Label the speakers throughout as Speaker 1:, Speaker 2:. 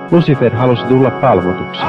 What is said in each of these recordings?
Speaker 1: Lucifer halusi tulla palvotuksi.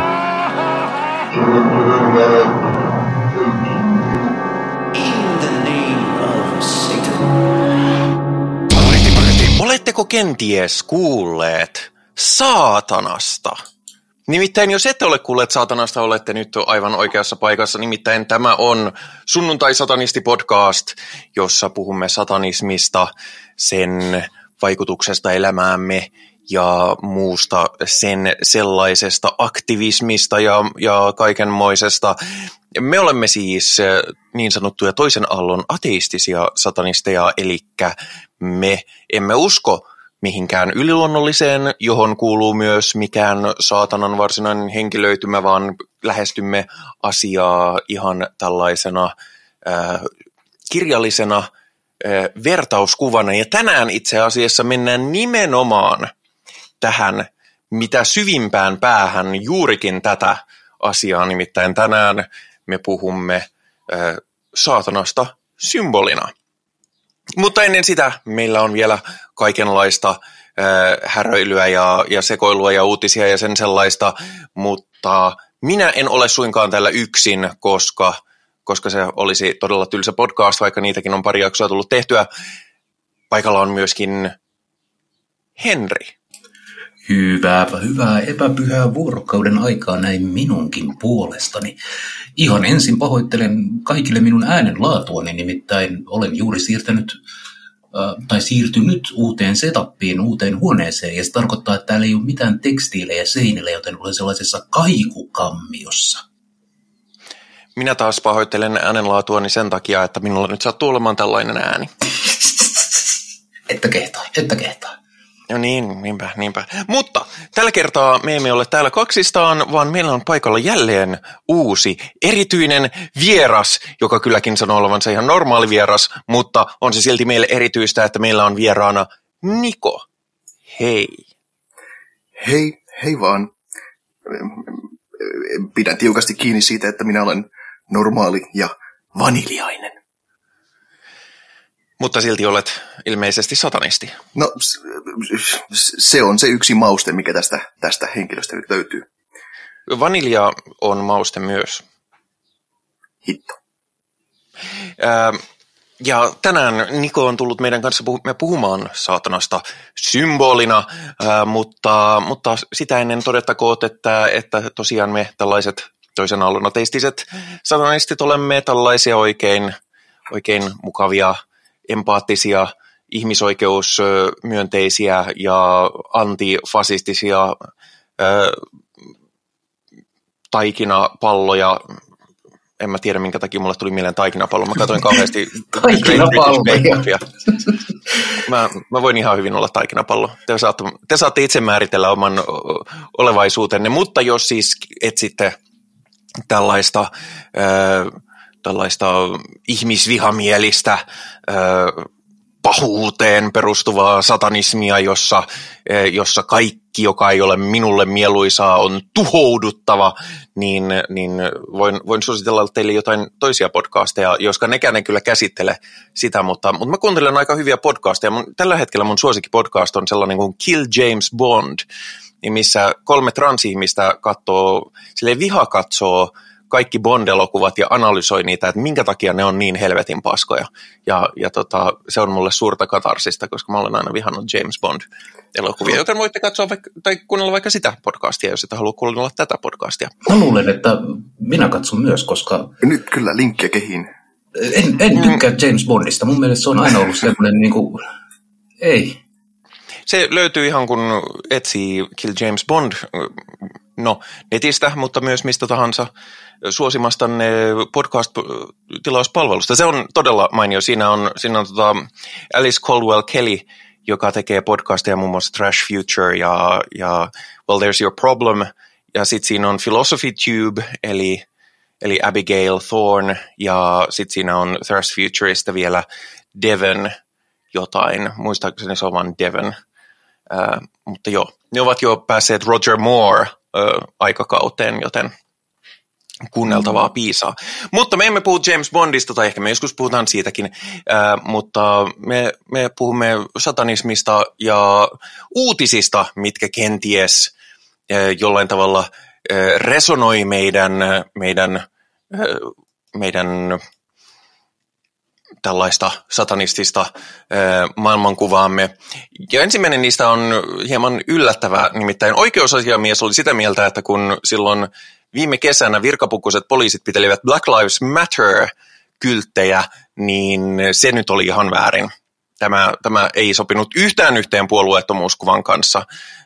Speaker 2: Oletteko kenties kuulleet saatanasta? Nimittäin jos ette ole kuulleet saatanasta, olette nyt aivan oikeassa paikassa. Nimittäin tämä on Sunnuntai-satanisti-podcast, jossa puhumme satanismista, sen vaikutuksesta elämäämme ja muusta sen sellaisesta aktivismista ja kaikenmoisesta. Me olemme siis niin sanottuja toisen aallon ateistisia satanisteja, eli me emme usko mihinkään yliluonnolliseen, johon kuuluu myös mikään saatanan varsinainen henkilöitymä, vaan lähestymme asiaa ihan tällaisena kirjallisena vertauskuvana. Ja tänään itse asiassa mennään nimenomaan tähän mitä syvimpään päähän juurikin tätä asiaa, nimittäin tänään me puhumme saatanasta symbolina. Mutta ennen sitä meillä on vielä kaikenlaista häröilyä ja sekoilua ja uutisia ja sen sellaista, mutta minä en ole suinkaan täällä yksin, koska se olisi todella tylsä podcast, vaikka niitäkin on pari jaksoa tullut tehtyä. Paikalla on myöskin Henri.
Speaker 3: Hyvää epäpyhää vuorokauden aikaa näin minunkin puolestani. Ihan ensin pahoittelen kaikille minun äänenlaatuani, nimittäin olen juuri siirtynyt uuteen setappiin, uuteen huoneeseen, ja se tarkoittaa, että täällä ei ole mitään tekstiilejä seinillä, joten olen sellaisessa kaikukammiossa.
Speaker 2: Minä taas pahoittelen äänenlaatuani sen takia, että minulla nyt sattuu olemaan tällainen ääni.
Speaker 3: Että kehtaa.
Speaker 2: No niin, niinpä. Mutta tällä kertaa me emme ole täällä kaksistaan, vaan meillä on paikalla jälleen uusi, erityinen vieras, joka kylläkin sanoo olevansa ihan normaali vieras, mutta on se silti meille erityistä, että meillä on vieraana Niko. Hei.
Speaker 4: Hei vaan. Pidän tiukasti kiinni siitä, että minä olen normaali ja vaniljainen.
Speaker 2: Mutta silti olet ilmeisesti satanisti.
Speaker 4: No, se on se yksi mauste, mikä tästä henkilöstä nyt löytyy.
Speaker 2: Vanilja on mauste myös.
Speaker 4: Hitto.
Speaker 2: Ja tänään Niko on tullut meidän kanssa puhumaan saatanasta symbolina, mutta sitä ennen todettakoon, että tosiaan me tällaiset toisen aallon ateistiset satanistit olemme tällaisia oikein mukavia, empaattisia, ihmisoikeusmyönteisiä ja antifasistisia taikinapalloja. En mä tiedä, minkä takia mulle tuli mieleen taikinapallo. Mä katsoin kauheasti
Speaker 3: taikinapalloja.
Speaker 2: Mä voin ihan hyvin olla taikinapallo. Te saatte itse määritellä oman olevaisuutenne, mutta jos siis etsitte tällaista ihmisvihamielistä pahuuteen perustuvaa satanismia, jossa kaikki, joka ei ole minulle mieluisaa, on tuhouduttava, niin voin suositella teille jotain toisia podcasteja, joska nekään ei kyllä käsittele sitä, mutta mä kuuntelen aika hyviä podcasteja. Tällä hetkellä mun suosikkipodcast on sellainen kuin Kill James Bond, missä 3 transihmistä katsoo kaikki Bond-elokuvat ja analysoi niitä, että minkä takia ne on niin helvetin paskoja. Ja se on mulle suurta katarsista, koska mä olen aina vihannut James Bond-elokuvia, joten voitte katsoa tai kuunnella vaikka sitä podcastia, jos et halua kuunnella tätä podcastia.
Speaker 3: Mä luulen, että minä katson myös, koska
Speaker 4: nyt kyllä linkkiä kehiin.
Speaker 3: En tykkää James Bondista. Mun mielestä se on aina ollut semmoinen ei.
Speaker 2: Se löytyy ihan kun etsii Kill James Bond, netistä, mutta myös mistä tahansa suosimastanne podcast-tilauspalvelusta. Se on todella mainio. Siinä on Alice Caldwell Kelly, joka tekee podcastia muun muassa Trash Future ja Well There's Your Problem. Ja sitten siinä on Philosophy Tube, eli Abigail Thorne, ja sitten siinä on Thrash Futurista vielä Devon jotain. Muistaakseni se on vain Devon. Mutta joo, ne ovat jo päässeet Roger Moore aikakauteen, joten kuunneltavaa piisaa. Mutta me emme puhu James Bondista, tai ehkä me joskus puhutaan siitäkin, mutta me puhumme satanismista ja uutisista, mitkä kenties jollain tavalla resonoi meidän tällaista satanistista maailmankuvaamme. Ja ensimmäinen niistä on hieman yllättävä, nimittäin oikeusasiamies oli sitä mieltä, että kun silloin viime kesänä virkapukuiset poliisit pitelivät Black Lives Matter-kylttejä, niin se nyt oli ihan väärin. Tämä ei sopinut yhtään yhteen puolueettomuuskuvan kanssa,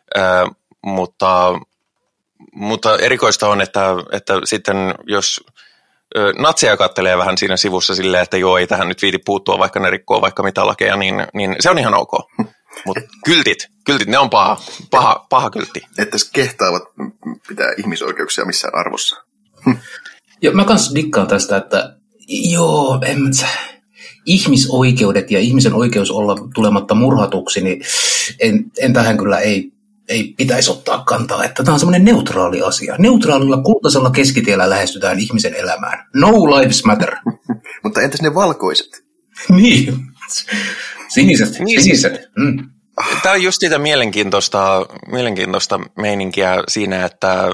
Speaker 2: mutta erikoista on, että sitten jos natseja kattelee vähän siinä sivussa silleen, että joo, ei tähän nyt viiti puuttua, vaikka ne rikkoo vaikka mitä lakeja, niin se on ihan ok. Mutta kyltit, ne on paha kyltti.
Speaker 4: Että kehtaavat pitää ihmisoikeuksia missään arvossa.
Speaker 3: Ja mä kans dikkaan tästä, että joo, ihmisoikeudet ja ihmisen oikeus olla tulematta murhatuksi, niin en tähän kyllä ei pitäisi ottaa kantaa, että tämä on semmoinen neutraali asia. Neutraalilla kultaisella keskitiellä lähestytään ihmisen elämään. No lives matter.
Speaker 4: Mutta entäs ne valkoiset?
Speaker 3: Niin, siniset.
Speaker 2: Tämä on just sitä mielenkiintoista meininkiä siinä, että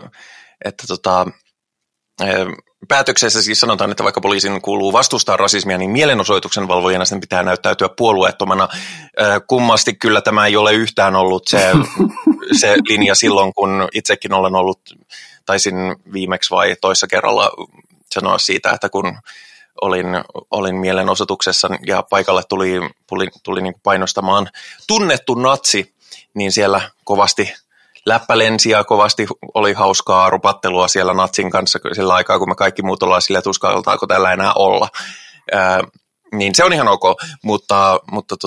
Speaker 2: päätöksessä siis sanotaan, että vaikka poliisin kuuluu vastustaa rasismia, niin mielenosoituksen valvojana sen pitää näyttäytyä puolueettomana. Kummasti kyllä tämä ei ole yhtään ollut se linja silloin, kun itsekin olen ollut, taisin viimeksi vai toissa kerralla sanoa siitä, että kun olin mielenosoituksessa ja paikalle tuli niin kuin painostamaan tunnettu natsi, niin siellä kovasti läppälensi ja kovasti oli hauskaa rupattelua siellä natsin kanssa sillä aikaa, kun me kaikki muut ollaan silleen, että uskaltaako tällä enää olla. Niin se on ihan ok, mutta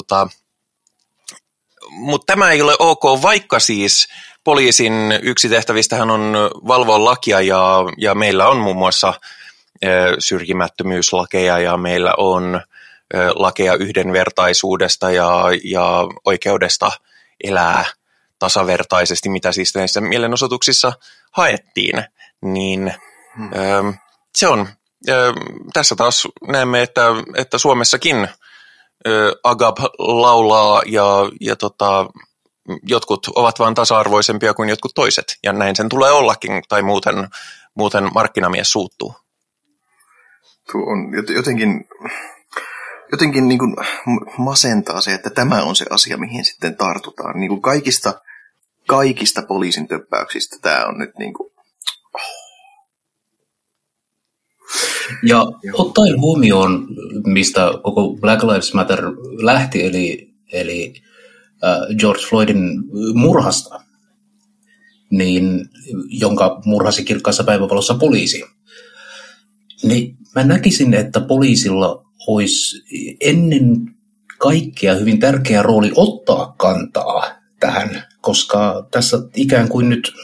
Speaker 2: tämä ei ole ok, vaikka siis poliisin yksi tehtävistähän on valvoa lakia ja meillä on muun muassa syrjimättömyyslakeja ja meillä on lakeja yhdenvertaisuudesta ja oikeudesta elää tasavertaisesti, mitä siis näissä mielenosoituksissa haettiin, niin se on, tässä taas näemme, että Suomessakin Agab laulaa ja jotkut ovat vain tasa-arvoisempia kuin jotkut toiset, ja näin sen tulee ollakin, tai muuten markkinamies suuttuu.
Speaker 4: Tuo on jotenkin niin kuin masentaa se, että tämä on se asia, mihin sitten tartutaan. Niin kuin kaikista poliisin töppäyksistä tämä on nyt niin kuin...
Speaker 3: Ja ottaen huomioon, mistä koko Black Lives Matter lähti, eli George Floydin murhasta, niin, jonka murhasi kirkkaassa päivävalossa poliisi, niin mä näkisin, että poliisilla olisi ennen kaikkea hyvin tärkeä rooli ottaa kantaa tähän, koska tässä ikään kuin nyt,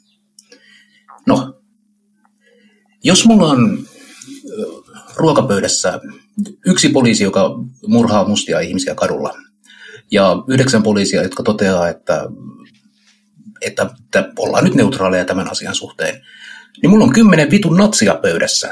Speaker 3: jos mulla on ruokapöydässä yksi poliisi, joka murhaa mustia ihmisiä kadulla, ja 9 poliisia, jotka toteaa, että ollaan nyt neutraaleja tämän asian suhteen, niin mulla on 10 vitun natsia pöydässä.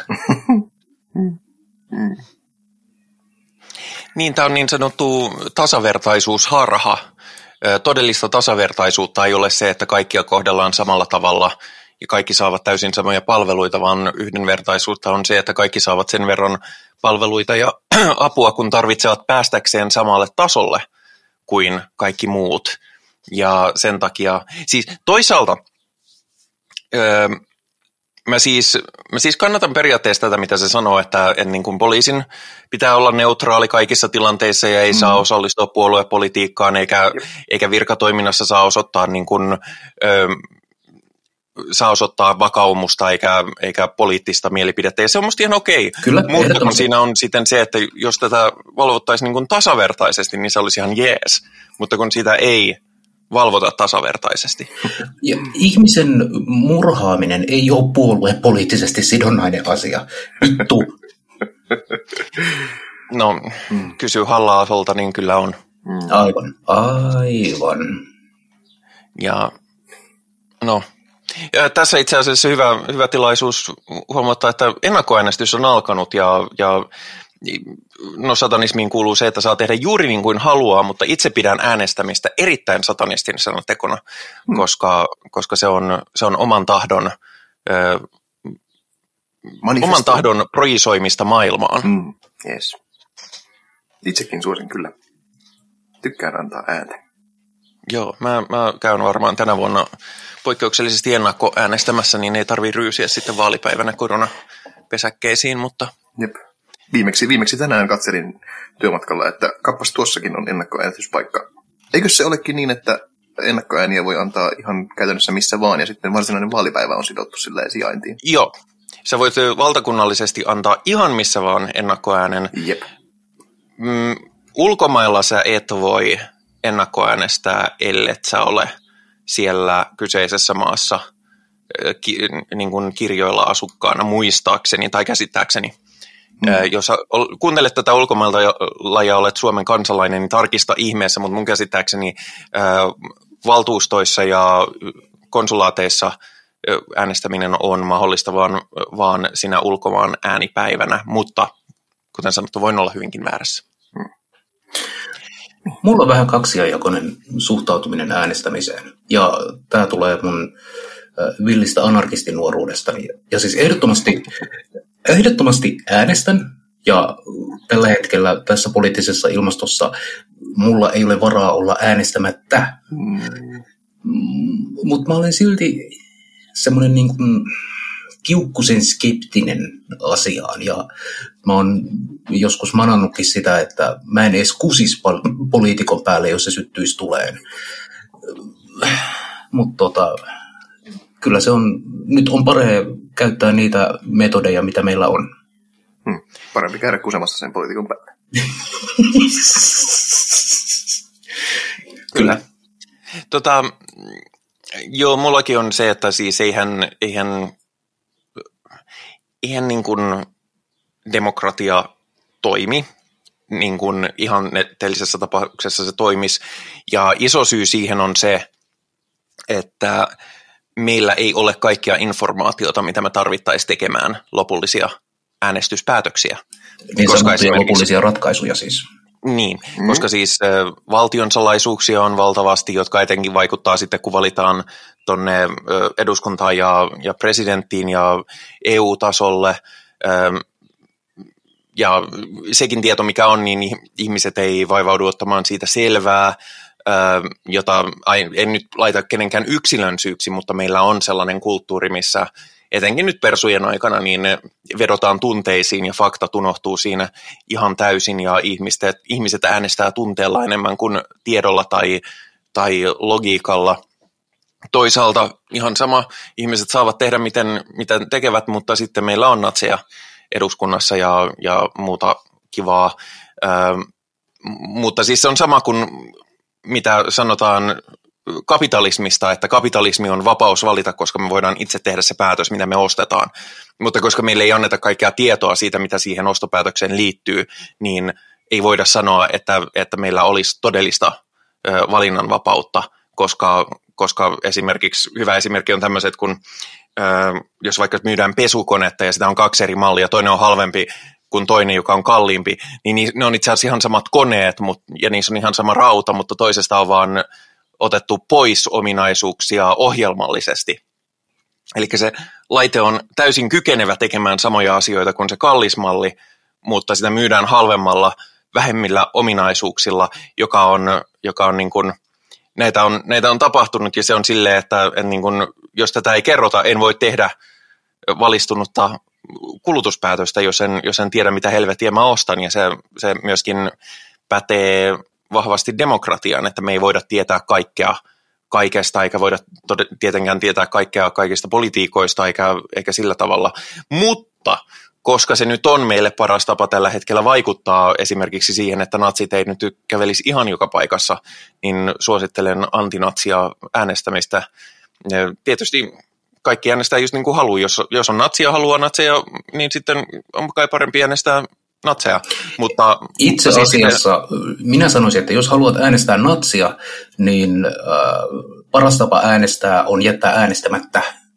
Speaker 2: Niin, tämä on niin sanottu tasavertaisuusharha. Todellista tasavertaisuutta ei ole se, että kaikkia kohdellaan samalla tavalla ja kaikki saavat täysin samoja palveluita, vaan yhdenvertaisuutta on se, että kaikki saavat sen verran palveluita ja apua, kun tarvitsevat päästäkseen samalle tasolle kuin kaikki muut. Ja sen takia, siis toisaalta Mä siis kannatan periaatteessa tätä, mitä se sanoo, että niin kuin poliisin pitää olla neutraali kaikissa tilanteissa ja ei saa osallistua puoluepolitiikkaan eikä virkatoiminnassa saa osoittaa, niin kuin, saa osoittaa vakaumusta eikä poliittista mielipidettä. Ja se on musta ihan okei.
Speaker 3: Kyllä,
Speaker 2: mutta kun siinä on sitten se, että jos tätä valvottaisiin niin kuin tasavertaisesti, niin se olisi ihan jees. Mutta kun sitä ei valvota tasavertaisesti.
Speaker 3: Ja ihmisen murhaaminen ei ole puoluepoliittisesti sidonnainen asia. Vittu.
Speaker 2: No, kysy Halla-aholta, niin kyllä on.
Speaker 3: Aivan.
Speaker 2: Ja no, ja tässä itse asiassa hyvä tilaisuus huomata, että ennakkoäänestys on alkanut ja no satanismiin kuuluu se, että saa tehdä juuri niin kuin haluaa, mutta itse pidän äänestämistä erittäin satanistisena tekona, koska se on oman tahdon projisoimista maailmaan.
Speaker 4: Yes. Itsekin suosin kyllä. Tykkään antaa ääntä.
Speaker 2: Joo, mä käyn varmaan tänä vuonna poikkeuksellisesti ennakkoäänestämässä, niin ei tarvitse ryysiä sitten vaalipäivänä koronapesäkkeisiin, mutta...
Speaker 4: Jep. Viimeksi tänään katselin työmatkalla, että kappas tuossakin on ennakkoäänestyspaikka. Eikö se olekin niin, että ennakkoääniä voi antaa ihan käytännössä missä vaan, ja sitten varsinainen vaalipäivä on sidottu silleen sijaintiin?
Speaker 2: Joo. Sä voit valtakunnallisesti antaa ihan missä vaan ennakkoäänen.
Speaker 4: Jep.
Speaker 2: Ulkomailla sä et voi ennakkoäänestää, ellet sä ole siellä kyseisessä maassa niin kuin kirjoilla asukkaana muistaakseni tai käsittääkseni. Jos kuuntelet tätä ulkomailta ja olet Suomen kansalainen, niin tarkista ihmeessä, mutta mun käsittääkseni valtuustoissa ja konsulaateissa äänestäminen on mahdollista vaan siinä ulkomaan äänipäivänä, mutta kuten sanottu, voin olla hyvinkin väärässä.
Speaker 3: Mulla on vähän kaksijakoinen suhtautuminen äänestämiseen, ja tämä tulee mun villistä anarkistinuoruudestani. Ja siis ehdottomasti äänestän, ja tällä hetkellä tässä poliittisessa ilmastossa mulla ei ole varaa olla äänestämättä. Mutta mä olen silti semmoinen niin kuin kiukkusen skeptinen asiaan, ja mä oon joskus manannutkin sitä, että mä en edes kusis poliitikon päälle, jos se syttyisi tuleen. Mutta kyllä se on, nyt on parempi käyttää niitä metodeja, mitä meillä on.
Speaker 4: Parempi käydä kusemassa sen poliitikon päälle.
Speaker 3: Kyllä.
Speaker 2: Joo, mullakin on se, että siis eihän niin kuin demokratia toimi, niin kuin ihan netellisessä tapauksessa se toimisi. Ja iso syy siihen on se, että meillä ei ole kaikkia informaatiota, mitä me tarvittaisiin tekemään lopullisia äänestyspäätöksiä.
Speaker 3: Niin sanottuja lopullisia ratkaisuja siis.
Speaker 2: Niin, koska siis valtion salaisuuksia on valtavasti, jotka etenkin vaikuttaa sitten, kun valitaan tuonne eduskuntaan ja presidenttiin ja EU-tasolle. Ja sekin tieto, mikä on, niin ihmiset ei vaivaudu ottamaan siitä selvää, jota en nyt laita kenenkään yksilön syyksi, mutta meillä on sellainen kulttuuri, missä etenkin nyt persujen aikana niin vedotaan tunteisiin ja faktat unohtuu siinä ihan täysin ja ihmiset äänestää tunteella enemmän kuin tiedolla tai logiikalla. Toisaalta ihan sama, ihmiset saavat tehdä miten tekevät, mutta sitten meillä on natseja eduskunnassa ja muuta kivaa. Mutta siis se on sama kuin mitä sanotaan kapitalismista, että kapitalismi on vapaus valita, koska me voidaan itse tehdä se päätös, mitä me ostetaan. Mutta koska meille ei anneta kaikkea tietoa siitä, mitä siihen ostopäätökseen liittyy, niin ei voida sanoa, että meillä olisi todellista valinnanvapautta, koska esimerkiksi hyvä esimerkki on tämmöiset, kun jos vaikka myydään pesukonetta ja sitä on 2 eri mallia, toinen on halvempi kuin toinen, joka on kalliimpi, niin ne on itse asiassa ihan samat koneet ja niissä on ihan sama rauta, mutta toisesta on vaan otettu pois ominaisuuksia ohjelmallisesti. Eli se laite on täysin kykenevä tekemään samoja asioita kuin se kallis malli, mutta sitä myydään halvemmalla, vähemmillä ominaisuuksilla, joka on niin kuin, näitä on tapahtunut ja se on silleen, että niin kuin, jos tätä ei kerrota, en voi tehdä valistunutta kulutuspäätöstä, jos en tiedä, mitä helvettiä mä ostan, ja se myöskin pätee vahvasti demokratiaan, että me ei voida tietää kaikkea kaikesta, eikä voida tietenkään tietää kaikkea kaikista politiikoista, eikä sillä tavalla, mutta koska se nyt on meille paras tapa tällä hetkellä vaikuttaa esimerkiksi siihen, että natsit ei nyt kävelisi ihan joka paikassa, niin suosittelen antinatsia äänestämistä. Tietysti kaikki äänestää just niin kuin haluaa. Jos on natsia, haluaa natseja, niin sitten on kai parempi äänestää natseja. Mutta
Speaker 3: itse asiassa minä sanoisin, että jos haluat äänestää natsia, niin paras tapa äänestää on jättää äänestämättä.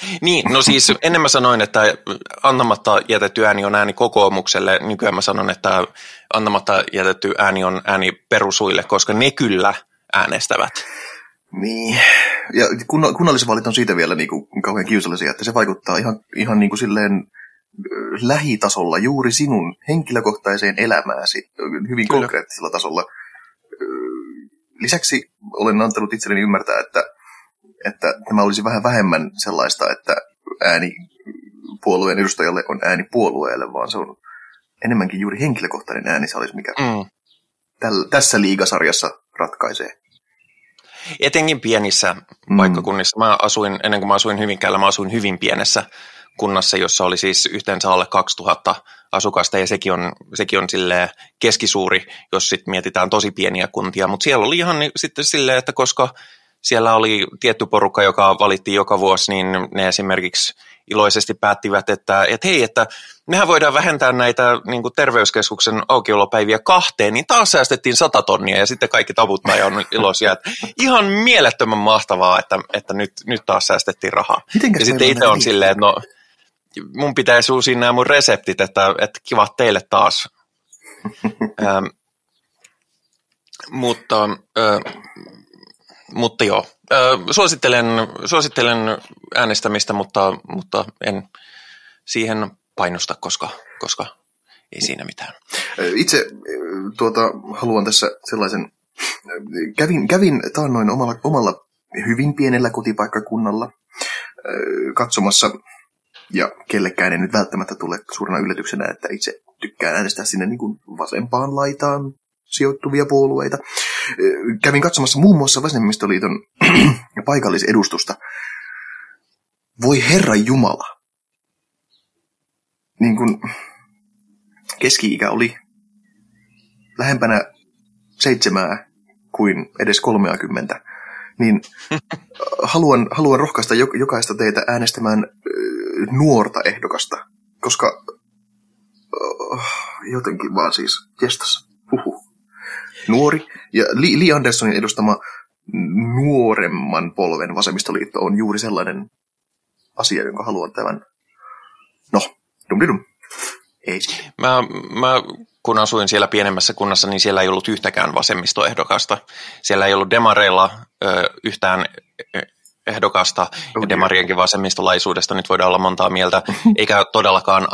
Speaker 2: Niin, no siis ennen mä sanoin, että antamatta jätetty ääni on ääni kokoomukselle. Nykyään mä sanon, että antamatta jätetty ääni on ääni perusuille, koska ne kyllä äänestävät.
Speaker 4: Niin, ja kunnallisvaalit on siitä vielä niin kuin kauhean kiusallisia, että se vaikuttaa ihan niin kuin silleen lähitasolla juuri sinun henkilökohtaiseen elämääsi hyvin kyllä. Konkreettisella tasolla. Lisäksi olen antanut itselleni ymmärtää, että tämä olisi vähän vähemmän sellaista, että ääni puolueen edustajalle on ääni puolueelle, vaan se on enemmänkin juuri henkilökohtainen ääni, se olisi mikä tässä liigasarjassa ratkaisee.
Speaker 2: Etenkin pienissä paikkakunnissa. Ennen kuin mä asuin Hyvinkäällä, mä asuin hyvin pienessä kunnassa, jossa oli siis yhteensä alle 2000 asukasta, ja sekin on silleen keskisuuri, jos sitten mietitään tosi pieniä kuntia, mutta siellä oli ihan sitten silleen, että koska siellä oli tietty porukka, joka valittiin joka vuosi, niin ne esimerkiksi iloisesti päättivät, että hei, että mehän voidaan vähentää näitä niin kuin terveyskeskuksen aukiolopäiviä 2, niin taas säästettiin 100 tonnia ja sitten kaikki taputtaa ja on iloisia. Että ihan mielettömän mahtavaa, että nyt taas säästettiin rahaa.
Speaker 4: Mitenkäs
Speaker 2: ja sitten itse on silleen, että no mun pitäisi uusia nämä mun reseptit, että kiva teille taas. Mutta joo, suosittelen äänestämistä, mutta en siihen painosta, koska ei siinä mitään.
Speaker 4: Itse haluan tässä sellaisen, kävin taannoin omalla hyvin pienellä kotipaikkakunnalla katsomassa, ja kellekään ei nyt välttämättä tule suurena yllätyksenä, että itse tykkään äänestää sinne niin kuin vasempaan laitaan sijoittuvia puolueita. Kävin katsomassa muun muassa Vasemmistoliiton paikallisedustusta. Voi Herra Jumala. Niin kuin keski-ikä oli lähempänä 7 kuin edes 30, niin haluan rohkaista jokaista teitä äänestämään nuorta ehdokasta, koska jotenkin vaan siis jestas. Nuori ja Li Anderssonin edustama nuoremman polven vasemmistoliitto on juuri sellainen asia, jonka haluan tämän. No, dum. Ei.
Speaker 2: Mä kun asuin siellä pienemmässä kunnassa, niin siellä ei ollut yhtäkään vasemmistoehdokasta. Siellä ei ollut demareilla yhtään ehdokasta, ja demarienkin vasemmistolaisuudesta nyt voidaan olla montaa mieltä, eikä todellakaan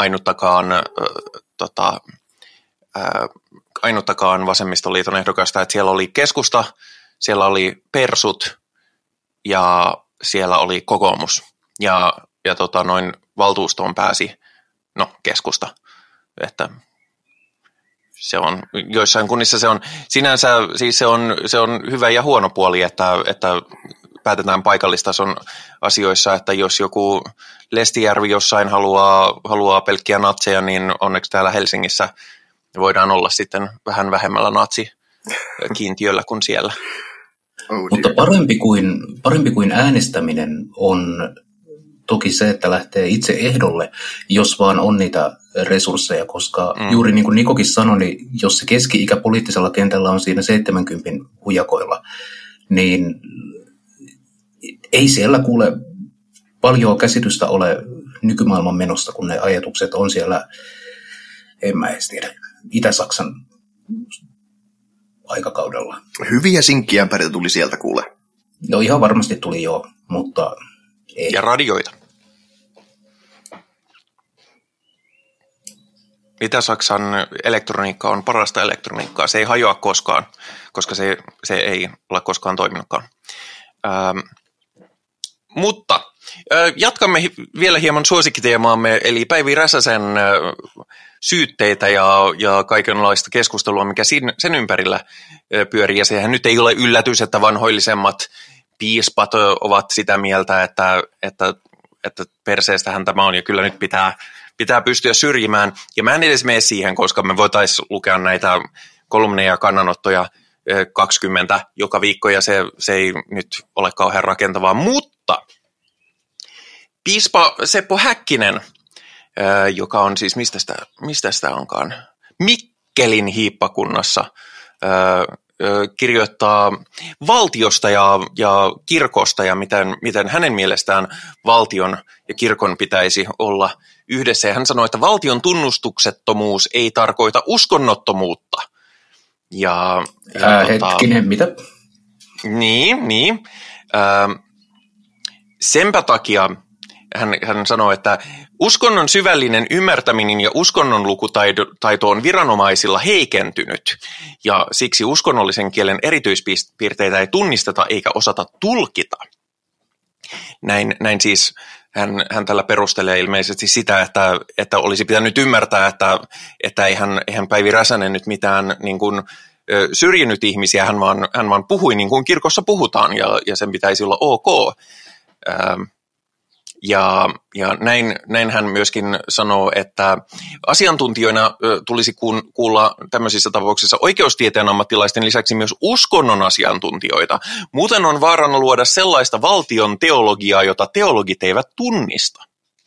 Speaker 2: ainuttakaan vasemmistoliiton ehdokasta, että siellä oli keskusta, siellä oli persut ja siellä oli kokoomus ja noin valtuustoon pääsi keskusta, että se on joissain kunnissa se on sinänsä siis se on hyvä ja huono puoli, että päätetään paikallistason asioissa, että jos joku Lestijärvi jossain haluaa pelkkiä natseja, niin onneksi täällä Helsingissä voidaan olla sitten vähän vähemmällä natsikiintiöllä kuin siellä.
Speaker 3: Mutta parempi kuin äänestäminen on toki se, että lähtee itse ehdolle, jos vaan on niitä resursseja, koska juuri niin kuin Nikokin sanoi, niin jos se keski-ikä poliittisella kentällä on siinä 70 hujakoilla, niin ei siellä kuule paljon käsitystä ole nykymaailman menosta, kun ne ajatukset on siellä, en mä edes tiedä, Itä-Saksan aikakaudella.
Speaker 4: Hyviä sinkkiämpäreitä tuli sieltä kuule.
Speaker 3: No ihan varmasti tuli joo, mutta ei.
Speaker 2: Ja radioita. Itä-Saksan elektroniikka on parasta elektroniikkaa. Se ei hajoa koskaan, koska se ei ole koskaan toiminutkaan. Mutta jatkamme vielä hieman suosikkiteemaamme, eli Päivi Räsäsen syytteitä ja kaikenlaista keskustelua, mikä sen ympärillä pyörii. Ja sehän nyt ei ole yllätys, että vanhoillisemmat piispat ovat sitä mieltä, että perseestähän tämä on, ja kyllä nyt pitää pystyä syrjimään. Ja mä en edes mene siihen, koska me voitaisiin lukea näitä kolumneja ja kannanottoja 20 joka viikko, ja se ei nyt ole kauhean rakentavaa. Mutta piispa Seppo Häkkinen, joka on siis, mistä sitä onkaan, Mikkelin hiippakunnassa kirjoittaa valtiosta ja kirkosta ja miten hänen mielestään valtion ja kirkon pitäisi olla yhdessä. Ja hän sanoi, että valtion tunnustuksettomuus ei tarkoita uskonnottomuutta.
Speaker 3: Hetkinen, mitä?
Speaker 2: Niin. Senpä takia hän sanoi, että uskonnon syvällinen ymmärtäminen ja uskonnon lukutaito on viranomaisilla heikentynyt, ja siksi uskonnollisen kielen erityispiirteitä ei tunnisteta eikä osata tulkita. Näin siis hän tällä perustelee ilmeisesti sitä, että olisi pitänyt ymmärtää, että eihän Päivi Räsänen nyt mitään niin kuin syrjinyt ihmisiä, hän vaan puhui niin kuin kirkossa puhutaan, ja sen pitäisi olla ok. Ja näin hän myöskin sanoo, että asiantuntijoina tulisi kuulla tämmöisissä tapauksissa oikeustieteen ammattilaisten lisäksi myös uskonnon asiantuntijoita. Muuten on vaarana luoda sellaista valtion teologiaa, jota teologit eivät tunnista.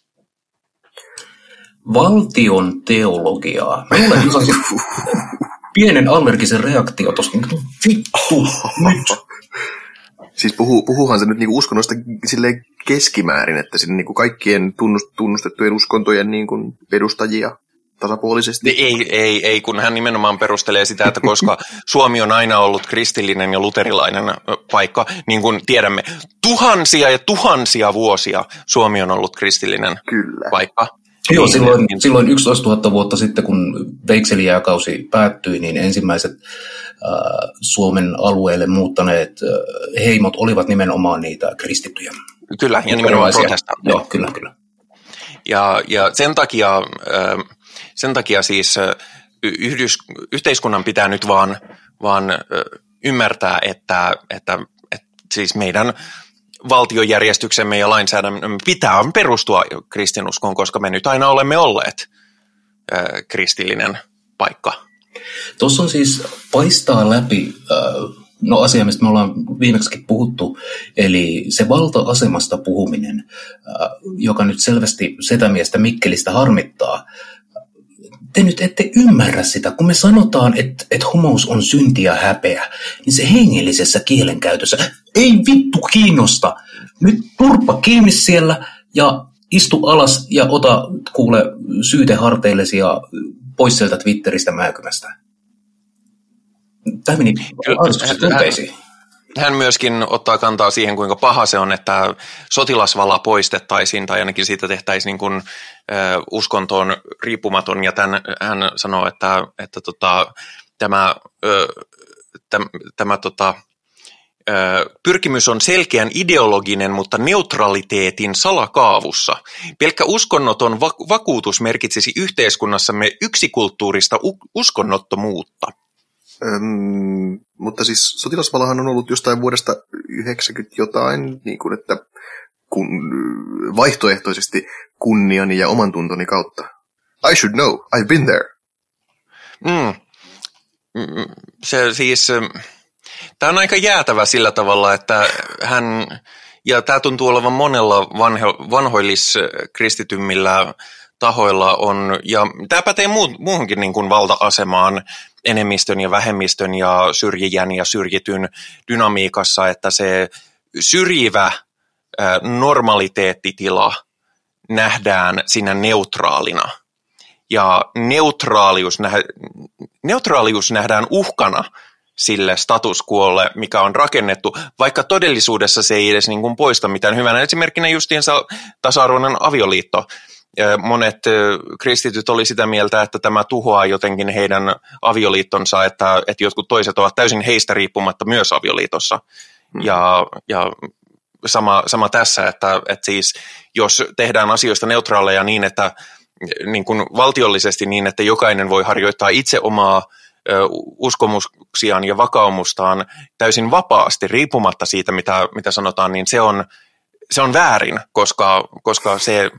Speaker 3: Valtion teologiaa? Mä luulen, että saisin pienen allergisen reaktion tuossa. Vittu, nyt.
Speaker 4: Siis puhuuhan se nyt niinku uskonnosta silleen keskimäärin, että sinne niinku kaikkien tunnustettujen uskontojen niinku edustajia tasapuolisesti?
Speaker 2: Ei, kun hän nimenomaan perustelee sitä, että koska Suomi on aina ollut kristillinen ja luterilainen paikka, niin kuin tiedämme, tuhansia ja tuhansia vuosia Suomi on ollut kristillinen paikka.
Speaker 3: Joo, silloin 11 000 vuotta sitten, kun veikselijääkausi päättyi, niin ensimmäiset Suomen alueelle muuttaneet heimot olivat nimenomaan niitä kristittyjä.
Speaker 2: Kyllä, ja nimenomaan protestantteja.
Speaker 3: Joo, kyllä.
Speaker 2: Ja sen takia siis yhteiskunnan pitää nyt vaan ymmärtää, että siis meidän valtiojärjestyksemme ja lainsäädännömme pitää perustua kristinuskoon, koska me nyt aina olemme olleet kristillinen paikka.
Speaker 3: Tuossa on siis paistaa läpi asia, mistä me ollaan viimeksikin puhuttu, eli se valta-asemasta puhuminen, joka nyt selvästi setämiestä Mikkelistä harmittaa. Te nyt ette ymmärrä sitä, kun me sanotaan, että homous on synti ja häpeä, niin se hengellisessä kielenkäytössä ei vittu kiinnosta. Nyt turppa kiinni siellä ja istu alas ja ota kuule syyteharteillesi ja pois sieltä Twitteristä määkymästä. Tämä meni ahdistuksen tunteisiin.
Speaker 2: Hän myöskin ottaa kantaa siihen, kuinka paha se on, että sotilasvala poistettaisiin tai ainakin siitä tehtäisiin niin kuin, uskontoon riippumaton. Ja hän sanoo, että tämä pyrkimys on selkeän ideologinen, mutta neutraliteetin salakaavussa. Pelkkä uskonnoton vakuutus merkitsisi yhteiskunnassamme yksikulttuurista uskonnottomuutta.
Speaker 4: Mutta siis sotilasvalahan on ollut jostain vuodesta 90 jotain, niin kuin että vaihtoehtoisesti kunniani ja oman tuntoni kautta. I should know, I've been there.
Speaker 2: Se siis, tämä on aika jäätävä sillä tavalla, että ja tämä tuntuu olevan monella vanhoilliskristitymmillä tahoilla on, ja tämä pätee muuhunkin niin kuin valta-asemaan, enemmistön ja vähemmistön ja syrjijän ja syrjityn dynamiikassa, että se syrjivä normaliteettitila nähdään siinä neutraalina. Ja neutraalius nähdään uhkana sille status quolle, mikä on rakennettu, vaikka todellisuudessa se ei edes niin kuin poista mitään hyvänä. Esimerkkinä justiinsa tasa-arvoinen avioliitto. Monet kristityt oli sitä mieltä, että tämä tuhoaa jotenkin heidän avioliittonsa, että jotkut toiset ovat täysin heistä riippumatta myös avioliitossa. Ja sama tässä, että siis jos tehdään asioista neutraaleja niin, että niin kuin valtiollisesti niin, että jokainen voi harjoittaa itse omaa uskomuksiaan ja vakaumustaan täysin vapaasti, riippumatta siitä, mitä sanotaan, niin se on väärin, koska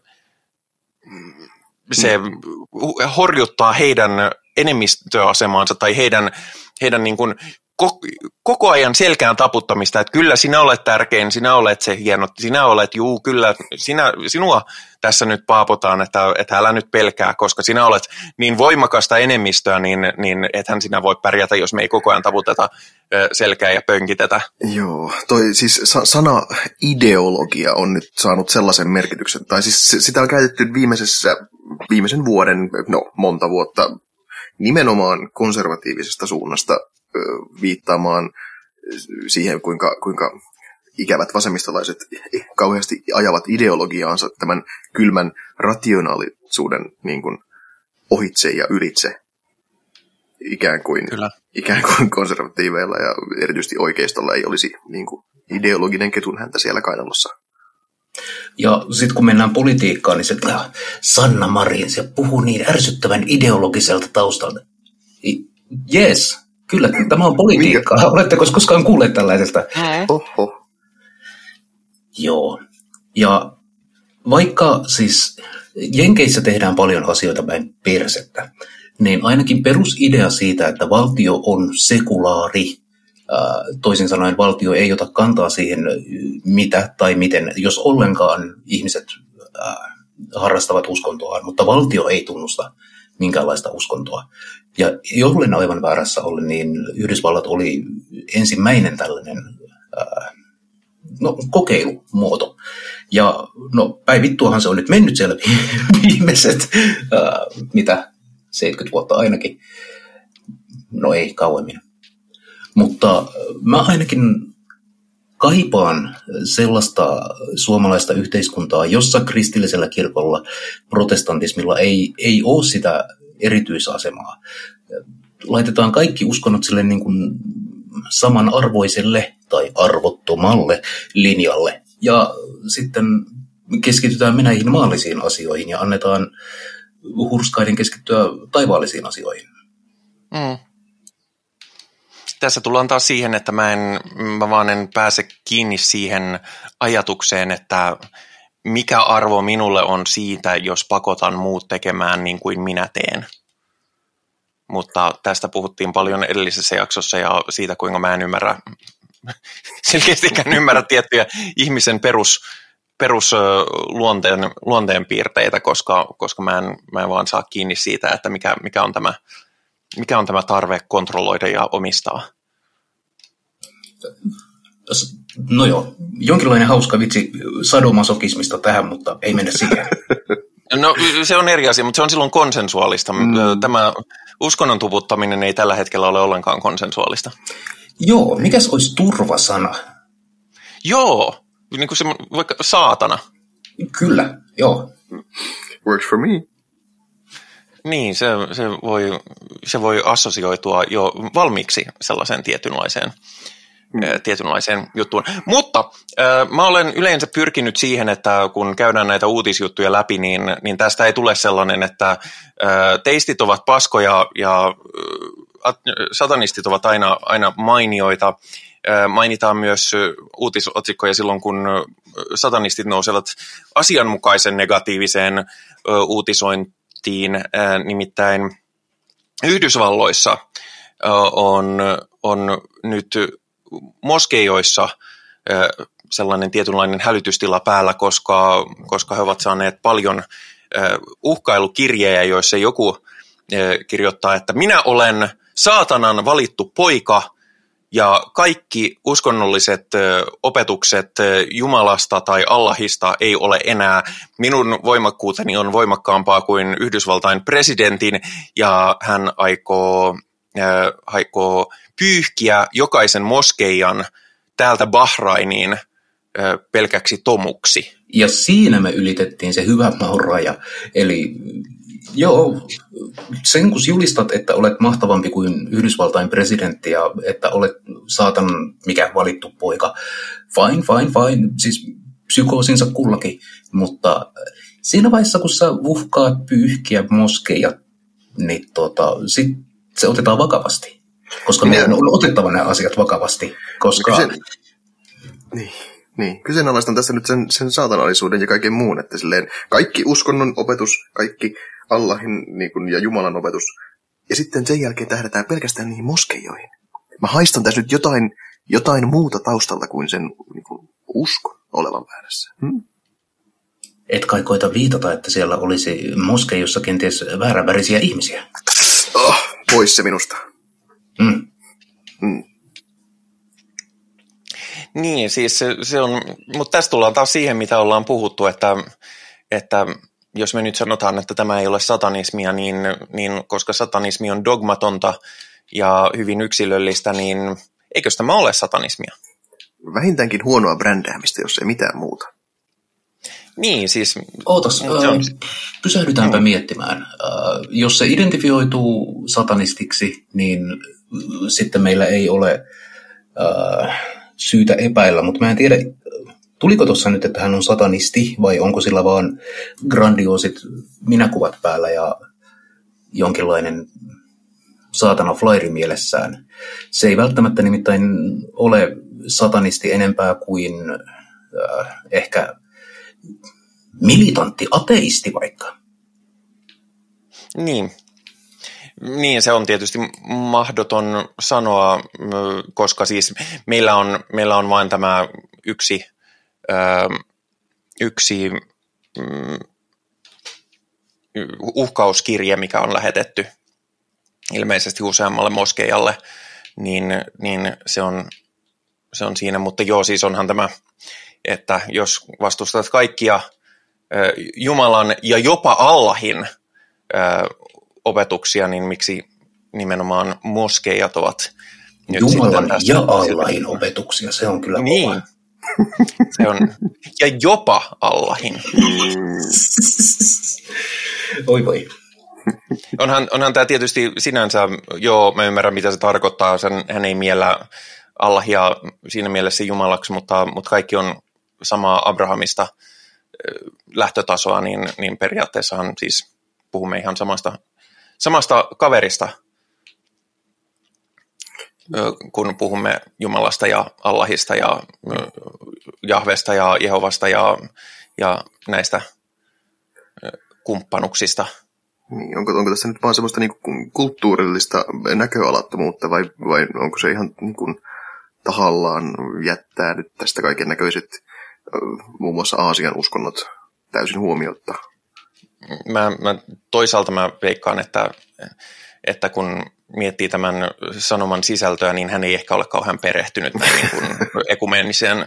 Speaker 2: se horjuttaa heidän enemmistöasemaansa tai heidän niin kuin koko ajan selkään taputtamista, että kyllä sinä olet tärkein, sinä olet se hieno, sinä olet, kyllä, sinua tässä nyt paapotaan, että älä nyt pelkää, koska sinä olet niin voimakasta enemmistöä, niin ethän sinä voi pärjätä, jos me ei koko ajan taputeta selkää ja pönkitetä.
Speaker 4: Joo, toi siis sana ideologia on nyt saanut sellaisen merkityksen, tai siis sitä on käytetty viimeisen vuoden, monta vuotta, nimenomaan konservatiivisesta suunnasta viittaamaan siihen, kuinka ikävät vasemmistolaiset kauheasti ajavat ideologiaansa tämän kylmän rationaalisuuden niin kuin ohitse ja ylitse. Ikään kuin konservatiiveilla ja erityisesti oikeistolla ei olisi niin kuin ideologinen ketunhäntä siellä kainalossa.
Speaker 3: Ja sitten kun mennään politiikkaan, niin se Sanna Marin, se puhuu niin ärsyttävän ideologiselta taustalta. Yes, kyllä, tämä on politiikkaa. Oletteko koskaan kuulleet tällaisesta?
Speaker 4: Oho.
Speaker 3: Joo, ja vaikka siis Jenkeissä tehdään paljon asioita päin persettä, niin ainakin perusidea siitä, että valtio on sekulaari, toisin sanoen valtio ei ota kantaa siihen, mitä tai miten, jos ollenkaan ihmiset harrastavat uskontoa, mutta valtio ei tunnusta minkäänlaista uskontoa. Ja jollen aivan väärässä ollen, niin Yhdysvallat oli ensimmäinen tällainen kokeilumuoto. Ja päivittuahan se on nyt mennyt siellä viimeiset, 70 vuotta ainakin. No ei kauemmin. Mutta mä ainakin kaipaan sellaista suomalaista yhteiskuntaa, jossa kristillisellä kirkolla, protestantismilla ei ole sitä erityisasemaa. Laitetaan kaikki uskonnot sille niin kuin samanarvoiselle tai arvottomalle linjalle. Ja sitten keskitytään me näihin maallisiin asioihin ja annetaan hurskaiden keskittyä taivaallisiin asioihin.
Speaker 2: Tässä tullaan taas siihen, että mä vaan en pääse kiinni siihen ajatukseen, että mikä arvo minulle on siitä, jos pakotan muut tekemään niin kuin minä teen. Mutta tästä puhuttiin paljon edellisessä jaksossa ja siitä, kuinka mä en selkeästikään ymmärrä tiettyjä ihmisen perusluonteen piirteitä, koska mä en vaan saa kiinni siitä, että mikä on tämä tarve kontrolloida ja omistaa.
Speaker 3: No joo, jonkinlainen hauska vitsi sadomasokismista tähän, mutta ei mennä siihen.
Speaker 2: No se on eri asia, mutta se on silloin konsensuaalista. Tämä uskonnon tuputtaminen ei tällä hetkellä ole ollenkaan konsensuaalista.
Speaker 3: Joo, mikäs olisi turvasana?
Speaker 2: Joo, niin kuin se vaikka saatana.
Speaker 3: Kyllä, joo.
Speaker 4: Works for me.
Speaker 2: Niin, se voi assosioitua jo valmiiksi sellaiseen tietynlaiseen juttuun. Mutta mä olen yleensä pyrkinyt siihen, että kun käydään näitä uutisjuttuja läpi, niin tästä ei tule sellainen, että teistit ovat paskoja ja satanistit ovat aina mainioita. Mainitaan myös uutisotsikkoja silloin, kun satanistit nousevat asianmukaisen negatiiviseen uutisointiin. Nimittäin Yhdysvalloissa on nyt moskeijoissa sellainen tietynlainen hälytystila päällä, koska he ovat saaneet paljon uhkailukirjejä, joissa joku kirjoittaa, että minä olen saatanan valittu poika ja kaikki uskonnolliset opetukset Jumalasta tai Allahista ei ole enää. Minun voimakkuuteni on voimakkaampaa kuin Yhdysvaltain presidentin ja hän aikoo pyyhkiä jokaisen moskeijan täältä Bahrainiin pelkäksi tomuksi.
Speaker 3: Ja siinä me ylitettiin se hyvä maun raja. Eli joo, sen kun julistat, että olet mahtavampi kuin Yhdysvaltain presidentti ja että olet saatan mikä valittu poika, fine, siis psykoosinsa kullakin, mutta siinä vaiheessa, kun sä uhkaat pyyhkiä moskeja, niin sit se otetaan vakavasti. Koska meidän on otettava nämä asiat vakavasti, koska...
Speaker 4: Niin. Kyseenalaistan tässä nyt sen saatanallisuuden ja kaiken muun, että silleen kaikki uskonnon opetus, kaikki Allahin niin kuin, ja Jumalan opetus, ja sitten sen jälkeen tähdätään pelkästään niihin moskeijoihin. Mä haistan tässä nyt jotain muuta taustalla kuin sen niin kuin, uskon olevan väärässä.
Speaker 3: Et kai koita viitata, että siellä olisi moskeijossa kenties vääränvärisiä ihmisiä.
Speaker 4: Pois se minusta.
Speaker 2: Niin, siis se on, mutta tässä tullaan taas siihen, mitä ollaan puhuttu, että jos me nyt sanotaan, että tämä ei ole satanismia, niin koska satanismi on dogmatonta ja hyvin yksilöllistä, niin eikö tämä ole satanismia?
Speaker 4: Vähintäänkin huonoa brändäämistä, jos ei mitään muuta.
Speaker 2: Niin, siis...
Speaker 3: Ootas, pysähdytäänpä miettimään. Jos se identifioituu satanistiksi, niin sitten meillä ei ole syytä epäillä, mutta mä en tiedä, tuliko tuossa nyt, että hän on satanisti, vai onko sillä vaan grandioosit minäkuvat päällä ja jonkinlainen saatana flyeri mielessään. Se ei välttämättä nimittäin ole satanisti enempää kuin ehkä militantti ateisti vaikka.
Speaker 2: Niin, se on tietysti mahdoton sanoa, koska siis meillä on vain tämä yksi uhkauskirje, mikä on lähetetty ilmeisesti useammalle moskeijalle, niin se on siinä, mutta joo, siis onhan tämä, että jos vastustat kaikkia Jumalan ja jopa Allahin opetuksia, niin miksi nimenomaan moskeijat ovat nyt
Speaker 3: Jumalan ja Allahin opetuksia, se on kyllä
Speaker 2: niin.
Speaker 3: kova.
Speaker 2: Se on, ja jopa Allahin.
Speaker 3: Oi voi.
Speaker 2: Onhan tämä tietysti sinänsä, joo, mä ymmärrän mitä se tarkoittaa, hän ei miellä Allahia siinä mielessä Jumalaksi, mutta kaikki on samaa Abrahamista lähtötasoa, niin periaatteessahan siis puhumme ihan samasta kaverista, kun puhumme Jumalasta ja Allahista ja Jahvesta ja Jehovasta ja näistä kumppanuksista.
Speaker 4: Niin, onko tässä nyt vaan semmoista niin kuin kulttuurillista näköalattomuutta vai onko se ihan niin kuin tahallaan jättää nyt tästä kaiken näköiset muun muassa Aasian uskonnot täysin huomiotta?
Speaker 2: Toisaalta mä veikkaan, että kun miettii tämän sanoman sisältöä, niin hän ei ehkä ole kauhean perehtynyt näin niin kuin ekumeeniseen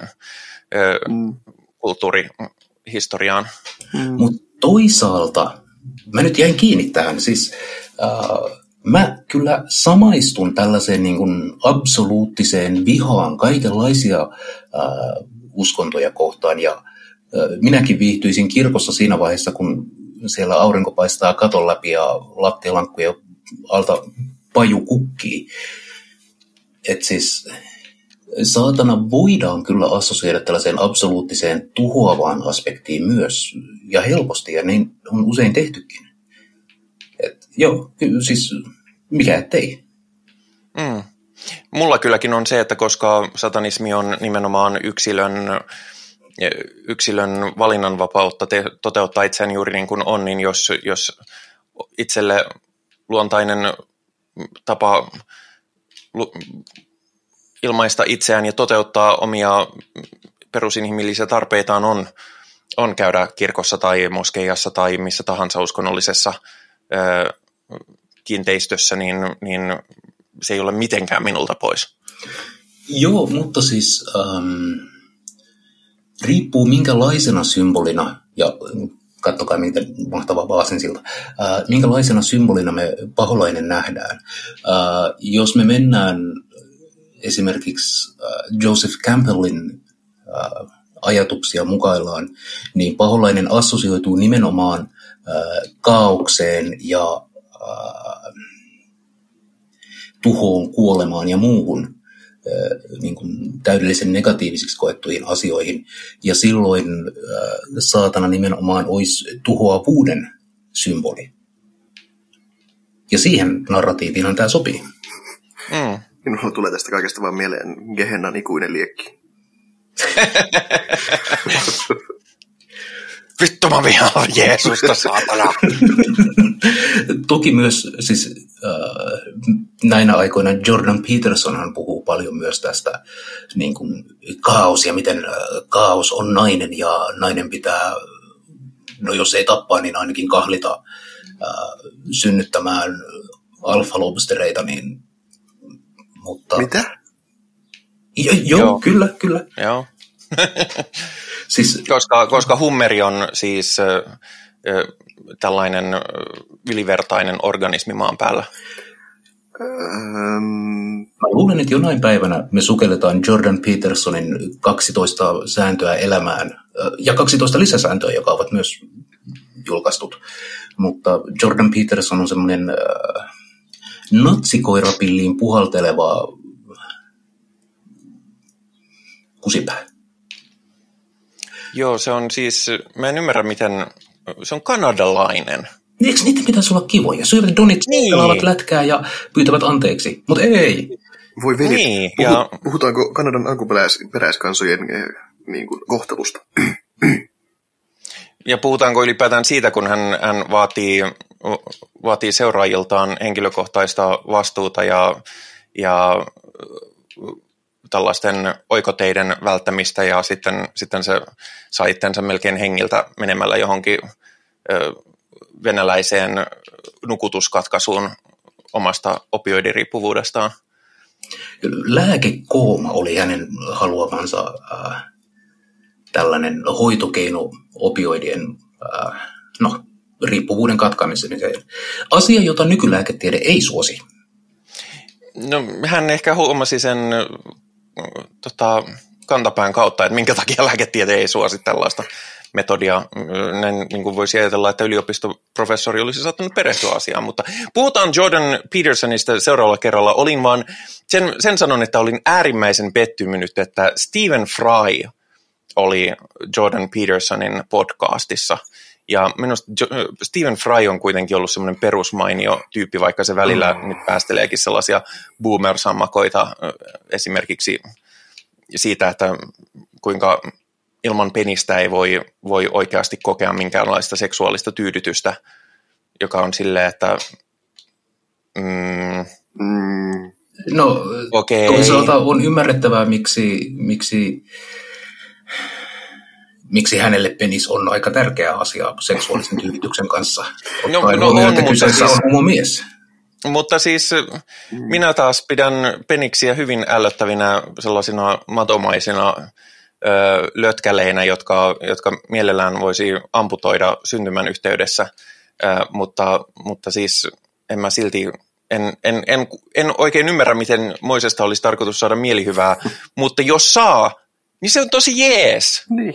Speaker 2: kulttuurihistoriaan.
Speaker 3: Mutta toisaalta, mä nyt jäin kiinni tähän, siis mä kyllä samaistun tällaiseen niin kuin absoluuttiseen vihaan kaikenlaisia uskontoja kohtaan, ja minäkin viihtyisin kirkossa siinä vaiheessa, kun siellä aurinko paistaa katon läpi ja lattialankkuja alta paju kukkii. Et siis saatana voidaan kyllä assosioida tällaiseen absoluuttiseen tuhoavaan aspektiin myös, ja helposti, ja niin on usein tehtykin. Joo, siis mikä ettei.
Speaker 2: Mulla kylläkin on se, että koska satanismi on nimenomaan yksilön valinnanvapautta toteuttaa itseään juuri niin kuin on, niin jos itselle luontainen tapa ilmaista itseään ja toteuttaa omia perusinhimillisiä tarpeitaan on käydä kirkossa tai moskeijassa tai missä tahansa uskonnollisessa kiinteistössä, niin se ei ole mitenkään minulta pois.
Speaker 3: Joo, mutta siis riippuu minkälaisena symbolina, ja katsokaa miten mahtava Vaasensilta, minkälaisena symbolina me paholainen nähdään. Jos me mennään esimerkiksi Joseph Campbellin ajatuksia mukaillaan, niin paholainen assosioituu nimenomaan kaaukseen ja tuhoon, kuolemaan ja muuhun niin kuin täydellisen negatiivisiksi koettuihin asioihin. Ja silloin saatana nimenomaan olisi tuhoavuuden symboli. Ja siihen narratiiviinhan tämä sopii.
Speaker 4: Minulla tulee tästä kaikesta vaan mieleen Gehennan ikuinen liekki.
Speaker 2: Vittu mä vihaan Jeesusta, saatana.
Speaker 3: Toki myös siis näinä aikoina Jordan Petersonhan puhuu paljon myös tästä niin kuin kaos ja miten kaos on nainen ja nainen pitää, no jos ei tappaa, niin ainakin kahlita synnyttämään alfa-lobstereita, niin mutta...
Speaker 4: Mitä?
Speaker 3: Joo, kyllä.
Speaker 2: Joo.
Speaker 3: Siis...
Speaker 2: koska hummeri on siis tällainen ylivertainen organismi maan päällä.
Speaker 3: Mä luulen, että jonain päivänä me sukelletaan Jordan Petersonin 12 sääntöä elämään ja 12 lisäsääntöä, joka ovat myös julkaistut. Mutta Jordan Peterson on semmoinen natsikoirapilliin puhalteleva kusipää.
Speaker 2: Joo, se on siis, mä en ymmärrä miten, se on kanadalainen.
Speaker 3: Eikö niitä pitäisi olla kivoja? Syövät donitsia, pelaavat lätkää ja pyytävät anteeksi, mutta ei.
Speaker 4: Voi veljet,
Speaker 2: Niin,
Speaker 4: puhutaanko Kanadan alkuperäiskansojen niin kuin, kohtelusta?
Speaker 2: Ja puhutaanko ylipäätään siitä, kun hän vaatii seuraajiltaan henkilökohtaista vastuuta ja tällaisten oikoteiden välttämistä, ja sitten se sai itsensä melkein hengiltä menemällä johonkin venäläiseen nukutuskatkaisuun omasta opioidiriippuvuudestaan.
Speaker 3: Lääkekooma oli hänen haluamansa tällainen hoitokeino opioidien riippuvuuden katkaamiseen. Asia, jota nykylääketiede ei suosi.
Speaker 2: No, hän ehkä huomasi sen kantapään kautta, että minkä takia lääketiede ei suosi tällaista metodia. Näin niin kuin voisi ajatella, että yliopistoprofessori olisi saattanut perehtyä asiaan, mutta puhutaan Jordan Petersonista seuraavalla kerralla. Olin vaan, sen sanon, että olin äärimmäisen pettynyt, että Stephen Fry oli Jordan Petersonin podcastissa. Ja minusta Stephen Fry on kuitenkin ollut semmoinen perusmainio tyyppi, vaikka se välillä nyt päästeleekin sellaisia boomer-sammakoita esimerkiksi siitä, että kuinka ilman penistä ei voi oikeasti kokea minkäänlaista seksuaalista tyydytystä, joka on silleen, että
Speaker 3: no,
Speaker 2: okei.
Speaker 3: Toisaalta on ymmärrettävää, miksi hänelle penis on aika tärkeä asia seksuaalisen tyydytyksen kanssa. Kyseessä on homomies.
Speaker 2: Mutta siis minä taas pidän peniksiä hyvin ällöttävinä sellaisina matomaisina lötkäleinä, jotka mielellään voisi amputoida syntymän yhteydessä, mutta siis en mä silti, en oikein ymmärrä, miten Moisesta olisi tarkoitus saada mielihyvää, mutta jos saa, niin se on tosi jees.
Speaker 4: Niin.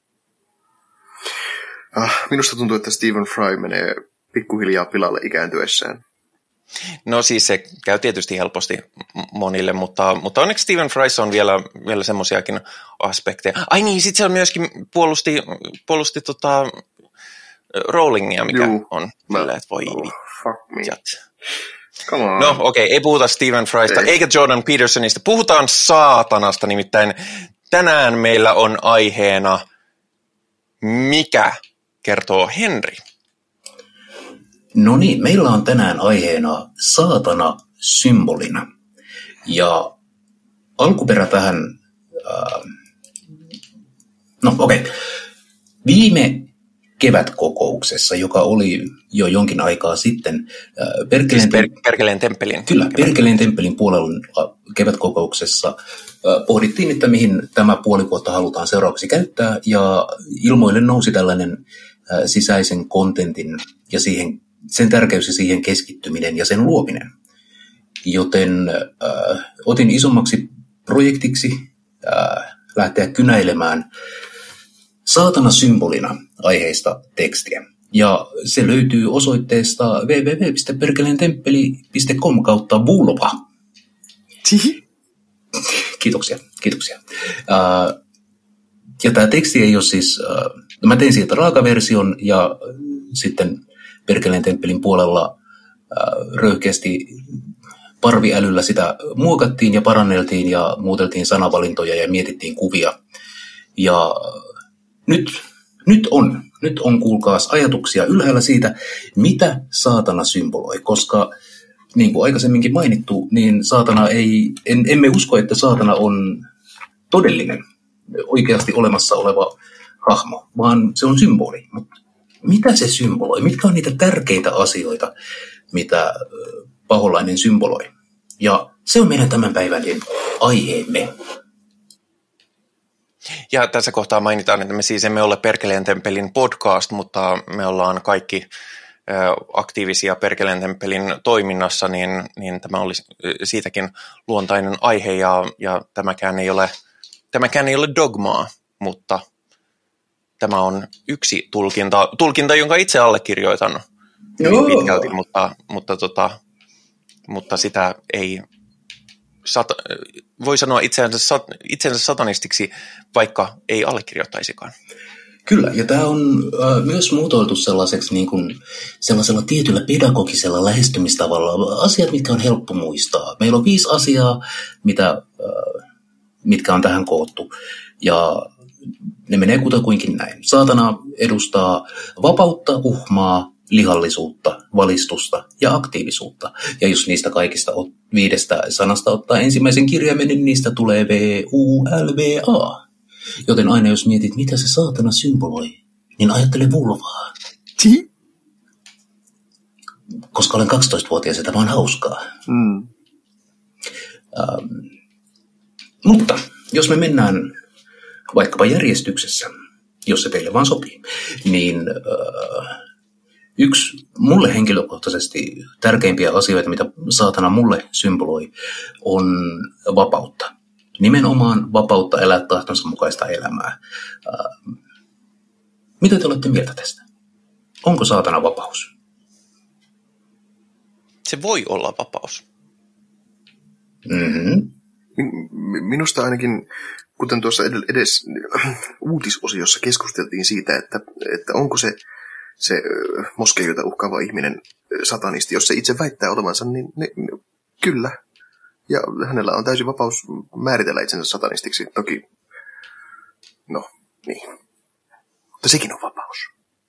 Speaker 4: Minusta tuntuu, että Stephen Fry menee pikkuhiljaa pilalle ikääntyessään.
Speaker 2: No siis se käy tietysti helposti monille, mutta onneksi Stephen Fryssa on vielä semmoisiakin aspekteja. Ai niin, sitten se myöskin puolusti Rowlingia, mikä on silleen, että voi
Speaker 4: fuck me.
Speaker 2: Come on. No okei, ei puhuta Stephen Frysta eikä Jordan Petersonista, puhutaan saatanasta, nimittäin tänään meillä on aiheena mikä kertoo Henri.
Speaker 3: No niin, meillä on tänään aiheena saatana symbolina. Ja alkuperä tähän, viime kevätkokouksessa, joka oli jo jonkin aikaa sitten,
Speaker 2: Perkeleen temppelin.
Speaker 3: Kyllä, Perkeleen temppelin puolella kevätkokouksessa pohdittiin, että mihin tämä puoli vuotta halutaan seuraavaksi käyttää, ja ilmoille nousi tällainen sisäisen kontentin ja sen tärkeys ja siihen keskittyminen ja sen luominen. Joten otin isommaksi projektiksi lähteä kynäilemään saatana symbolina aiheista tekstiä. Ja se löytyy osoitteesta www.perkeleentemppeli.com kautta vulva. Kiitoksia. Ja tämä teksti ei ole siis, mä tein siitä raakaversion ja sitten Perkeleen temppelin puolella röyhkeästi parviälyllä sitä muokattiin ja paranneltiin ja muuteltiin sanavalintoja ja mietittiin kuvia. Ja nyt on kuulkaas ajatuksia ylhäällä siitä, mitä saatana symboloi, koska niin kuin aikaisemminkin mainittu, niin emme usko, että saatana on todellinen, oikeasti olemassa oleva hahmo, vaan se on symboli. Mutta mitä se symboloi? Mitkä on niitä tärkeitä asioita, mitä paholainen symboloi? Ja se on meidän tämän päivän aiheemme.
Speaker 2: Ja tässä kohtaa mainitaan, että me siis emme ole Perkeleen temppelin podcast, mutta me ollaan kaikki aktiivisia Perkeleen temppelin toiminnassa, niin tämä olisi siitäkin luontainen aihe, ja tämäkään ei ole dogmaa, mutta tämä on yksi tulkinta, jonka itse allekirjoitan hyvin pitkälti, mutta sitä ei voi sanoa itsensä satanistiksi, vaikka ei allekirjoittaisikaan.
Speaker 3: Kyllä, ja tämä on myös muotoiltu sellaiseksi niin kuin, sellaisella tietyllä pedagogisella lähestymistavalla. Asiat, mitkä on helppo muistaa. Meillä on 5 asiaa, mitkä on tähän koottu, ja ne menee kutakuinkin näin. Saatana edustaa vapautta, uhmaa, lihallisuutta, valistusta ja aktiivisuutta. Ja jos niistä kaikista 5 sanasta ottaa ensimmäisen kirjaimen, niin niistä tulee VULVA. Joten aina jos mietit, mitä se saatana symboloi, niin ajattele vulvaa. Koska olen 12-vuotias ja tämä on hauskaa. Mutta jos me mennään vaikkapa järjestyksessä, jos se teille vaan sopii, niin yksi mulle henkilökohtaisesti tärkeimpiä asioita, mitä saatana mulle symboloi, on vapautta. Nimenomaan vapautta elää tahtonsa mukaista elämää. Mitä te olette mieltä tästä? Onko saatana vapaus?
Speaker 2: Se voi olla vapaus.
Speaker 3: Mm-hmm.
Speaker 4: Minusta ainakin, kuten tuossa edes uutisosiossa keskusteltiin siitä, että onko se moskeijoita uhkaava ihminen satanisti, jos se itse väittää olevansa, niin kyllä. Ja hänellä on täysin vapaus määritellä itsensä satanistiksi. Toki, no, niin. Mutta sekin on vapaus.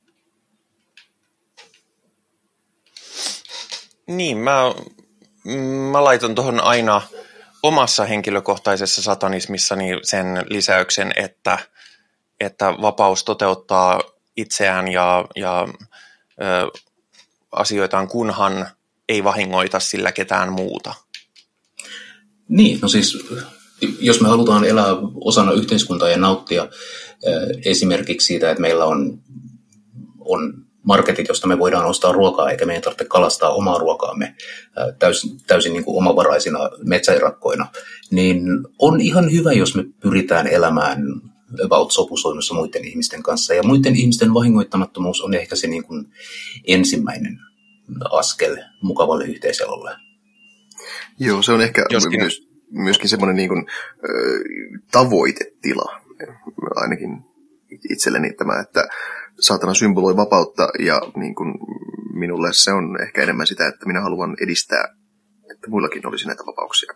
Speaker 2: Niin, mä laitan tuohon aina omassa henkilökohtaisessa satanismissani sen lisäyksen, että vapaus toteuttaa itseään ja asioitaan, kunhan ei vahingoita sillä ketään muuta.
Speaker 3: Niin, no siis jos me halutaan elää osana yhteiskuntaa ja nauttia esimerkiksi siitä, että meillä on marketit, josta me voidaan ostaa ruokaa, eikä meidän tarvitse kalastaa omaa ruokaamme täysin niin kuin omavaraisina metsäirakkoina, niin on ihan hyvä, jos me pyritään elämään about sopusoinnussa muiden ihmisten kanssa. Ja muiden ihmisten vahingoittamattomuus on ehkä se niin kuin ensimmäinen askel mukavalle yhteiselolle.
Speaker 4: Joo, se on ehkä myöskin semmoinen niin kuin, tavoitetila, ainakin itselleni tämä, että saatana symboloi vapautta, ja niin kuin minulle se on ehkä enemmän sitä, että minä haluan edistää, että muillakin olisi näitä vapauksia.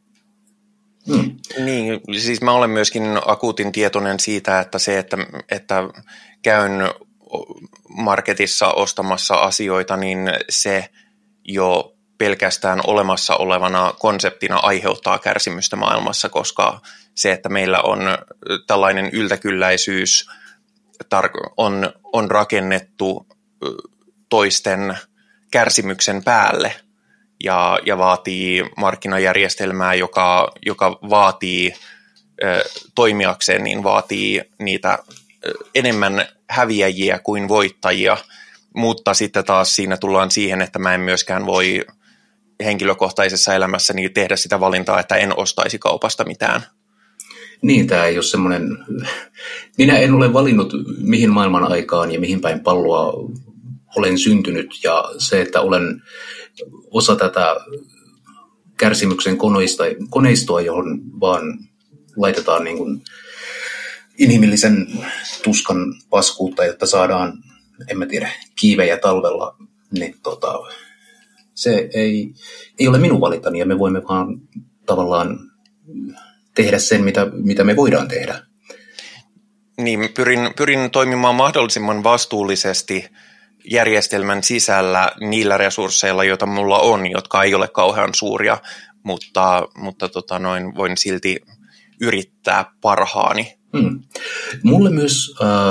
Speaker 2: Niin, siis mä olen myöskin akuutin tietoinen siitä, että se, että käyn marketissa ostamassa asioita, niin se jo pelkästään olemassa olevana konseptina aiheuttaa kärsimystä maailmassa, koska se, että meillä on tällainen yltäkylläisyys, on rakennettu toisten kärsimyksen päälle ja vaatii markkinajärjestelmää, joka vaatii toimijakseen, niin vaatii niitä enemmän häviäjiä kuin voittajia, mutta sitten taas siinä tullaan siihen, että mä en myöskään voi henkilökohtaisessa elämässäni tehdä sitä valintaa, että en ostaisi kaupasta mitään.
Speaker 3: Niin, tämä ei ole semmoinen, minä en ole valinnut mihin maailman aikaan ja mihin päin palloa olen syntynyt, ja se, että olen osa tätä kärsimyksen koneistoa, johon vaan laitetaan niin kuin inhimillisen tuskan paskuutta, jotta saadaan, en mä tiedä, kiivejä talvella, niin se ei ole minun valintani, ja me voimme vaan tavallaan tehdä sen, mitä me voidaan tehdä.
Speaker 2: Niin, pyrin toimimaan mahdollisimman vastuullisesti järjestelmän sisällä niillä resursseilla, joita mulla on, jotka ei ole kauhean suuria, mutta voin silti yrittää parhaani.
Speaker 3: Mulle myös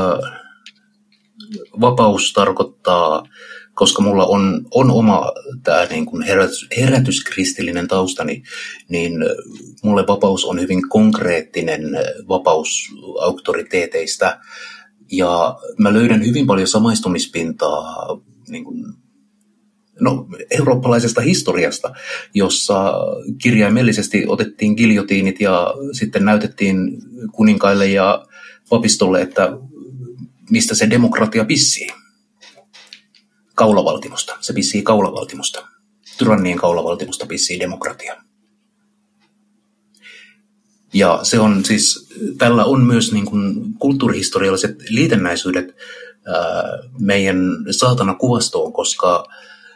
Speaker 3: vapaus tarkoittaa, koska mulla on oma tämä niin kuin herätyskristillinen taustani, niin mulle vapaus on hyvin konkreettinen vapaus auktoriteeteista. Ja mä löydän hyvin paljon samaistumispintaa niin kuin, eurooppalaisesta historiasta, jossa kirjaimellisesti otettiin giljotiinit ja sitten näytettiin kuninkaille ja papistolle, että mistä se demokratia pissii. Kaulavaltimosta. Se pissii kaulavaltimosta. Tyrannien kaulavaltimosta pissii demokratia. Ja se on siis, tällä on myös niin kuin kulttuurihistorialliset liitännäisyydet meidän saatana-kuvastoon, koska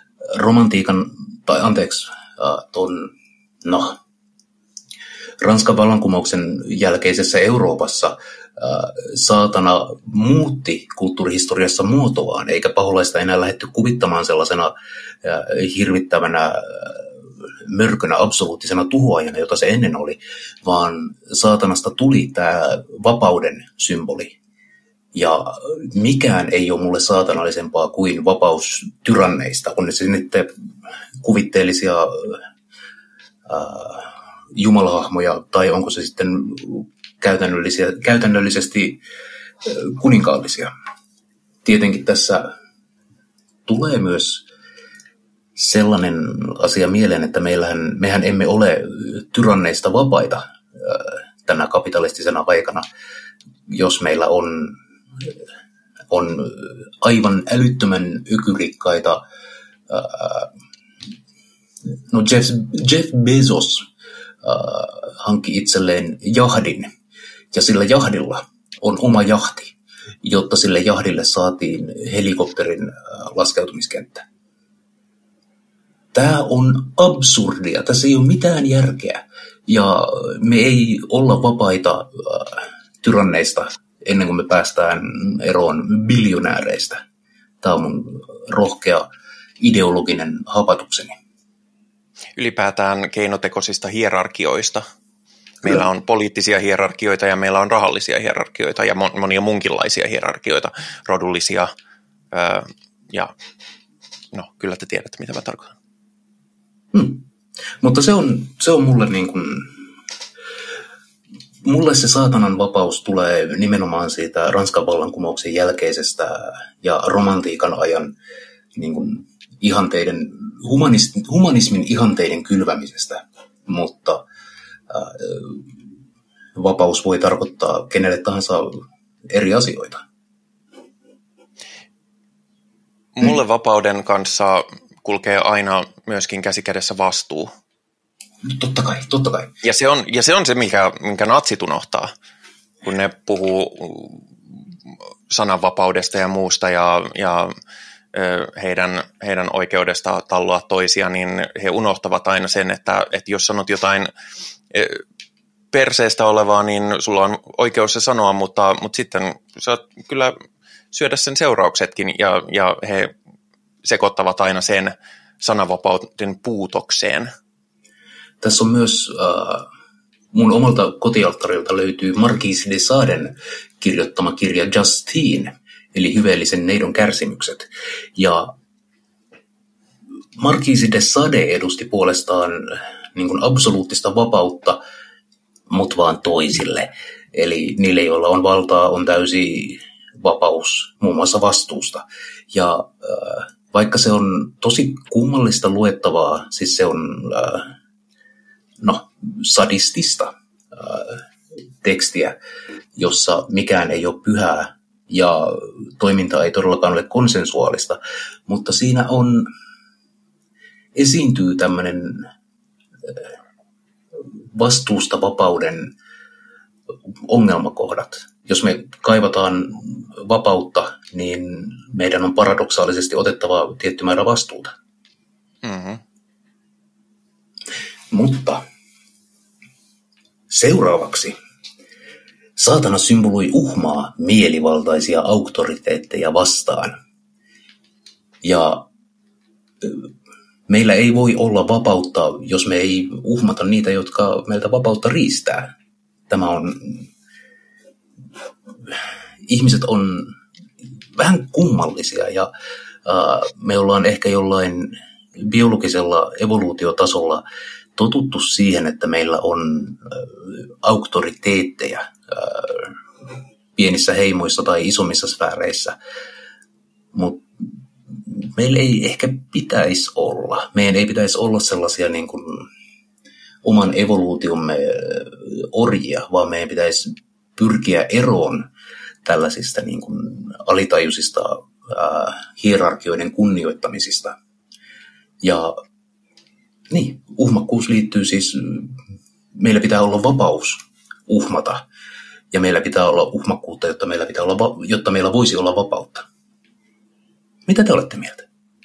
Speaker 3: Ranskan vallankumouksen jälkeisessä Euroopassa saatana muutti kulttuurihistoriassa muotoaan, eikä paholaista enää lähdetty kuvittamaan sellaisena hirvittävänä mörkönä, absoluuttisena tuhoajana, jota se ennen oli, vaan saatanasta tuli tämä vapauden symboli. Ja mikään ei ole mulle saatanallisempaa kuin vapaus tyranneista, on ne sitten kuvitteellisia jumalahahmoja, tai onko se sitten käytännöllisesti kuninkaallisia. Tietenkin tässä tulee myös sellainen asia mieleen, että mehän emme ole tyranneista vapaita tänä kapitalistisena aikana, jos meillä on aivan älyttömän ykyrikkaita. Jeff Bezos hankki itselleen jahdin, ja sillä jahdilla on oma jahti, jotta sille jahdille saatiin helikopterin laskeutumiskenttä. Tämä on absurdia, tässä ei ole mitään järkeä, ja me ei olla vapaita tyranneista ennen kuin me päästään eroon biljonääreistä. Tämä on mun rohkea ideologinen hapatukseni.
Speaker 2: Ylipäätään keinotekoisista hierarkioista. Meillä on poliittisia hierarkioita ja meillä on rahallisia hierarkioita ja monia munkinlaisia hierarkioita, rodullisia. Ja kyllä te tiedätte, mitä mä tarkoitan.
Speaker 3: Mutta se on mulle niin kuin, mulle se saatanan vapaus tulee nimenomaan siitä Ranskan vallankumouksen jälkeisestä ja romantiikan ajan niin kuin ihanteiden, humanismin ihanteiden kylvämisestä, mutta vapaus voi tarkoittaa kenelle tahansa eri asioita.
Speaker 2: Mulle vapauden kanssa kulkee aina myöskin käsikädessä vastuu.
Speaker 3: Totta kai.
Speaker 2: Ja se on se, minkä natsit unohtaa, kun ne puhuu sananvapaudesta ja muusta ja heidän oikeudesta talloa toisia, niin he unohtavat aina sen, että jos sanot jotain perseestä olevaa, niin sulla on oikeus se sanoa, mutta sitten saat kyllä syödä sen seurauksetkin, ja he sekoittavat aina sen sananvapauden puutokseen.
Speaker 3: Tässä on myös mun omalta kotialttarilta löytyy Marquise de Saden kirjoittama kirja Justine, eli hyveellisen neidon kärsimykset. Ja Marquise de Sade edusti puolestaan niin kuin absoluuttista vapautta, mutta vaan toisille. Eli niille, joilla on valtaa, on täysi vapaus muun muassa vastuusta. Ja vaikka se on tosi kummallista luettavaa, siis se on sadistista tekstiä, jossa mikään ei ole pyhää ja toiminta ei todellakaan ole konsensuaalista, mutta siinä esiintyy tämmöinen vastuusta vapauden ongelmakohdat. Jos me kaivataan vapautta, niin meidän on paradoksaalisesti otettava tietty määrä vastuuta. Mm-hmm. Mutta seuraavaksi saatana symboloi uhmaa mielivaltaisia auktoriteetteja vastaan. Ja meillä ei voi olla vapautta, jos me ei uhmata niitä, jotka meiltä vapautta riistää. Ihmiset on vähän kummallisia ja me ollaan ehkä jollain biologisella evoluutiotasolla totuttu siihen, että meillä on auktoriteetteja pienissä heimoissa tai isommissa sfääreissä, mutta meillä ei ehkä pitäisi olla. Meidän ei pitäisi olla sellaisia niin kuin oman evoluutiomme orjia, vaan meidän pitäisi pyrkiä eroon tällaisista niin kuin alitajuisista hierarkioiden kunnioittamisista. Ja niin, uhmakkuus liittyy siis, meillä pitää olla vapaus uhmata, ja meillä pitää olla uhmakkuutta, jotta meillä voisi olla vapautta. Mitä te olette mieltä?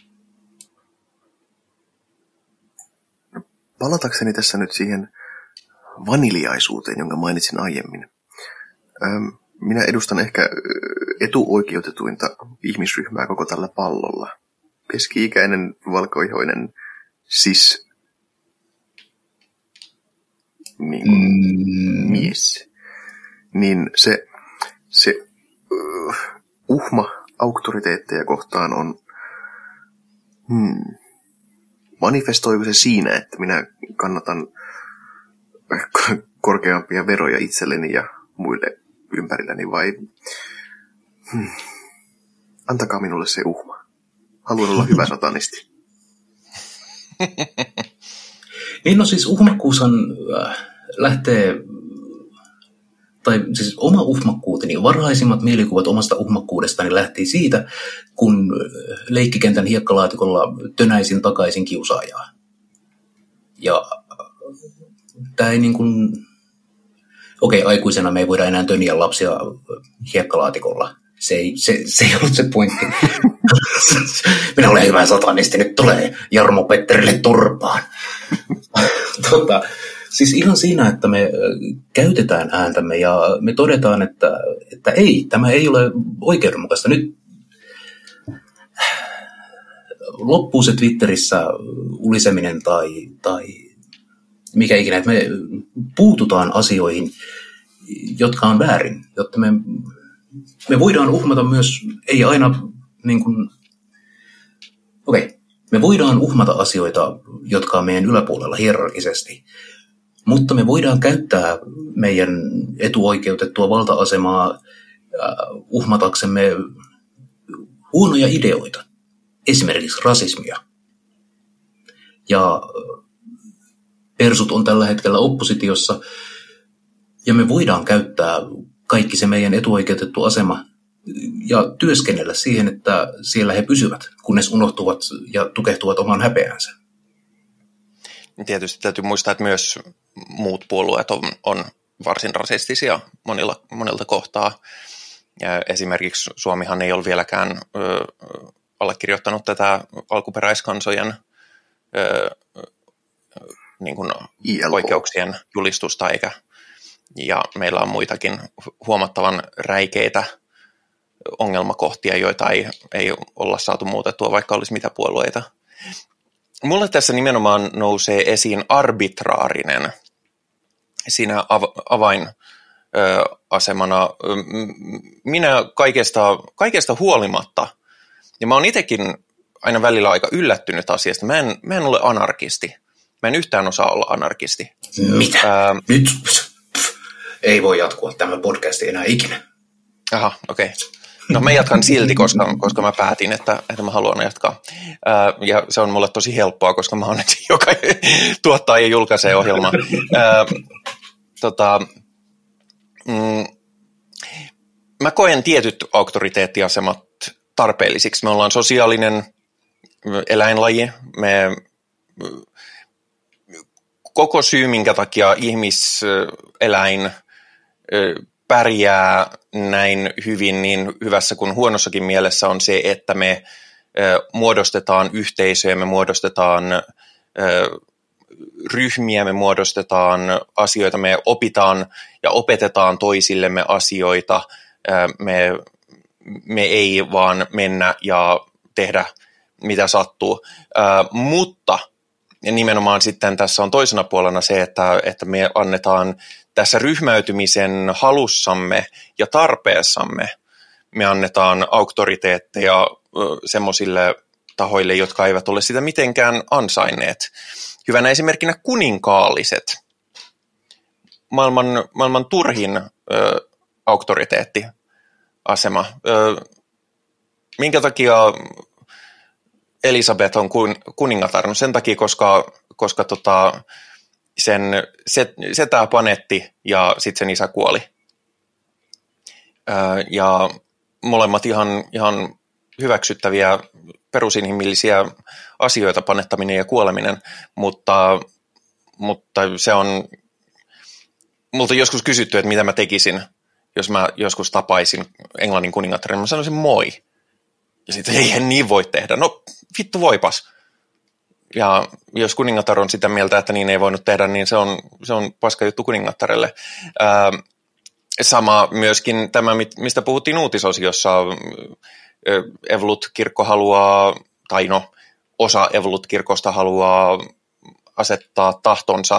Speaker 4: Palatakseni tässä nyt siihen vaniljaisuuteen, jonka mainitsin aiemmin. Minä edustan ehkä etuoikeutetuinta ihmisryhmää koko tällä pallolla. Keski-ikäinen, valkoihoinen, sis mies. Niin se uhma auktoriteetteja kohtaan on... Manifestoiko se siinä, että minä kannatan korkeampia veroja itselleni ja muille ympärilläni, vai antakaa minulle se uhma. Haluan olla hyvä satanisti.
Speaker 3: Niin no siis uhmakkuushan lähtee, tai siis oma uhmakkuuteni, varhaisimmat mielikuvat omasta uhmakkuudestani lähti siitä, kun leikkikentän hiekkalaatikolla tönäisin takaisin kiusaajaa. Ja tämä ei niin kuin... Okei, aikuisena me ei voida enää töniä lapsia hiekkalaatikolla. Se ei ollut se pointti. Minä olen hyvä satanisti, nyt tulee Jarmo Petterille turpaan. Siis ihan siinä, että me käytetään ääntämme ja me todetaan, että ei, tämä ei ole oikeudenmukaista. Nyt loppuu se Twitterissä uliseminen tai mikä ikinä, että me puututaan asioihin, jotka on väärin, jotta me voidaan uhmata myös, ei aina niin kuin, me voidaan uhmata asioita, jotka on meidän yläpuolella hierarkisesti, mutta me voidaan käyttää meidän etuoikeutettua valta-asemaa uhmataksemme huonoja ideoita, esimerkiksi rasismia. Ja persut on tällä hetkellä oppositiossa, ja me voidaan käyttää kaikki se meidän etuoikeutettu asema ja työskennellä siihen, että siellä he pysyvät, kunnes unohtuvat ja tukehtuvat oman häpeänsä.
Speaker 2: Tietysti täytyy muistaa, että myös muut puolueet on varsin rasistisia monilta kohtaa. Ja esimerkiksi Suomihan ei ole vieläkään allekirjoittanut tätä alkuperäiskansojen niin kuin oikeuksien julistusta, ja meillä on muitakin huomattavan räikeitä ongelmakohtia, joita ei olla saatu muutettua, vaikka olisi mitä puolueita. Mulle tässä nimenomaan nousee esiin arbitraarinen siinä avainasemana. Minä kaikesta huolimatta, ja mä oon itsekin aina välillä aika yllättynyt asiasta, mä en ole anarkisti. Mä en yhtään osaa olla anarkisti.
Speaker 3: Mitä? Nyt ei voi jatkua tämä podcast enää ikinä.
Speaker 2: Aha, okei. No mä jatkan silti, koska mä päätin, että mä haluan jatkaa. Ja se on mulle tosi helppoa, koska mä oon nyt joka tuottaa ja julkaisee ohjelmaa. Mä koen tietyt auktoriteettiasemat tarpeellisiksi. Me ollaan sosiaalinen eläinlaji. Koko syy, minkä takia ihmiseläin pärjää näin hyvin, niin hyvässä kuin huonossakin mielessä, on se, että me muodostetaan yhteisöjä, me muodostetaan ryhmiä, me muodostetaan asioita, me opitaan ja opetetaan toisillemme asioita, me ei vaan mennä ja tehdä mitä sattuu. Mutta nimenomaan sitten tässä on toisena puolena se, että me annetaan tässä ryhmäytymisen halussamme ja tarpeessamme, me annetaan auktoriteetteja semmoisille tahoille, jotka eivät ole sitä mitenkään ansainneet. Hyvänä esimerkkinä kuninkaalliset. Maailman turhin auktoriteettiasema. Minkä takia Elisabeth on kuningatar? No sen takia, koska sen setää panetti ja sitten sen isä kuoli. Ja molemmat ihan hyväksyttäviä perusinhimillisiä asioita, panettaminen ja kuoleminen, mutta se on multa joskus kysytty, että mitä mä tekisin, jos mä joskus tapaisin Englannin kuningattaren. Mä sanoisin moi. Ja sitten eihän niin voi tehdä. No vittu voipas. Ja jos kuningatar on sitä mieltä, että niin ei voinut tehdä, niin se on paska juttu kuningattarelle. Sama myöskin tämä, mistä puhuttiin uutisosiossa. Evolut-kirkko haluaa, tai no osa Evolut-kirkosta haluaa asettaa tahtonsa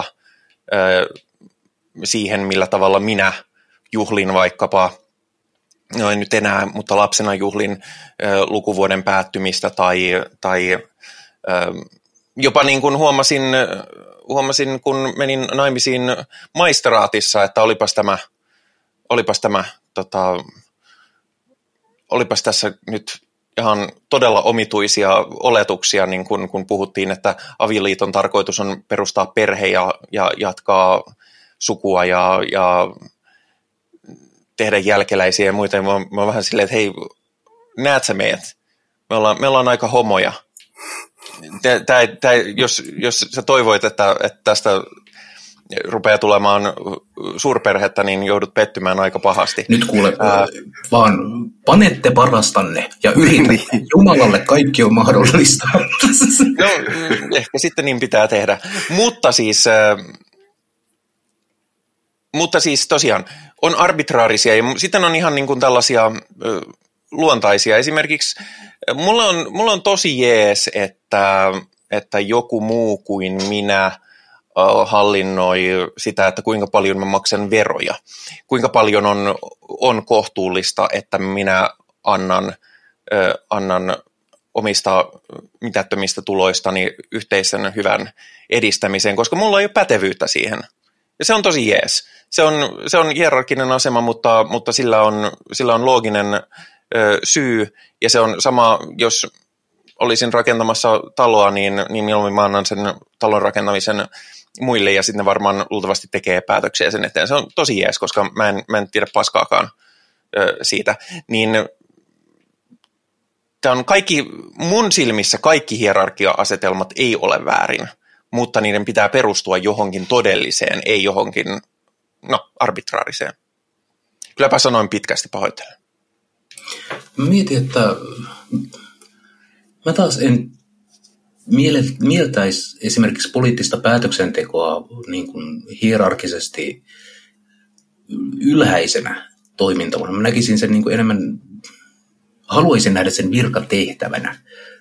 Speaker 2: siihen, millä tavalla minä juhlin vaikkapa, no en nyt enää, mutta lapsena juhlin lukuvuoden päättymistä tai jopa niin kuin huomasin, kun menin naimisiin maistraatissa, että olipas tässä nyt ihan todella omituisia oletuksia, niin kun puhuttiin, että avioliiton tarkoitus on perustaa perhe ja jatkaa sukua ja tehdä jälkeläisiä ja muita. Mä oon vähän silleen, että hei, näet sä meidät? Me ollaan aika homoja. Jos sä toivoit, että tästä rupeaa tulemaan suurperhettä, niin joudut pettymään aika pahasti.
Speaker 3: Nyt kuule, vaan panette parastanne ja yritätte. Jumalalle kaikki on mahdollista.
Speaker 2: No, ehkä sitten niin pitää tehdä. Mutta siis tosiaan on arbitraarisia ja sitten on ihan niin kuin tällaisia luontaisia. Esimerkiksi mulla on tosi jees, että joku muu kuin minä hallinnoi sitä, että kuinka paljon mä maksan veroja. Kuinka paljon on kohtuullista, että minä annan omista mitättömistä tuloistani yhteisen hyvän edistämiseen, koska mulla ei ole pätevyyttä siihen. Ja se on tosi jees. Se on hierarkinen asema, mutta sillä on looginen syy, ja se on sama, jos olisin rakentamassa taloa, niin mieluummin mä annan sen talon rakentamisen muille, ja sitten ne varmaan luultavasti tekee päätöksiä sen eteen. Se on tosi jees, koska mä en tiedä paskaakaan siitä. Niin tämä on mun silmissä kaikki hierarkia-asetelmat ei ole väärin, mutta niiden pitää perustua johonkin todelliseen, ei johonkin, arbitraariseen. Kylläpä sanoin pitkästi, pahoittelen.
Speaker 3: Mietin, että mä taas en mieltäisi esimerkiksi poliittista päätöksentekoa niin kuin hierarkisesti ylhäisenä toimintavana. Mä näkisin sen niin kuin enemmän, haluaisin nähdä sen virkatehtävänä,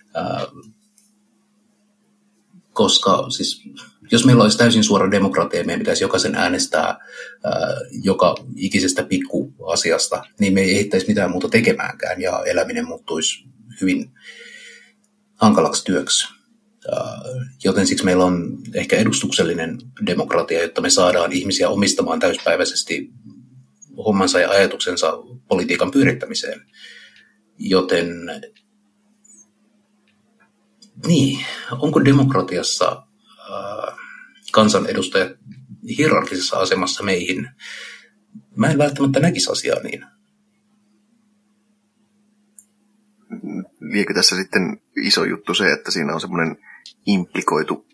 Speaker 3: koska siis jos meillä olisi täysin suora demokratia ja meidän pitäisi jokaisen äänestää joka ikisestä pikkuasiasta, niin me ei ehdittäisi mitään muuta tekemäänkään ja eläminen muuttuisi hyvin hankalaksi työksi. Joten siksi meillä on ehkä edustuksellinen demokratia, jotta me saadaan ihmisiä omistamaan täyspäiväisesti hommansa ja ajatuksensa politiikan pyörittämiseen. Joten niin, onko demokratiassa kansanedustajat hierarkisessa asemassa meihin? Mä en välttämättä näkisi asiaa niin.
Speaker 4: Liekö tässä sitten iso juttu se, että siinä on semmoinen implikoitu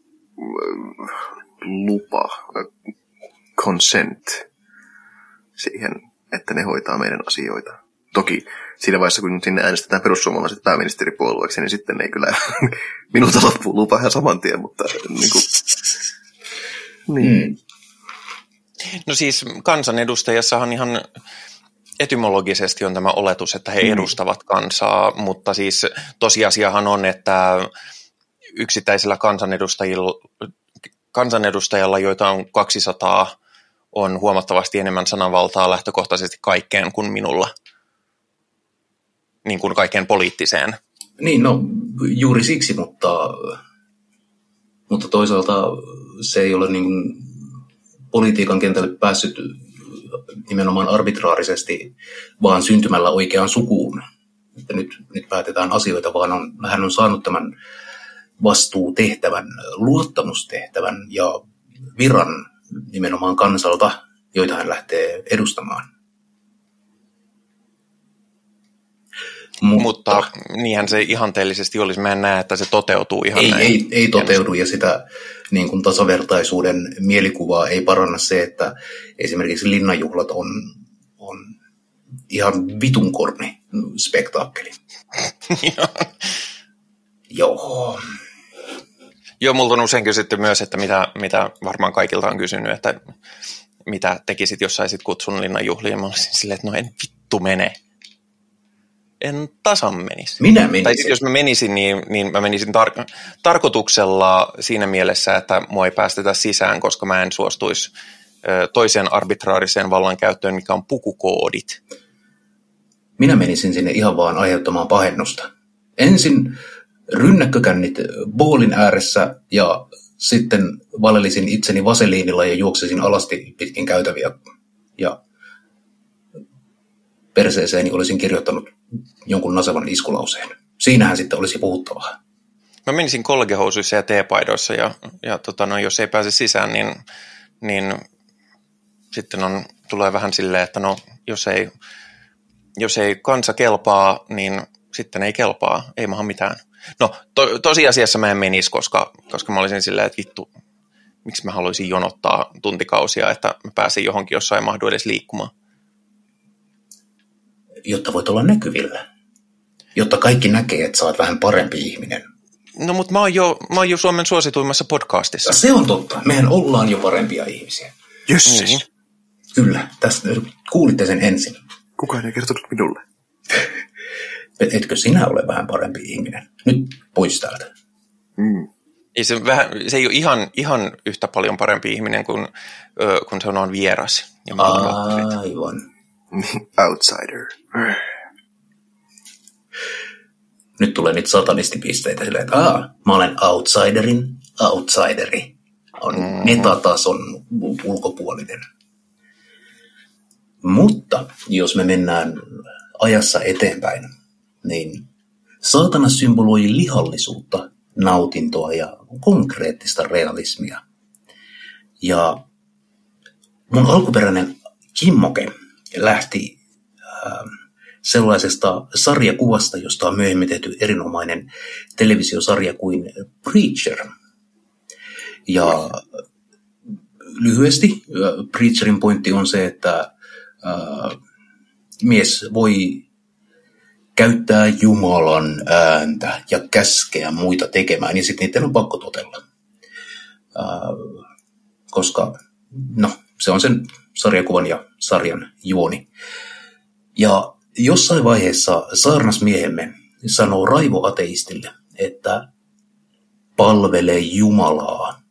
Speaker 4: lupa, consent siihen, että ne hoitaa meidän asioita. Toki siinä vaiheessa, kun sinne äänestetään perussuomalaiset pääministeripuolueeksi, niin sitten ei kyllä minulta loppuu lupa ihan saman tien, mutta niin.
Speaker 2: No siis kansanedustajassahan ihan etymologisesti on tämä oletus, että he edustavat kansaa, mutta siis tosiasiahan on, että yksittäisillä kansanedustajalla, joita on 200, on huomattavasti enemmän sananvaltaa lähtökohtaisesti kaikkeen kuin minulla, niin kuin kaikkeen poliittiseen.
Speaker 3: Niin, no juuri siksi, mutta toisaalta se ei ole niin kuin politiikan kentälle päässyt nimenomaan arbitraarisesti, vaan syntymällä oikeaan sukuun. Että nyt päätetään asioita, vaan hän on saanut tämän vastuutehtävän, luottamustehtävän ja viran nimenomaan kansalta, joita hän lähtee edustamaan.
Speaker 2: Mutta niinhän se ihanteellisesti olisi. Mä en näe, että se toteutuu ihan näin.
Speaker 3: Ei toteudu, ja sitä niin kuin tasavertaisuuden mielikuvaa ei paranna se, että esimerkiksi linnanjuhlat on ihan vitunkorni spektaakkeli. Joo.
Speaker 2: Joo, multa on usein kysytty myös, että mitä varmaan kaikilta on kysynyt, että mitä tekisit, jos saisit kutsun linnanjuhliin. Mä olisin silleen, että no en vittu mene. En tasan menisi.
Speaker 3: Minä menisin.
Speaker 2: Tai jos mä menisin, niin mä menisin tarkoituksella siinä mielessä, että mua ei päästetä sisään, koska mä en suostuisi toiseen arbitraariseen vallankäyttöön, mikä on pukukoodit.
Speaker 3: Minä menisin sinne ihan vaan aiheuttamaan pahennusta. Ensin rynnäkkökännit boolin ääressä ja sitten valelisin itseni vaseliinilla ja juoksisin alasti pitkin käytäviä. Ja perseeseeni olisin kirjoittanut jonkun nasevan iskulauseen. Siinähän sitten olisi puhuttavaa.
Speaker 2: Mä menisin kollegehousuissa ja teepaidoissa ja jos ei pääse sisään, niin sitten tulee vähän silleen, että no jos ei kansa kelpaa, niin sitten ei kelpaa, ei maha mitään. No tosiasiassa mä en menisi, koska mä olisin silleen, että vittu, miksi mä haluaisin jonottaa tuntikausia, että mä pääsin johonkin, jossa ei mahdu edes liikkumaan.
Speaker 3: Jotta voit olla näkyvillä. Jotta kaikki näkee, että sä oot vähän parempi ihminen.
Speaker 2: No, mutta mä oon jo Suomen suosituimmassa podcastissa.
Speaker 3: Se on totta. Mehän ollaan jo parempia ihmisiä.
Speaker 4: Jösses.
Speaker 2: Niin.
Speaker 3: Kyllä. Tästä kuulitte sen ensin.
Speaker 4: Kukaan ei kertonut minulle.
Speaker 3: Etkö sinä ole vähän parempi ihminen? Nyt pois täältä.
Speaker 2: Ei se ei ole ihan yhtä paljon parempi ihminen kuin kun se on vieras. Ja
Speaker 3: aivan.
Speaker 4: Outsider.
Speaker 3: Nyt tulee niitä satanistipisteitä silleen, että mä olen outsideri. On metatason ulkopuolinen. Mutta jos me mennään ajassa eteenpäin, niin saatana symboloi lihallisuutta, nautintoa ja konkreettista realismia. Ja mun alkuperäinen kimmoke lähti sellaisesta sarjakuvasta, josta on myöhemmin tehty erinomainen televisiosarja kuin Preacher. Ja lyhyesti Preacherin pointti on se, että mies voi käyttää Jumalan ääntä ja käskeä muita tekemään, ja sitten niiden on pakko totella. Koska, se on sen sarjakuvan ja sarjan juoni. Ja jossain vaiheessa saarnasmiehemme sanoo raivoateistille, että palvele Jumalaa.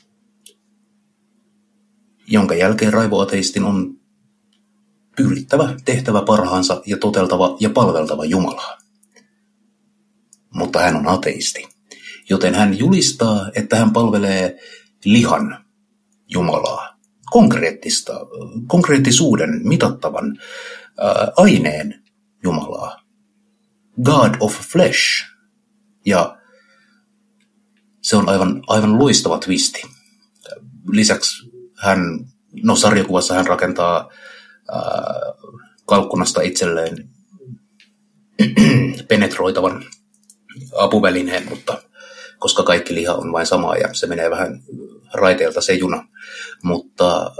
Speaker 3: Jonka jälkeen raivoateistin on pyrittävä, tehtävä parhaansa ja toteltava ja palveltava Jumalaa. Mutta hän on ateisti, joten hän julistaa, että hän palvelee lihan Jumalaa. Konkreettisuuden mitattavan aineen Jumalaa. God of flesh. Ja se on aivan loistava twisti. Lisäksi sarjakuvassa hän rakentaa kalkkunasta itselleen penetroitavan apuvälineen, mutta koska kaikki liha on vain samaa ja se menee vähän raiteelta se juna. Mutta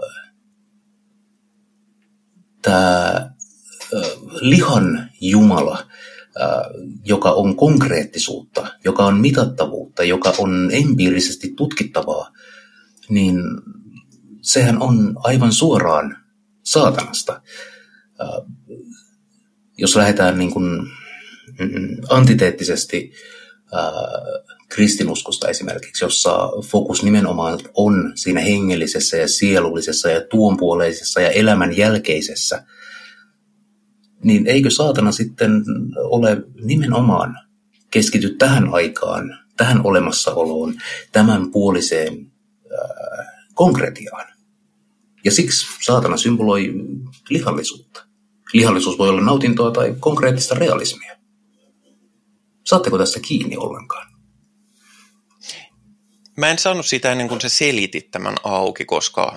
Speaker 3: tämä lihan Jumala, joka on konkreettisuutta, joka on mitattavuutta, joka on empiirisesti tutkittavaa, niin sehän on aivan suoraan saatanasta. jos lähdetään niin kuin, antiteettisesti kristinuskosta esimerkiksi, jossa fokus nimenomaan on siinä hengellisessä ja sielullisessa ja tuonpuoleisessa ja elämän jälkeisessä, niin eikö saatana sitten ole nimenomaan keskity tähän aikaan, tähän olemassaoloon, tämän puoliseen konkretiaan. Ja siksi saatana symboloi lihallisuutta. Lihallisuus voi olla nautintoa tai konkreettista realismia. Saatteko tässä kiinni ollenkaan?
Speaker 2: Mä en saanut sitä ennen kuin sä selitit tämän auki, koska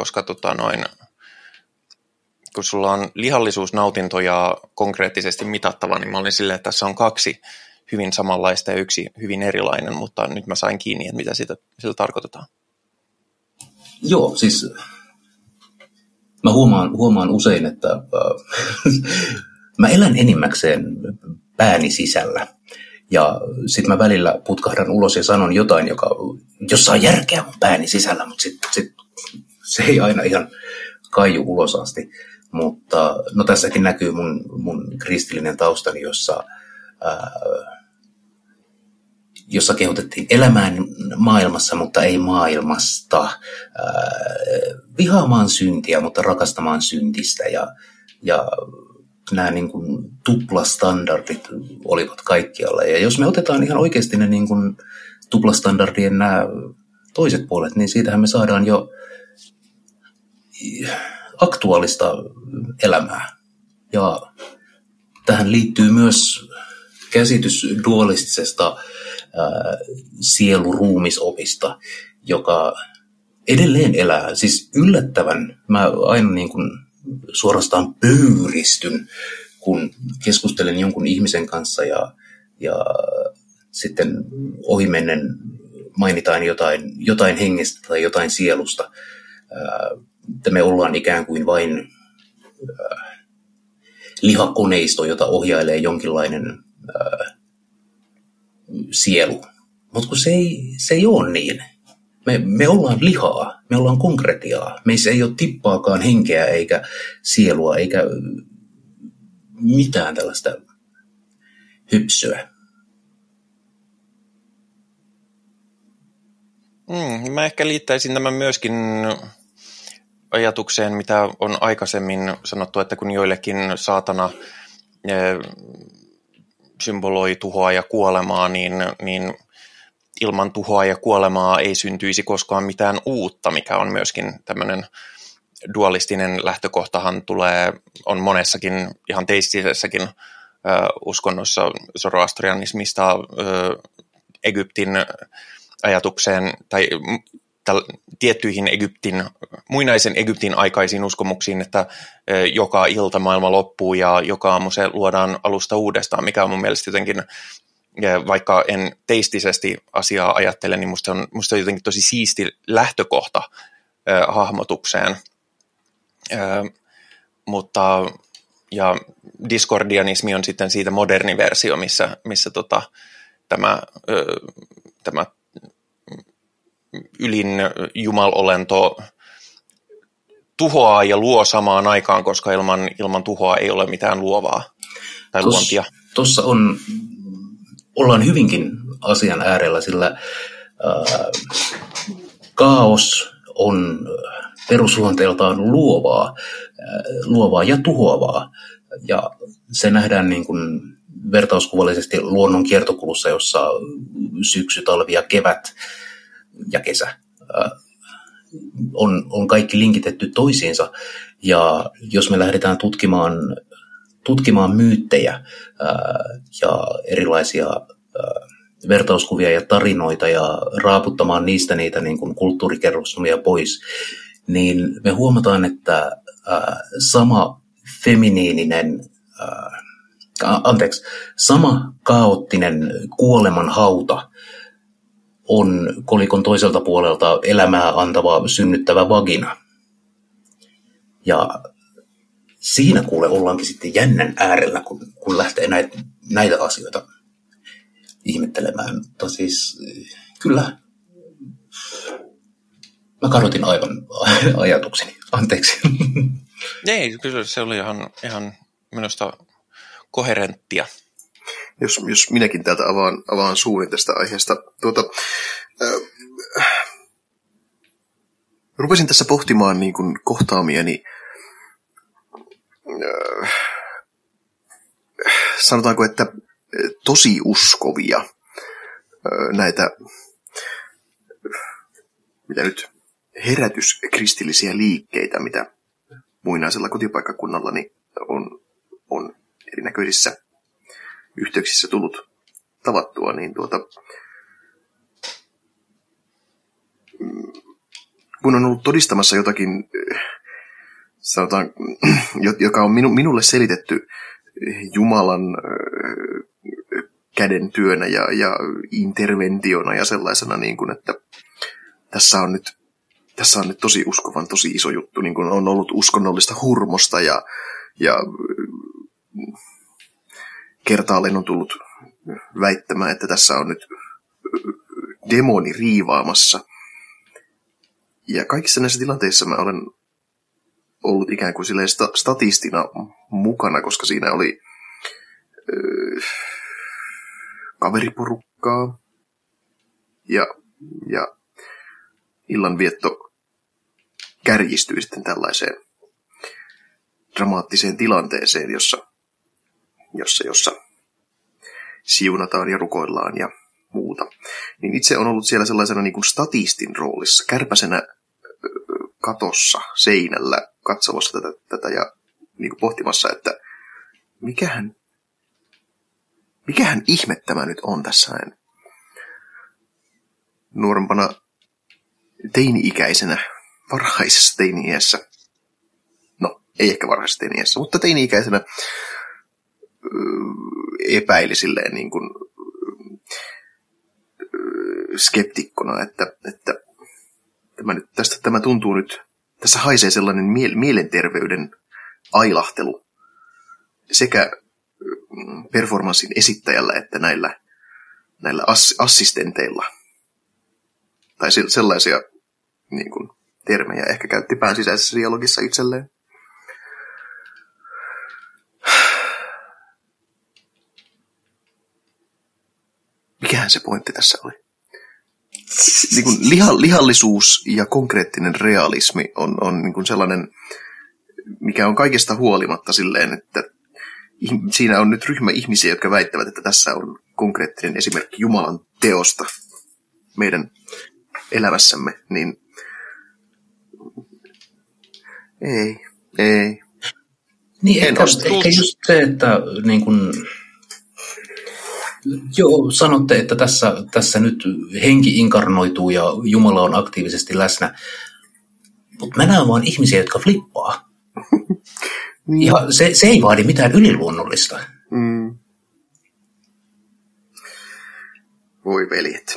Speaker 2: kun sulla on lihallisuus, nautinto ja konkreettisesti mitattava, niin mä olin silleen, että tässä on kaksi hyvin samanlaista ja yksi hyvin erilainen, mutta nyt mä sain kiinni, että mitä sillä tarkoitetaan.
Speaker 3: Joo, siis mä huomaan usein, että mä elän enimmäkseen pääni sisällä. Ja sitten mä välillä putkahdan ulos ja sanon jotain, joka jossa on järkeä mun pääni sisällä, mutta sit se ei aina ihan kaiju ulos asti. Mutta no tässäkin näkyy mun kristillinen taustani, jossa kehotettiin elämään maailmassa, mutta ei maailmasta. Vihaamaan syntiä, mutta rakastamaan syntistä. Ja nämä niin kuin tuplastandardit olivat kaikkialla. Ja jos me otetaan ihan oikeasti ne niin kuin tuplastandardien nämä toiset puolet, niin siitähän me saadaan jo aktuaalista elämää. Ja tähän liittyy myös käsitys dualistisesta sieluruumisopista, joka edelleen elää. Siis yllättävän, mä aina niin kuin suorastaan pöyristyn, kun keskustelen jonkun ihmisen kanssa ja sitten ohimennen mainitaan jotain hengestä tai jotain sielusta. Että me ollaan ikään kuin vain lihakoneisto, jota ohjailee jonkinlainen sielu. Mutta kun se ei ole niin. Me ollaan lihaa, me ollaan konkretiaa. Meissä ei ole tippaakaan henkeä eikä sielua eikä mitään tällaista hypsyä.
Speaker 2: Mä ehkä liittäisin tämän myöskin ajatukseen, mitä on aikaisemmin sanottu, että kun joillekin saatana symboloi tuhoa ja kuolemaa, niin ilman tuhoa ja kuolemaa ei syntyisi koskaan mitään uutta, mikä on myöskin tämmöinen dualistinen lähtökohtahan on monessakin ihan teistisessäkin uskonnossa, zoroastrianismista Egyptin ajatukseen tai tiettyihin muinaisen Egyptin aikaisiin uskomuksiin, että joka ilta maailma loppuu ja joka aamu se luodaan alusta uudestaan, mikä on mun mielestä jotenkin, vaikka en teistisesti asiaa ajattele, niin musta on jotenkin tosi siisti lähtökohta hahmotukseen. Ja diskordianismi on sitten siitä moderni versio, missä tämä ylin jumalolento tuhoaa ja luo samaan aikaan, koska ilman tuhoa ei ole mitään luovaa tai luontia.
Speaker 3: Tuossa ollaan hyvinkin asian äärellä, sillä kaos on perusluonteeltaan luovaa ja tuhoavaa. Ja se nähdään niin kuin vertauskuvallisesti luonnon kiertokulussa, jossa syksy, talvi ja kevät ja kesä on kaikki linkitetty toisiinsa. Ja jos me lähdetään tutkimaan myyttejä ja erilaisia vertauskuvia ja tarinoita ja raaputtamaan niistä niitä niin kuin kulttuurikerrostumia pois, niin me huomataan, että sama kaoottinen kuoleman hauta on kolikon toiselta puolelta elämää antava, synnyttävä vagina. Ja siinä kuule ollaankin sitten jännän äärellä, kun lähtee näitä asioita ihmettelemään. Mutta siis kyllä, mä kadotin aivan ajatukseni. Anteeksi.
Speaker 2: Ei, kyllä se oli ihan minusta koherenttia.
Speaker 4: Jos minäkin täältä avaan suunin tästä aiheesta. Rupesin tässä pohtimaan niin kuin kohtaamiani, sanotaanko, että tosi uskovia näitä, mitä nyt, herätyskristillisiä liikkeitä, mitä muinaisella kotipaikkakunnallani on erinäköisissä yhteyksissä tullut tavattua, niin kun on ollut todistamassa jotakin, sanotaan, joka on minulle selitetty Jumalan käden työnä ja interventiona ja sellaisena, niin kuin, että tässä on nyt tosi uskovan, tosi iso juttu, niin kuin on ollut uskonnollista hurmosta ja kertaalleen on tullut väittämään, että tässä on nyt demoni riivaamassa. Ja kaikissa näissä tilanteissa mä olen ollut ikään kuin silleen statistina mukana, koska siinä oli kaveriporukkaa ja illanvietto kärjistyi sitten tällaiseen dramaattiseen tilanteeseen, jossa siunataan ja rukoillaan ja muuta. Niin itse on ollut siellä sellaisena niin kuin statistin roolissa, kärpäsenä katossa, seinällä, katsomassa tätä ja niin kuin pohtimassa, että mikähän ihme tämä nyt on tässä näin. Nuorempana teini-ikäisenä, varhaisessa teini-iässä, no ei ehkä varhaisessa teini-iässä, mutta teini-ikäisenä epäili silleen niin kuin skeptikkona, että tämä tuntuu nyt, tässä haisee sellainen mielenterveyden ailahtelu sekä performanssin esittäjällä että näillä assistenteilla. Tai sellaisia niin kuin, termejä ehkä käytti pään sisäisessä dialogissa itselleen. Mikähän se pointti tässä oli? Niin kuin lihallisuus ja konkreettinen realismi on niin kuin sellainen, mikä on kaikesta huolimatta silleen, että siinä on nyt ryhmä ihmisiä, jotka väittävät, että tässä on konkreettinen esimerkki Jumalan teosta meidän elämässämme, niin ei.
Speaker 3: Niin, ehkä just se, että niin kun, joo, sanotte, että tässä nyt henki inkarnoituu ja Jumala on aktiivisesti läsnä, mutta mä näen vaan ihmisiä, jotka flippaa. Ja se ei vaadi mitään yliluonnollista.
Speaker 4: Voi veljet.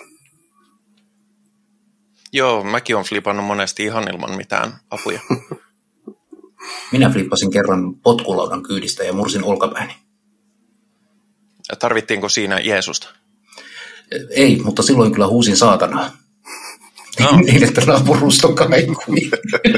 Speaker 2: Joo, mäkin olen flipannut monesti ihan ilman mitään apuja.
Speaker 3: Minä flippasin kerran potkulaudan kyydistä ja mursin olkapääni.
Speaker 2: Tarvittiinko siinä Jeesusta?
Speaker 3: Ei, mutta silloin kyllä huusin saatanaa. No. Niin, että naapurusto kaikui.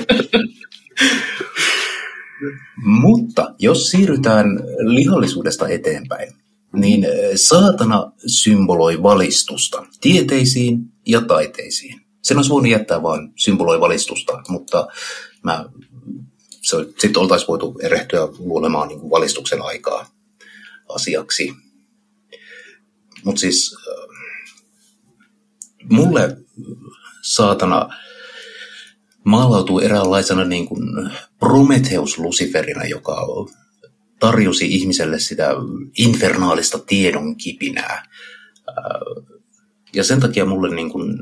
Speaker 3: Mutta jos siirrytään lihallisuudesta eteenpäin, niin saatana symboloi valistusta tieteisiin ja taiteisiin. Sen olisi voinut jättää vain symboloi valistusta, mutta sitten oltaisiin voitu erehtyä luolemaan niin kuin valistuksen aikaa asiaksi. Mutta siis mulle saatana maalautuu eräänlaisena niin kuin Prometheus Luciferina, joka tarjosi ihmiselle sitä infernaalista tiedon kipinää. Ja sen takia mulle niin kuin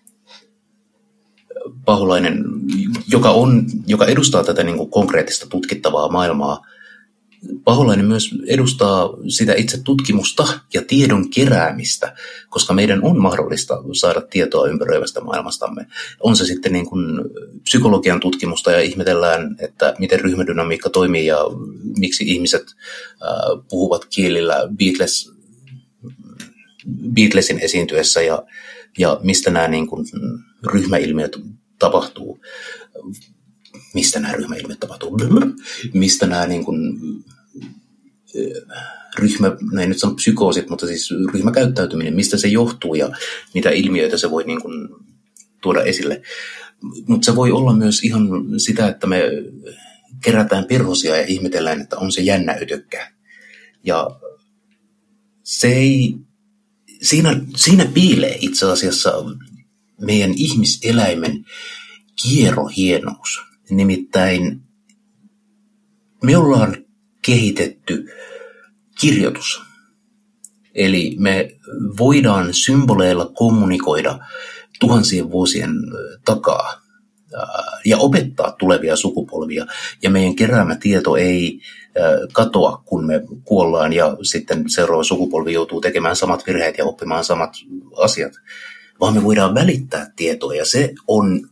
Speaker 3: paholainen, joka edustaa tätä niin kuin konkreettista tutkittavaa maailmaa, paholainen myös edustaa sitä itse tutkimusta ja tiedon keräämistä, koska meidän on mahdollista saada tietoa ympäröivästä maailmastamme. On se sitten niin kuin psykologian tutkimusta ja ihmetellään, että miten ryhmädynamiikka toimii ja miksi ihmiset puhuvat kielillä Beatlesin esiintyessä ja mistä nämä niin kuin ryhmäilmiöt tapahtuu. Mistä nämä niin kuin no ei nyt sano psykoosit, mutta siis ryhmäkäyttäytyminen, mistä se johtuu ja mitä ilmiöitä se voi niin kuin tuoda esille. Mutta se voi olla myös ihan sitä, että me kerätään perhosia ja ihmetellään, että on se jännä ötökkä. Ja se ei, siinä piilee itse asiassa meidän ihmiseläimen kierohienous. Nimittäin me ollaan kehitetty kirjoitus. Eli me voidaan symboleilla kommunikoida tuhansien vuosien takaa ja opettaa tulevia sukupolvia. Ja meidän keräämä tieto ei katoa, kun me kuollaan ja sitten seuraava sukupolvi joutuu tekemään samat virheet ja oppimaan samat asiat. Vaan me voidaan välittää tietoa ja se on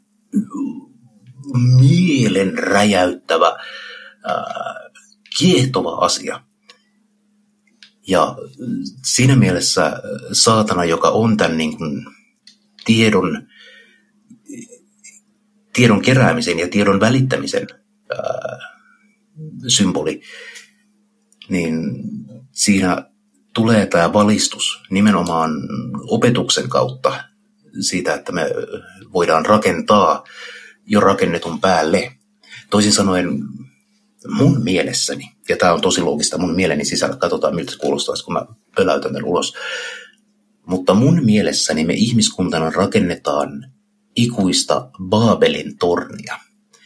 Speaker 3: mielen räjäyttävä, kiehtova asia. Ja siinä mielessä saatana, joka on tämän niin kuin tiedon keräämisen ja tiedon välittämisen symboli, niin siinä tulee tämä valistus nimenomaan opetuksen kautta siitä, että me voidaan rakentaa jo rakennetun päälle. Toisin sanoen mun mielessäni, ja tämä on tosi loogista mun mieleni sisällä, katsotaan miltä se kuulostaisi, kun mä pöläytän tämän ulos, mutta mun mielessäni me ihmiskuntana rakennetaan ikuista Baabelin tornia,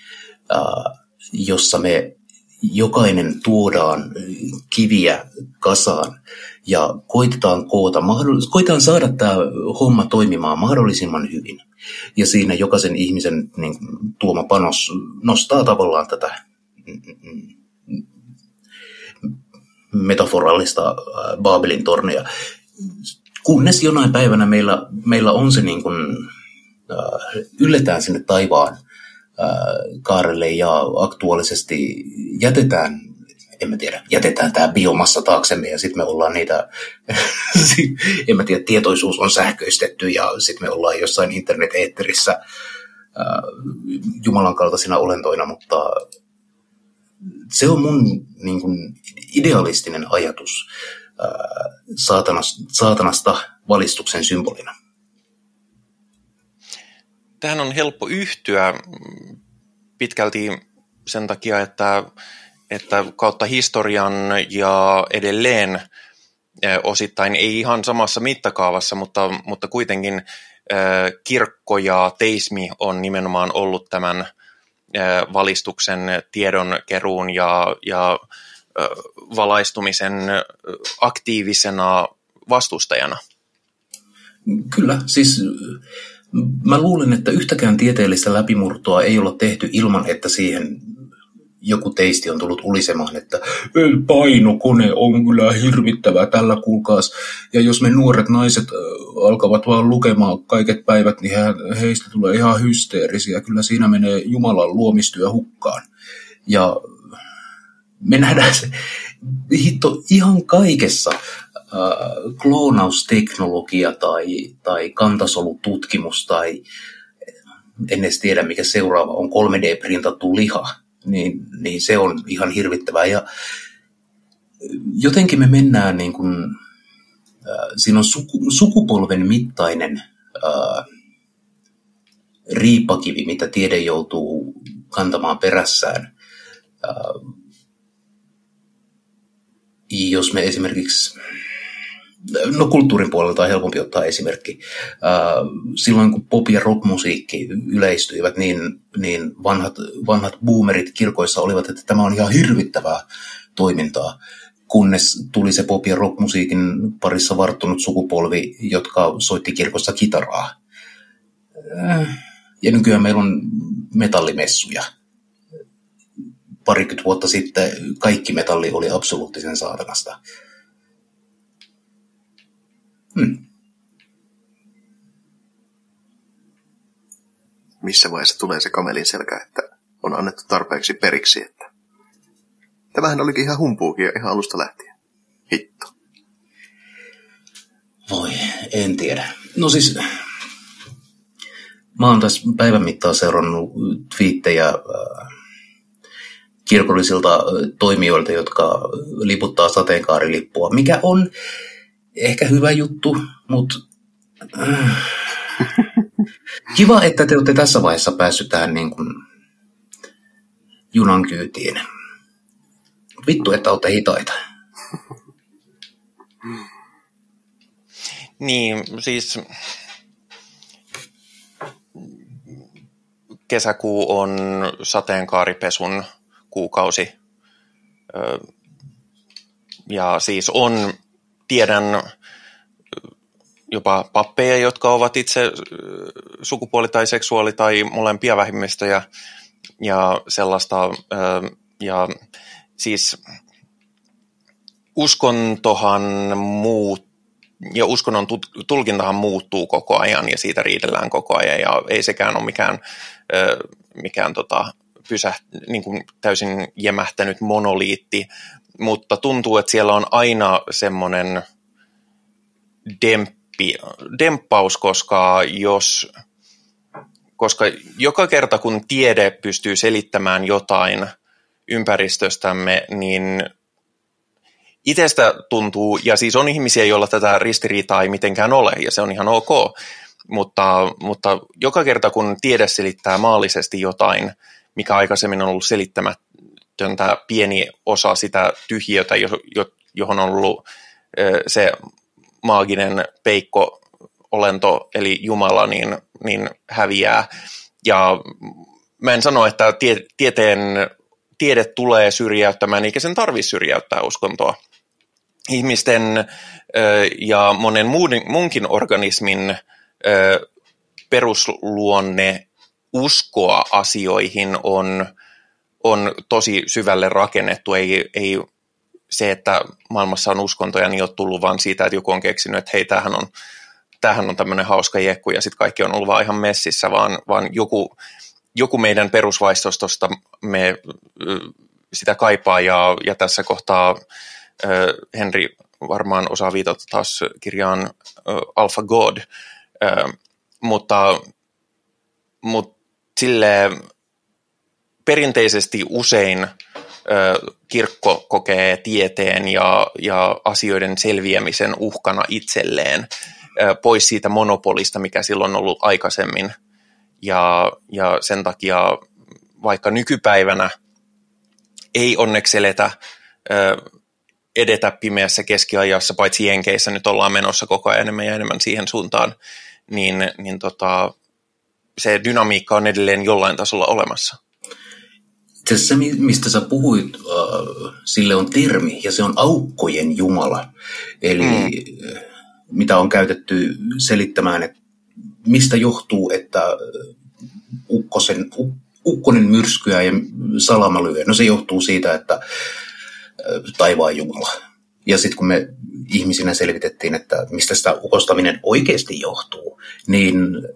Speaker 3: jossa me jokainen tuodaan kiviä kasaan ja koitetaan saada tämä homma toimimaan mahdollisimman hyvin. Ja siinä jokaisen ihmisen niin, tuoma panos nostaa tavallaan tätä metaforallista Baabelin tornia. Kunnes jonain päivänä meillä on se niin kuin, ylletään sinne taivaan kaarelle ja aktuaalisesti jätetään tämä biomassa taaksemme ja sitten me ollaan niitä, tietoisuus on sähköistetty ja sitten me ollaan jossain internet-eetterissä Jumalan kaltaisina olentoina, mutta se on mun niin kuin, idealistinen ajatus saatanasta valistuksen symbolina.
Speaker 2: Tähän on helppo yhtyä pitkälti sen takia, että kautta historian ja edelleen osittain ei ihan samassa mittakaavassa, mutta kuitenkin kirkko ja teismi on nimenomaan ollut tämän valistuksen, tiedonkeruun ja valaistumisen aktiivisena vastustajana.
Speaker 3: Kyllä, siis mä luulen, että yhtäkään tieteellistä läpimurtoa ei ole tehty ilman, että siihen joku teisti on tullut ulisemaan, että painokone on kyllä hirvittävää tällä kuulkaas. Ja jos me nuoret naiset alkavat vaan lukemaan kaiket päivät, niin heistä tulee ihan hysteerisiä. Kyllä siinä menee Jumalan luomistyö hukkaan. Ja me nähdään se hitto ihan kaikessa. Kloonausteknologia tai kantasolututkimus tai en edes tiedä mikä seuraava on 3D-printattu liha, niin se on ihan hirvittävää. Ja jotenkin me mennään niin kuin, siinä on sukupolven mittainen riipakivi, mitä tiede joutuu kantamaan perässään. Jos me esimerkiksi, kulttuurin puolelta on helpompi ottaa esimerkki. Silloin kun pop- ja rockmusiikki yleistyivät, niin vanhat boomerit kirkoissa olivat, että tämä on ihan hirvittävää toimintaa, kunnes tuli se pop- ja rockmusiikin parissa varttunut sukupolvi, jotka soitti kirkossa kitaraa. Ja nykyään meillä on metallimessuja. Parikymmentä vuotta sitten kaikki metalli oli absoluuttisen saatanasta.
Speaker 4: Missä vaiheessa tulee se kamelin selkä, että on annettu tarpeeksi periksi, että tämähän olikin ihan humpuukin ihan alusta lähtien. Hitto.
Speaker 3: Voi, en tiedä. No siis, mä oon tässä päivän mittaan seurannut twiittejä kirkollisilta toimijoilta, jotka liputtaa sateenkaarilippua, mikä on ehkä hyvä juttu, mutta kiva, että te olette tässä vaiheessa päässyt tähän niin kuin junan kyytiin. Vittu, että olette hitaita.
Speaker 2: Niin, siis kesäkuu on sateenkaaripesun kuukausi. Ja siis tiedän jopa pappeja, jotka ovat itse sukupuoli- tai seksuaali- tai molempia vähemmistöjä ja sellaista. Ja siis uskontohan ja uskonnon tulkintahan muuttuu koko ajan ja siitä riidellään koko ajan ja ei sekään ole mikään niin kuin täysin jämähtänyt monoliitti, mutta tuntuu, että siellä on aina semmoinen demppaus, koska joka kerta kun tiede pystyy selittämään jotain ympäristöstämme, niin itsestä tuntuu, ja siis on ihmisiä, joilla tätä ristiriitaa ei mitenkään ole, ja se on ihan ok, mutta joka kerta kun tiede selittää maallisesti jotain, mikä aikaisemmin on ollut selittämätöntä pieni osa sitä tyhjiötä, johon on ollut se maaginen peikko-olento, eli Jumala, niin häviää. Ja mä en sano, että tiede tulee syrjäyttämään, eikä sen tarvitse syrjäyttää uskontoa. Ihmisten ja monen muunkin organismin perusluonne uskoa asioihin on tosi syvälle rakennettu. Ei se, että maailmassa on uskontoja, niin ole tullut vaan siitä, että joku on keksinyt, että hei, tämähän on tämmöinen hauska jekku, ja sitten kaikki on ollut vaan ihan messissä, vaan joku meidän perusvaistostosta me sitä kaipaa, ja tässä kohtaa Henri varmaan osaa viitata taas kirjaan AlphaGod, mutta silleen perinteisesti usein kirkko kokee tieteen ja asioiden selviämisen uhkana itselleen pois siitä monopolista, mikä silloin on ollut aikaisemmin. Ja sen takia vaikka nykypäivänä ei onneksi edetä pimeässä keskiajassa, paitsi Jenkeissä nyt ollaan menossa koko ajan enemmän ja enemmän siihen suuntaan, niin se dynamiikka on edelleen jollain tasolla olemassa.
Speaker 3: Se, mistä sä puhuit, sille on termi, ja se on aukkojen jumala. Eli mitä on käytetty selittämään, että mistä johtuu, että ukkonen myrskyää ja salama lyö. No se johtuu siitä, että taivaan jumala. Ja sitten kun me ihmisinä selvitettiin, että mistä sitä ukostaminen oikeasti johtuu, niin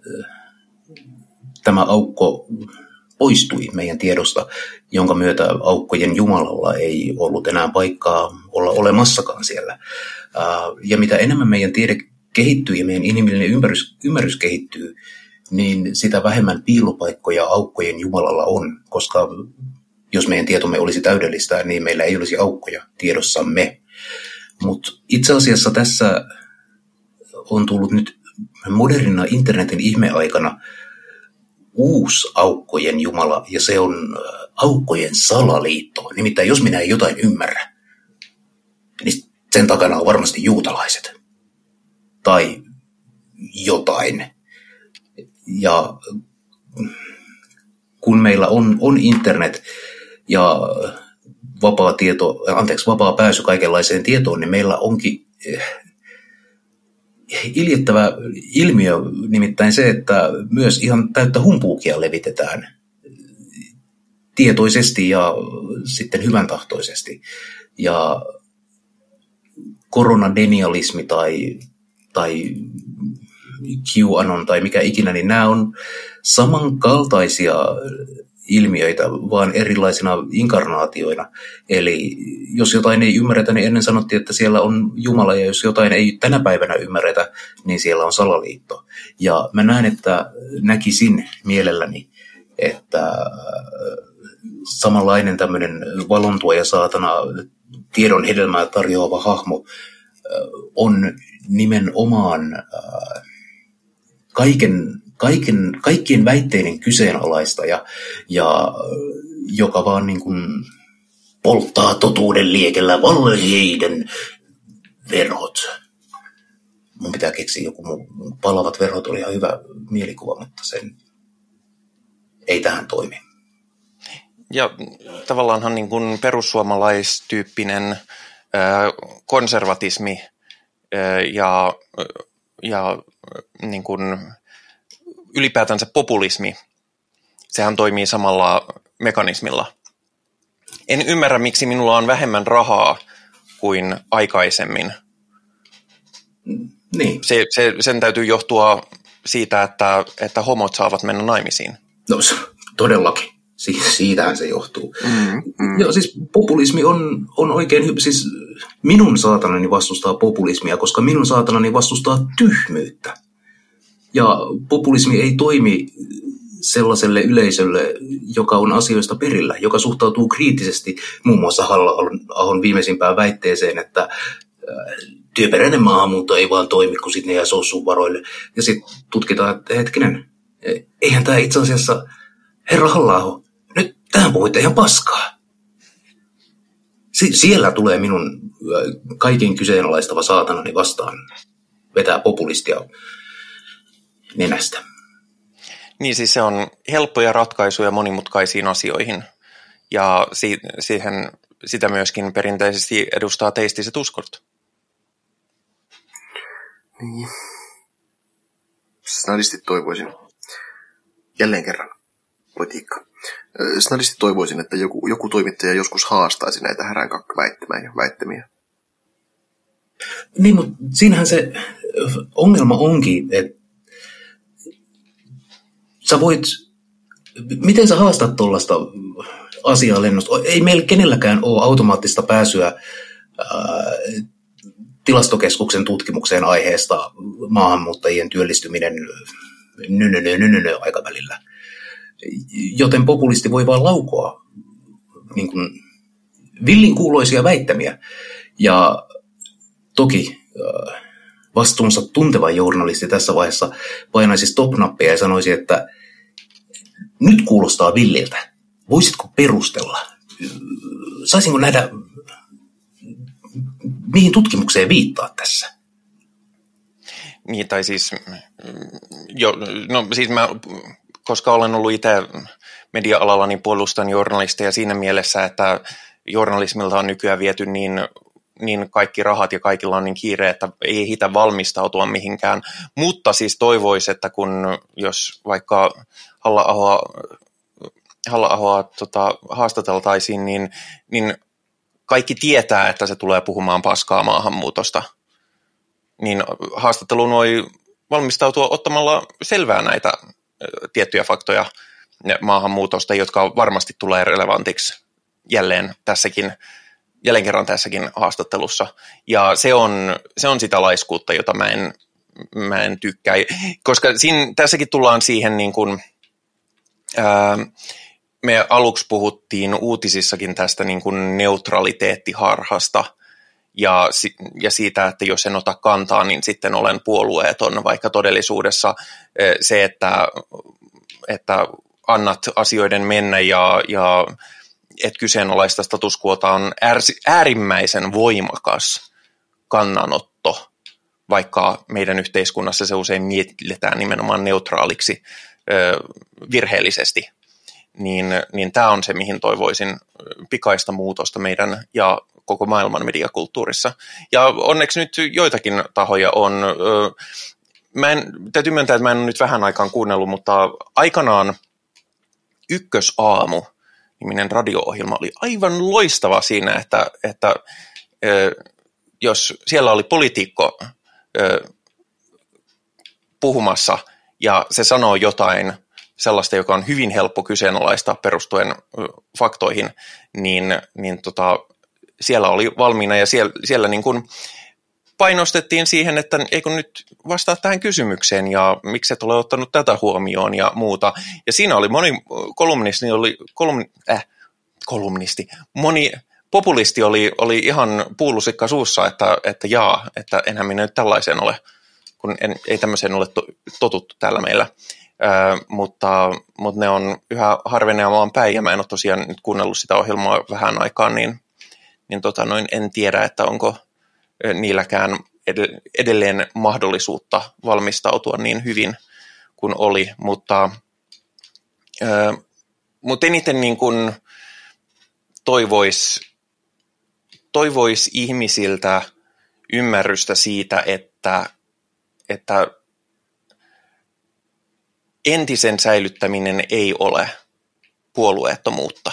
Speaker 3: tämä aukko poistui meidän tiedosta, jonka myötä aukkojen jumalalla ei ollut enää paikkaa olla olemassakaan siellä. Ja mitä enemmän meidän tiede kehittyy ja meidän inhimillinen ymmärrys kehittyy, niin sitä vähemmän piilopaikkoja aukkojen jumalalla on, koska jos meidän tietomme olisi täydellistä, niin meillä ei olisi aukkoja tiedossamme. Mutta itse asiassa tässä on tullut nyt modernina internetin ihmeaikana uusi aukkojen jumala, ja se on aukkojen salaliitto. Nimittäin jos minä en jotain ymmärrä, niin sen takana on varmasti juutalaiset. Tai jotain. Ja kun meillä on internet ja vapaa pääsy kaikenlaiseen tietoon, niin meillä onkin iljettävä ilmiö, nimittäin se, että myös ihan täyttä humpuukia levitetään tietoisesti ja sitten hyväntahtoisesti. Ja koronadenialismi tai QAnon tai mikä ikinä, niin nämä on samankaltaisia ilmiöitä, vaan erilaisina inkarnaatioina. Eli jos jotain ei ymmärretä, niin ennen sanottiin, että siellä on Jumala, ja jos jotain ei tänä päivänä ymmärretä, niin siellä on salaliitto. Ja mä näkisin mielelläni, että samanlainen tämmöinen valontuoja saatana, tiedon hedelmää tarjoava hahmo on nimenomaan kaikkien väitteiden kyseenalaista ja joka vaan niin kuin polttaa totuuden liekellä valheiden verhot. Mun pitää keksiä joku muu. Palavat verhot oli ihan hyvä mielikuva, mutta sen ei tähän toimi.
Speaker 2: Ja tavallaanhan niin kuin perussuomalaistyyppinen konservatismi ja niin kuin ylipäätänsä populismi, sehän toimii samalla mekanismilla. En ymmärrä, miksi minulla on vähemmän rahaa kuin aikaisemmin.
Speaker 3: Niin.
Speaker 2: Sen täytyy johtua siitä, että homot saavat mennä naimisiin.
Speaker 3: No todellakin. Siitähän se johtuu. Joo, siis populismi on oikein hyvä. Siis minun saatanani vastustaa populismia, koska minun saatanani vastustaa tyhmyyttä. Ja populismi ei toimi sellaiselle yleisölle, joka on asioista perillä, joka suhtautuu kriittisesti muun muassa Halla-ahon viimeisimpään väitteeseen, että työperäinen maahanmuutto ei vaan toimi, kun sitten ne jää sossun varoille. Ja sitten tutkitaan, että hetkinen, eihän tämä itse asiassa, herra Halla-aho, nyt tähän puhuitte ihan paskaa. Siellä tulee minun kaiken kyseenalaistava saatanani vastaan vetää populistia nenästä.
Speaker 2: Niin siis se on helppoja ratkaisuja monimutkaisiin asioihin ja sitä myöskin perinteisesti edustaa teistiset uskot.
Speaker 4: Niin. Snadisti toivoisin, jälleen kerran politiikka. Snadisti toivoisin, että joku toimittaja joskus haastaisi näitä väittämiä.
Speaker 3: Niin, mutta siinähän se ongelma onkin, että sä voit, miten sä haastat tuollaista asiaa lennosta? Ei meillä kenelläkään ole automaattista pääsyä tilastokeskuksen tutkimukseen aiheesta maahanmuuttajien työllistyminen aikavälillä. Joten populisti voi vaan laukoa niin kuin villinkuuloisia väittämiä. Ja toki vastuunsa tunteva journalisti tässä vaiheessa painaisi stop-nappia ja sanoisi, että nyt kuulostaa villiltä. Voisitko perustella? Saisinko nähdä, mihin tutkimukseen viittaa tässä?
Speaker 2: Niin, tai siis, koska olen ollut itse media-alalla, niin puolustan journalisteja siinä mielessä, että journalismilta on nykyään viety niin kaikki rahat ja kaikilla on niin kiire, että ei ehditä valmistautua mihinkään. Mutta siis toivoisi, että jos vaikka Halla-ahoa haastateltaisiin, niin kaikki tietää, että se tulee puhumaan paskaa maahanmuutosta. Niin haastatteluun voi valmistautua ottamalla selvää näitä tiettyjä faktoja maahanmuutosta, jotka varmasti tulee relevantiksi jälleen kerran tässäkin haastattelussa. Ja se on sitä laiskuutta, jota mä en tykkää. Koska tässäkin tullaan siihen, niin kuin, me aluksi puhuttiin uutisissakin tästä niin kuin neutraliteettiharhasta ja siitä, että jos en ota kantaa, niin sitten olen puolueeton, vaikka todellisuudessa se, että annat asioiden mennä ja et kyseenalaista status quota on äärimmäisen voimakas kannanotto, vaikka meidän yhteiskunnassa se usein mielletään nimenomaan neutraaliksi virheellisesti. Niin tämä on se, mihin toivoisin pikaista muutosta meidän ja koko maailman mediakulttuurissa. Ja onneksi nyt joitakin tahoja on. Täytyy myöntää, että mä en ole nyt vähän aikaan kuunnellut, mutta aikanaan Ykkösaamu niminen radio-ohjelma oli aivan loistava siinä, että jos siellä oli poliitikko puhumassa ja se sanoo jotain sellaista, joka on hyvin helppo kyseenalaistaa perustuen faktoihin, niin siellä oli valmiina ja siellä niin kuin painostettiin siihen, että eikö nyt vastaa tähän kysymykseen ja miksi et ole ottanut tätä huomioon ja muuta. Ja siinä oli moni kolumnisti Moni populisti oli ihan puulusikka suussa, että enhän minä nyt tällaiseen ole, kun ei tämmöiseen ole totuttu täällä meillä. Mutta ne on yhä harvenemaan päin, ja mä en ole tosiaan nyt kuunnellut sitä ohjelmaa vähän aikaan, niin en tiedä, että onko niilläkään edelleen mahdollisuutta valmistautua niin hyvin kuin oli, mutta eniten niin kuin toivois ihmisiltä ymmärrystä siitä, että entisen säilyttäminen ei ole puolueettomuutta.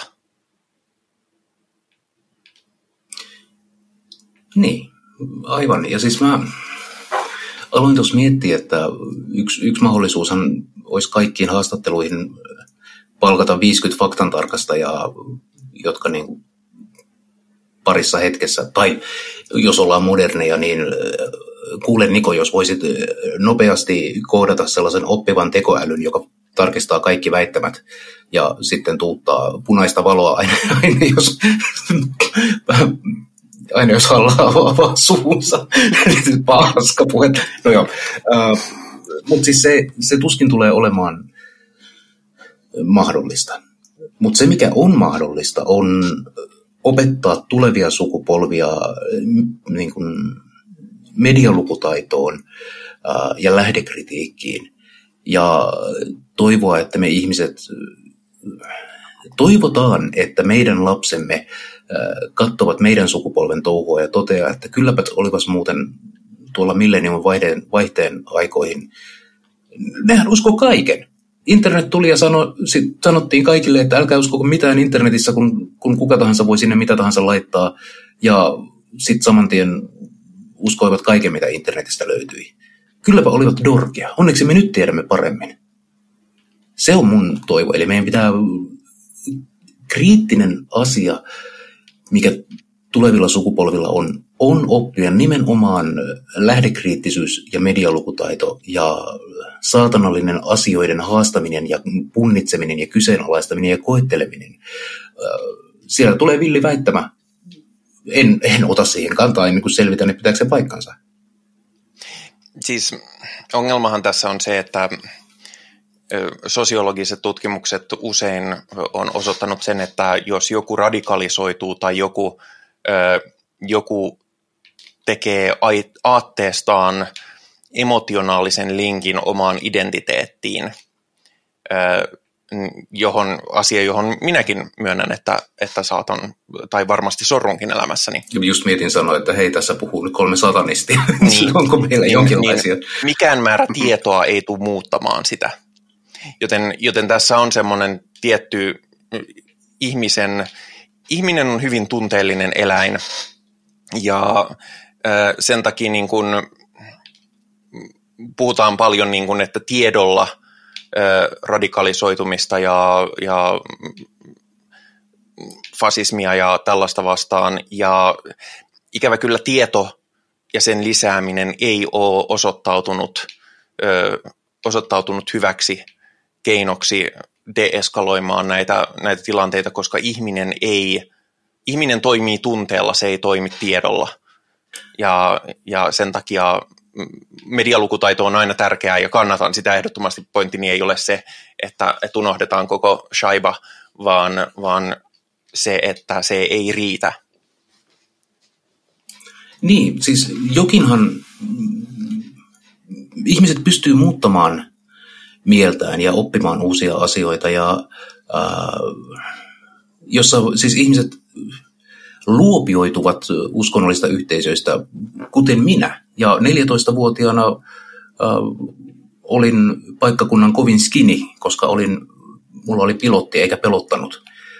Speaker 3: Niin, aivan. Ja siis mä aloin tuossa miettiä, että yksi mahdollisuushan olisi kaikkiin haastatteluihin palkata 50 faktantarkastajaa, jotka niin kuin parissa hetkessä, tai jos ollaan moderneja, niin kuule Niko, jos voisit nopeasti koodata sellaisen oppivan tekoälyn, joka tarkistaa kaikki väittämät ja sitten tuuttaa punaista valoa aina jos haluaa avaa suunsa. Paska puhe. No joo. Mutta siis se tuskin tulee olemaan mahdollista. Mutta se, mikä on mahdollista, on opettaa tulevia sukupolvia niin kuin medialukutaitoon ja lähdekritiikkiin. Ja toivoa, että me ihmiset toivotaan, että meidän lapsemme katsovat meidän sukupolven touhua ja toteaa, että kylläpä olipas muuten tuolla millenniumin vaihteen aikoihin. Nehän uskoo kaiken. Internet tuli ja sanottiin kaikille, että älkää uskoko mitään internetissä, kun kuka tahansa voi sinne mitä tahansa laittaa. Ja sitten saman tien uskoivat kaiken, mitä internetistä löytyi. Kylläpä olivat dorkia. Onneksi me nyt tiedämme paremmin. Se on mun toivo. Eli meidän pitää kriittinen asia, mikä tulevilla sukupolvilla on oppia nimenomaan lähdekriittisyys ja medialukutaito ja saatanallinen asioiden haastaminen ja punnitseminen ja kyseenalaistaminen ja koetteleminen. Siellä tulee villi väittämä. En ota siihen kantaa ennen kuin selvitän, että pitääkö se paikkansa.
Speaker 2: Siis ongelmahan tässä on se, että sosiologiset tutkimukset usein on osoittanut sen, että jos joku radikalisoituu tai joku tekee aatteestaan emotionaalisen linkin omaan identiteettiin, johon minäkin myönnän, että saatan, tai varmasti sorrunkin elämässäni.
Speaker 3: Just mietin sanoa, että hei, tässä puhuu nyt 3 satanistia. Niin, onko meillä jonkinlaisia?
Speaker 2: Niin, mikään määrä tietoa ei tule muuttamaan sitä. Joten tässä on semmoinen tietty ihminen on hyvin tunteellinen eläin, ja sen takia niin kun puhutaan paljon, niin kun, että tiedolla radikalisoitumista ja fasismia ja tällaista vastaan, ja ikävä kyllä tieto ja sen lisääminen ei ole osoittautunut hyväksi keinoksi deeskaloimaan näitä tilanteita, koska ihminen toimii tunteella, se ei toimi tiedolla. Ja sen takia medialukutaito on aina tärkeää ja kannatan sitä ehdottomasti. Pointtini ei ole se, että unohdetaan koko shaiba, vaan se, että se ei riitä.
Speaker 3: Niin, siis ihmiset pystyy muuttamaan mieltään ja oppimaan uusia asioita, ja jossa siis ihmiset luopioituvat uskonnollista yhteisöistä, kuten minä. Ja 14-vuotiaana olin paikkakunnan kovin skinny, koska mulla oli pilotti eikä pelottanut.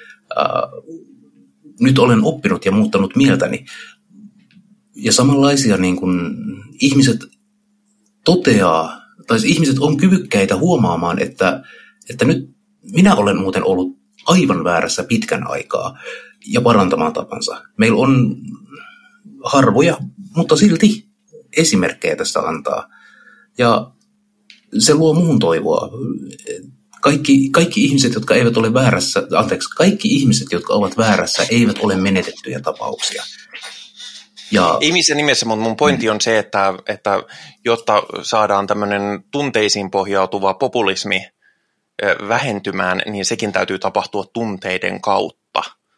Speaker 3: Nyt olen oppinut ja muuttanut mieltäni. Ja samanlaisia niin kuin ihmiset toteaa, tai ihmiset on kyvykkäitä huomaamaan, että nyt minä olen muuten ollut aivan väärässä pitkän aikaa ja parantamaan tapansa. Meillä on harvoja, mutta silti esimerkkejä tästä antaa. Ja se luo muun toivoa. kaikki ihmiset, jotka eivät ole väärässä, kaikki ihmiset, jotka ovat väärässä, eivät ole menetettyjä tapauksia. Ja,
Speaker 2: ei missään nimessä, mutta mun pointti on se, että jotta saadaan tämmöinen tunteisiin pohjautuva populismi vähentymään, niin sekin täytyy tapahtua tunteiden kautta.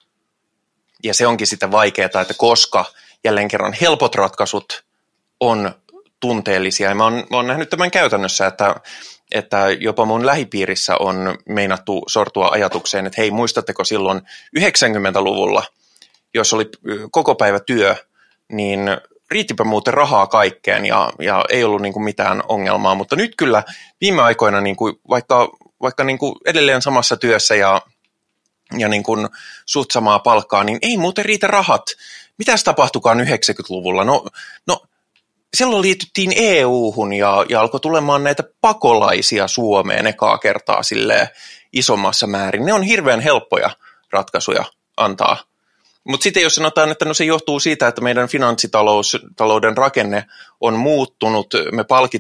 Speaker 2: Ja se onkin sitten vaikeaa, että koska jälleen kerran helpot ratkaisut on tunteellisia. Ja mä oon nähnyt tämän käytännössä, että jopa mun lähipiirissä on meinattu sortua ajatukseen, että hei, muistatteko silloin 90-luvulla, jos oli koko päivä työ, niin riittipä muuten rahaa kaikkeen ja ei ollut niin kuin mitään ongelmaa, mutta nyt kyllä viime aikoina niin kuin vaikka niin kuin edelleen samassa työssä ja niin kuin suht samaa palkkaa, niin ei muuten riitä rahat. Mitäs tapahtukaan 90-luvulla? No silloin liityttiin EU-hun ja alkoi tulemaan näitä pakolaisia Suomeen ekaa kertaa silleen isommassa määrin. Ne on hirveän helppoja ratkaisuja antaa. Mutta sitten jos sanotaan, että no se johtuu siitä, että meidän finanssitalouden rakenne on muuttunut, me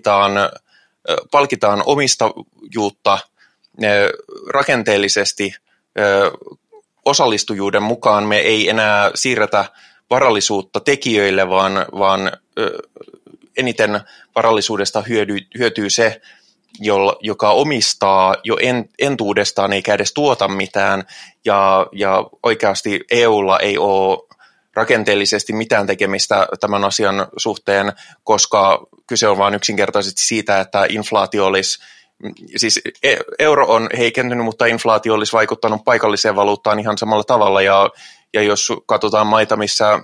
Speaker 2: palkitaan omistajuutta rakenteellisesti osallistujuuden mukaan, me ei enää siirretä varallisuutta tekijöille, vaan eniten varallisuudesta hyötyy se, joka omistaa jo entuudestaan eikä edes tuota mitään, ja oikeasti EUlla ei ole rakenteellisesti mitään tekemistä tämän asian suhteen, koska kyse on vain yksinkertaisesti siitä, että inflaatio olisi, siis euro on heikentynyt, mutta inflaatio olisi vaikuttanut paikalliseen valuuttaan ihan samalla tavalla, ja jos katsotaan maita,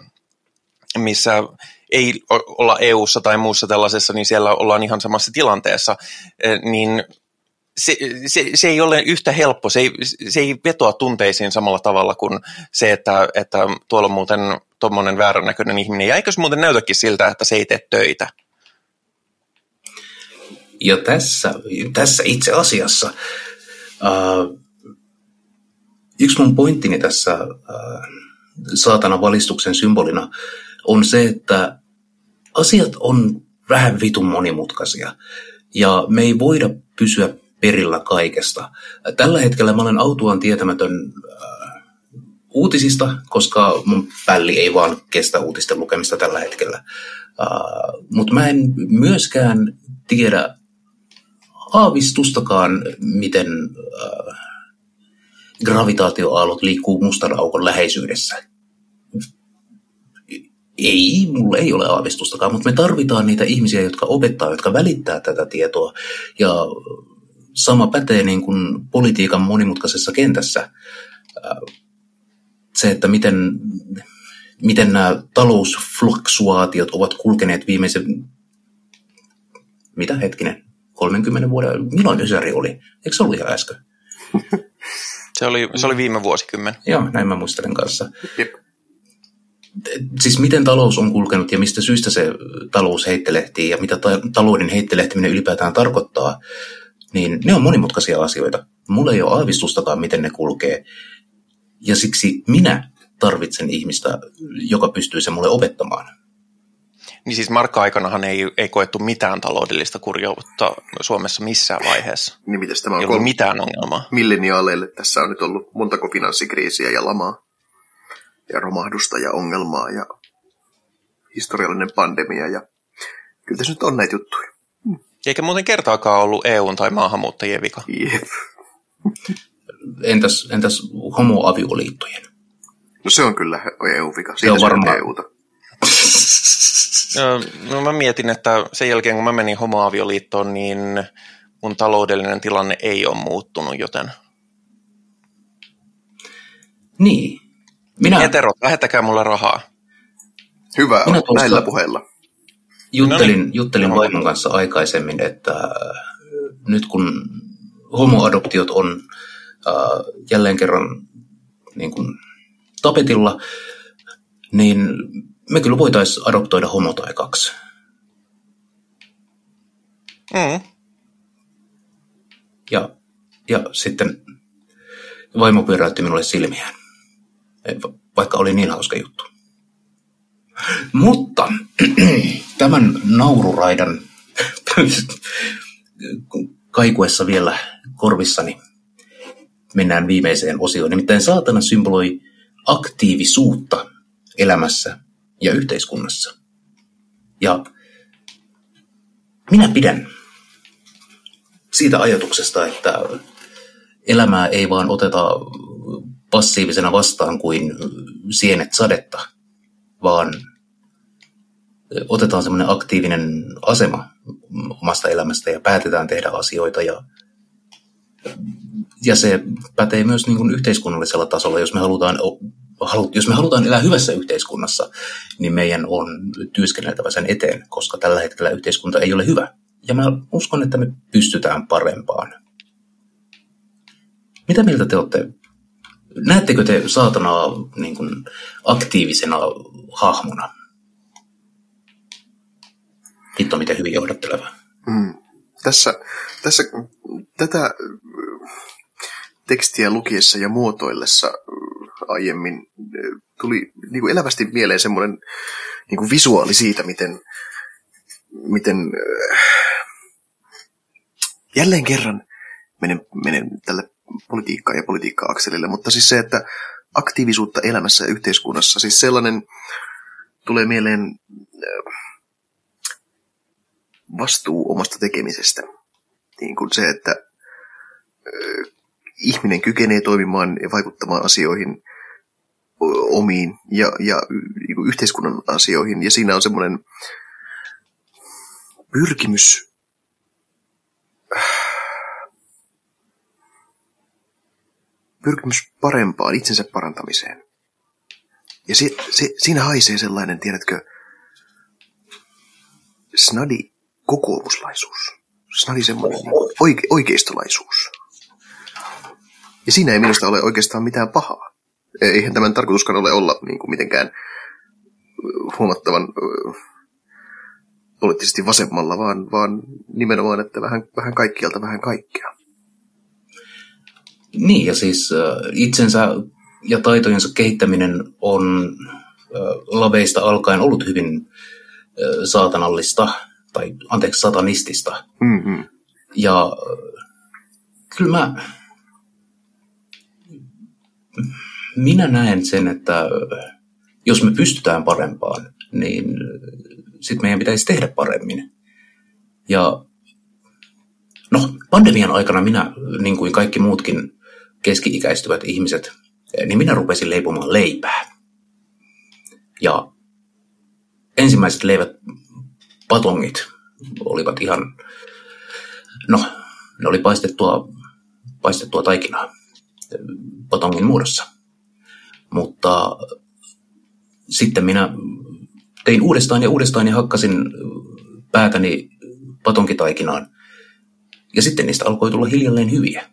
Speaker 2: missä ei olla EU:ssa tai muussa tällaisessa, niin siellä ollaan ihan samassa tilanteessa, niin se ei ole yhtä helppo, se ei vetoa tunteisiin samalla tavalla kuin se, että tuolla on muuten tuommoinen väärännäköinen ihminen, ja eikö se muuten näytäkin siltä, että se ei tee töitä?
Speaker 3: Ja tässä itse asiassa yksi mun pointtini tässä saatanan valistuksen symbolina on se, että asiat on vähän vitun monimutkaisia ja me ei voida pysyä perillä kaikesta. Tällä hetkellä mä olen autuaan tietämätön uutisista, koska mun pälli ei vaan kestä uutisten lukemista tällä hetkellä. Mutta mä en myöskään tiedä aavistustakaan, miten gravitaatioaallot liikkuu mustan aukon läheisyydessä. Mulla ei ole aavistustakaan, mutta me tarvitaan niitä ihmisiä, jotka opettaa, jotka välittää tätä tietoa. Ja sama pätee niin kuin politiikan monimutkaisessa kentässä. Se, että miten nämä talousfluksuaatiot ovat kulkeneet viimeisen, 30 vuoden, milloin Ysäri oli? Eikö se ollut ihan äsken?
Speaker 2: Se oli viime vuosikymmen.
Speaker 3: Joo, näin mä muistelen kanssa. Siis miten talous on kulkenut ja mistä syystä se talous heittelehtii ja mitä talouden heittelehtiminen ylipäätään tarkoittaa, niin ne on monimutkaisia asioita. Mulla ei ole aavistustakaan, miten ne kulkee. Ja siksi minä tarvitsen ihmistä, joka pystyy se mulle opettamaan.
Speaker 2: Niin siis markka-aikanahan ei koettu mitään taloudellista kurjuutta Suomessa missään vaiheessa.
Speaker 4: Niin mites tämä on?
Speaker 2: Ei ollut mitään ongelmaa.
Speaker 4: Milleniaaleille tässä on nyt ollut montako finanssikriisiä ja lamaa ja romahdusta ja ongelmaa ja historiallinen pandemia ja kyllä tässä nyt on näitä juttuja.
Speaker 2: Eikä muuten kertaakaan ollut EUn tai maahanmuuttajien vika.
Speaker 4: Jep.
Speaker 3: Entäs homoavioliittojen?
Speaker 4: No se on kyllä EU-vika. Siitä se on EUta.
Speaker 2: No mä mietin, että sen jälkeen kun mä menin homoavioliittoon, niin mun taloudellinen tilanne ei ole muuttunut, joten...
Speaker 3: Niin.
Speaker 2: Heterot, lähettäkää mulle rahaa.
Speaker 4: Hyvä, näillä puheilla.
Speaker 3: Juttelin vaimon kanssa aikaisemmin, että nyt kun homoadoptiot on jälleen kerran niin kuin tapetilla, niin me kyllä voitaisiin adoptoida homo tai kaksi. Ja sitten vaimo pyöräytti minulle silmiään, vaikka oli niin hauska juttu. Mutta tämän naururaidan kaikuessa vielä korvissani, mennään viimeiseen osioon. Nimittäin saatana symboloi aktiivisuutta elämässä ja yhteiskunnassa. Ja minä pidän siitä ajatuksesta, että elämää ei vaan oteta passiivisena vastaan kuin sienet sadetta, vaan otetaan semmoinen aktiivinen asema omasta elämästä ja päätetään tehdä asioita. Ja se pätee myös niin kuin yhteiskunnallisella tasolla. Jos me halutaan elää hyvässä yhteiskunnassa, niin meidän on työskenneltävä sen eteen, koska tällä hetkellä yhteiskunta ei ole hyvä. Ja mä uskon, että me pystytään parempaan. Mitä mieltä te olette? Näettekö te saatanaa niin kuin aktiivisena hahmona? Hitto, miten hyvin johdatteleva.
Speaker 4: Tässä tätä tekstiä lukiessa ja muotoillessa aiemmin tuli niin kuin elävästi mieleen semmoinen niin kuin visuaali siitä, miten jälleen kerran menen tälle politiikkaan ja politiikka-akselille, mutta siis se, että aktiivisuutta elämässä ja yhteiskunnassa, siis sellainen tulee mieleen vastuu omasta tekemisestä. Niin kuin se, että ihminen kykenee toimimaan ja vaikuttamaan asioihin omiin ja yhteiskunnan asioihin. Ja siinä on semmoinen pyrkimys parempaan, itsensä parantamiseen. Ja siinä haisee sellainen, tiedätkö, snadi kokoomuslaisuus. Snadi semmoinen oikeistolaisuus. Ja siinä ei minusta ole oikeastaan mitään pahaa. Eihän tämän tarkoituskaan ole olla niin kuin mitenkään huomattavan poliittisesti vasemmalla, vaan nimenomaan, että vähän kaikkialta vähän kaikkea.
Speaker 3: Niin, ja siis itsensä ja taitojensa kehittäminen on laveista alkaen ollut hyvin satanistista.
Speaker 4: Mm-hmm.
Speaker 3: Ja kyllä minä näen sen, että jos me pystytään parempaan, niin sitten meidän pitäisi tehdä paremmin. Ja pandemian aikana minä, niin kuin kaikki muutkin keski-ikäistyvät ihmiset, niin minä rupesin leipomaan leipää. Ja ensimmäiset leivät, patongit, olivat ihan, ne oli paistettua taikinaa patongin muodossa. Mutta sitten minä tein uudestaan ja hakkasin päätäni patonkitaikinaan. Ja sitten niistä alkoi tulla hiljalleen hyviä.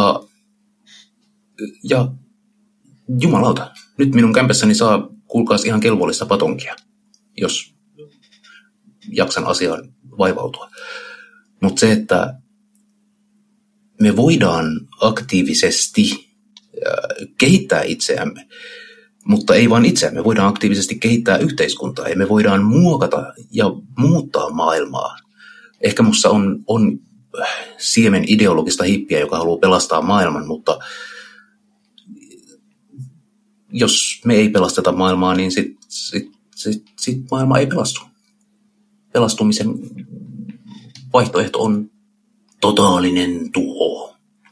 Speaker 3: Ja jumalauta, nyt minun kämpässäni saa kuulkaas ihan kelvollista patonkia, jos jaksan asiaan vaivautua. Mutta se, että me voidaan aktiivisesti kehittää itseämme, mutta ei vain itseämme, me voidaan aktiivisesti kehittää yhteiskuntaa ja me voidaan muokata ja muuttaa maailmaa. Ehkä musta on siemen ideologista hippiä, joka haluaa pelastaa maailman, mutta jos me ei pelasteta maailmaa, niin sit maailma ei pelastu. Pelastumisen vaihtoehto on totaalinen tuho.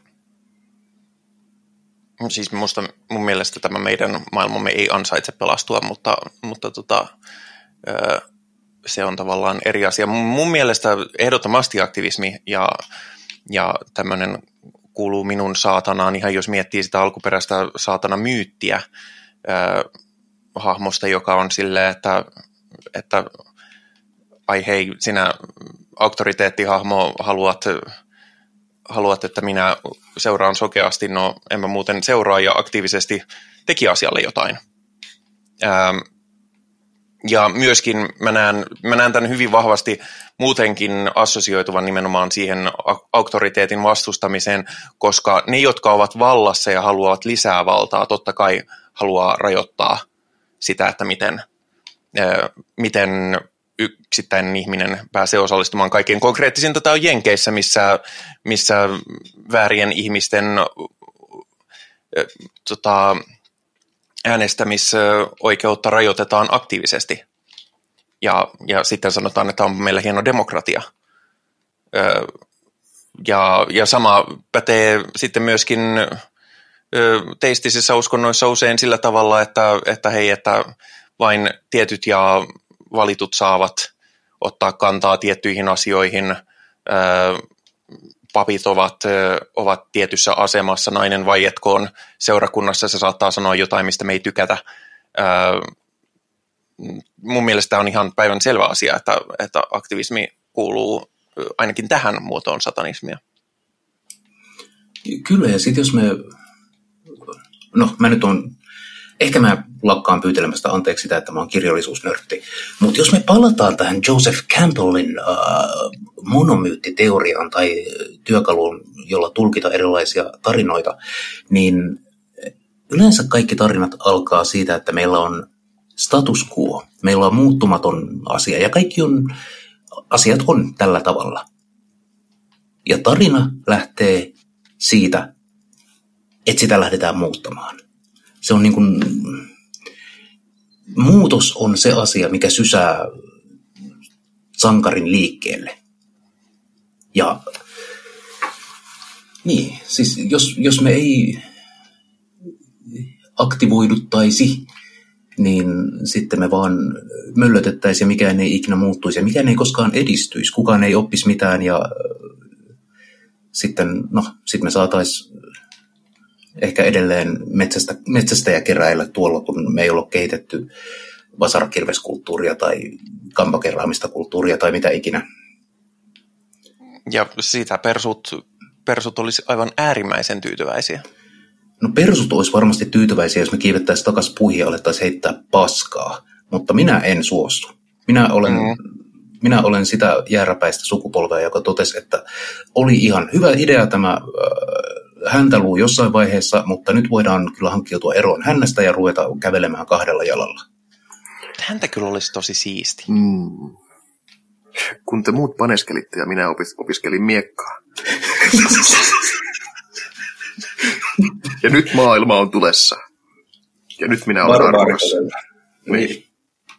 Speaker 2: Siis mun mielestä tämä meidän maailmamme ei ansaitse pelastua, mutta se on tavallaan eri asia. Mun mielestä ehdottomasti aktivismi ja tämmöinen kuuluu minun saatanaan, ihan jos miettii sitä alkuperäistä saatana-myyttiä hahmosta, joka on silleen, että ai hei, sinä auktoriteettihahmo haluat, että minä seuraan sokeasti, no en mä muuten seuraa ja aktiivisesti teki asialle jotain. Ja myöskin mä näen tämän hyvin vahvasti muutenkin assosioituvan nimenomaan siihen auktoriteetin vastustamiseen, koska ne, jotka ovat vallassa ja haluavat lisää valtaa, totta kai haluaa rajoittaa sitä, että miten yksittäinen ihminen pääsee osallistumaan kaikkein konkreettisin. Tätä on Jenkeissä, missä väärien ihmisten äänestämisoikeutta rajoitetaan aktiivisesti. Ja sitten sanotaan, että on meillä hieno demokratia. Ja sama pätee sitten myöskin teistisissä uskonnoissa usein sillä tavalla, että vain tietyt ja valitut saavat ottaa kantaa tiettyihin asioihin. Papit ovat tietyssä asemassa, nainen vaietkoon seurakunnassa, se saattaa sanoa jotain, mistä me ei tykätä. Mun mielestä on ihan päivän selvä asia, että aktivismi kuuluu ainakin tähän muotoon satanismia.
Speaker 3: Kyllä, ja sitten jos ehkä mä lakkaan pyytelemästä anteeksi sitä, että mä oon kirjallisuusnörtti, mutta jos me palataan tähän Joseph Campbellin monomyyttiteoriaan tai työkaluun, jolla tulkita erilaisia tarinoita, niin yleensä kaikki tarinat alkaa siitä, että meillä on status quo, meillä on muuttumaton asia ja asiat on tällä tavalla. Ja tarina lähtee siitä, että sitä lähdetään muuttamaan. Se on niin kuin, muutos on se asia, mikä sysää sankarin liikkeelle. Ja niin, siis jos me ei aktivoiduttaisi, niin sitten me vaan möllötettäisiin ja mikään ei ikinä muuttuisi ja mikään ei koskaan edistyisi. Kukaan ei oppisi mitään ja sitten me saataisiin ehkä edelleen metsästä ja keräillä tuolla, kun me ei ole kehitetty vasarakirveskulttuuria tai kampakerraamista kulttuuria tai mitä ikinä.
Speaker 2: Ja siitä persut olisi aivan äärimmäisen tyytyväisiä.
Speaker 3: No persut olisi varmasti tyytyväisiä, jos me kiivettäisiin takaisin puihin ja alettaisiin heittää paskaa, mutta minä en suostu. Minä olen sitä jääräpäistä sukupolvea, joka totesi, että oli ihan hyvä idea tämä häntäluu jossain vaiheessa, mutta nyt voidaan kyllä hankkiutua eroon hännästä ja ruveta kävelemään 2 jalalla.
Speaker 2: Häntä kyllä olisi tosi siisti.
Speaker 4: Kun te muut paneskelitte ja minä opiskelin miekkaa. Ja nyt maailma on tulessa. Ja nyt minä olen arvokas. Niin.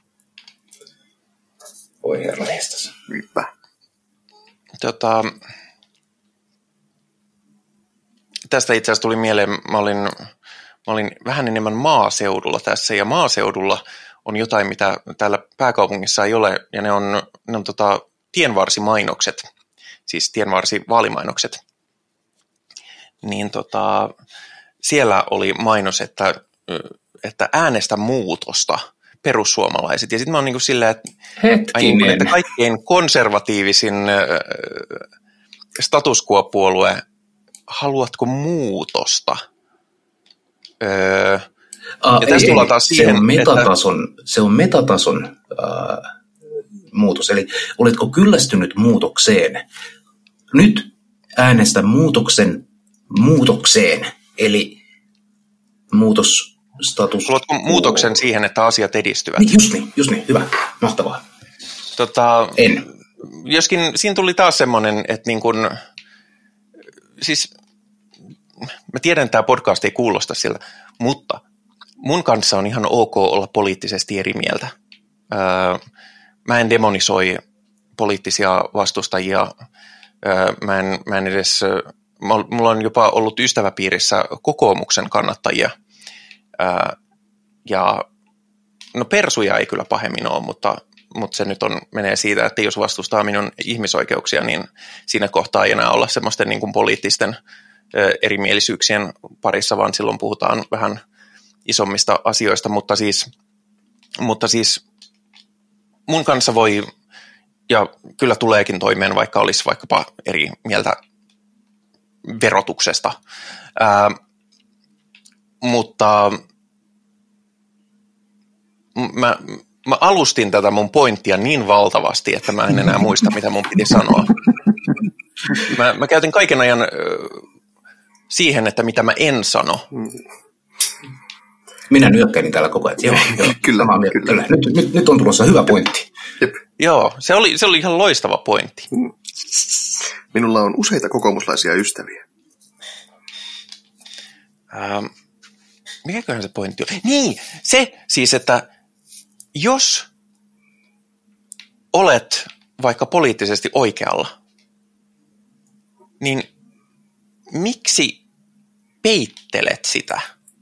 Speaker 3: Voi herra jestas.
Speaker 4: Niinpä.
Speaker 2: Tästä itse asiassa tuli mieleen, mä olin vähän enemmän maaseudulla tässä, ja maaseudulla on jotain, mitä täällä pääkaupungissa ei ole, ja ne on tienvarsimainokset, siis tienvarsivaalimainokset. Niin siellä oli mainos, että äänestä muutosta perussuomalaiset. Ja sitten mä oon niinku silleen, että kaikkein konservatiivisin status quo-puolue, haluatko muutosta? Ja tässä tullaan taas siihen,
Speaker 3: se on metatason muutos. Eli oletko kyllästynyt muutokseen? Nyt äänestä muutokseen, eli muutosstatus.
Speaker 2: Haluatko muutoksen siihen, että asiat edistyvät?
Speaker 3: Just niin, hyvä, mahtavaa.
Speaker 2: En. Joskin siinä tuli taas semmoinen, että niin kun, siis mä tiedän, että tämä podcast ei kuulosta siltä, mutta mun kanssa on ihan ok olla poliittisesti eri mieltä. Mä en demonisoi poliittisia vastustajia, mä en edes, mulla on jopa ollut ystäväpiirissä kokoomuksen kannattajia, ja no persuja ei kyllä pahemmin ole, mutta se nyt menee siitä, että jos vastustaa minun ihmisoikeuksia, niin siinä kohtaa ei enää olla semmoisten niin kuin poliittisten erimielisyyksien parissa, vaan silloin puhutaan vähän isommista asioista, mutta siis mun kanssa voi, ja kyllä tuleekin toimeen, vaikka olisi vaikkapa eri mieltä verotuksesta, mutta mä alustin tätä mun pointtia niin valtavasti, että mä en enää muista, mitä mun piti sanoa. Mä käytin kaiken ajan siihen, että mitä mä en sano.
Speaker 3: Minä nyökkäin täällä koko ajan. Joo, kyllä. Nyt on tulossa hyvä pointti.
Speaker 4: Jep.
Speaker 2: Joo, se oli ihan loistava pointti.
Speaker 4: Minulla on useita kokoomuslaisia ystäviä.
Speaker 2: Mikäköhän se pointti on? Niin, se siis, että jos olet vaikka poliittisesti oikealla, niin miksi peittelet sitä?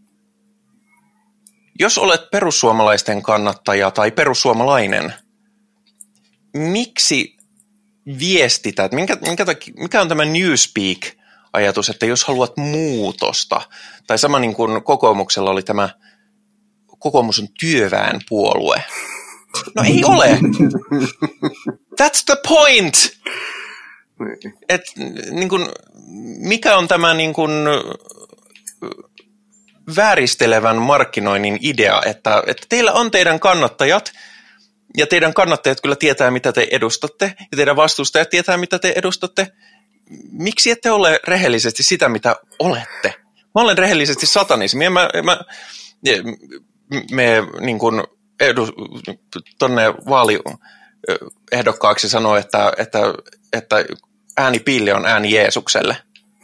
Speaker 2: Jos olet perussuomalaisten kannattaja tai perussuomalainen, miksi viestität, mikä on tämä newspeak-ajatus, että jos haluat muutosta, tai sama niin kuin kokoomuksella oli tämä, kokoomus on työväenpuolue. No ei ole. That's the point. Et, niin kuin, mikä on tämä niin kuin, vääristelevän markkinoinnin idea, että teillä on teidän kannattajat, ja teidän kannattajat kyllä tietää, mitä te edustatte, ja teidän vastustajat tietää, mitä te edustatte. Miksi ette ole rehellisesti sitä, mitä olette? Mä olen rehellisesti satanismi, ja me niin kuin tonne vaaliehdokkaaksi sanoo, että ääni Pille on ääni Jeesukselle.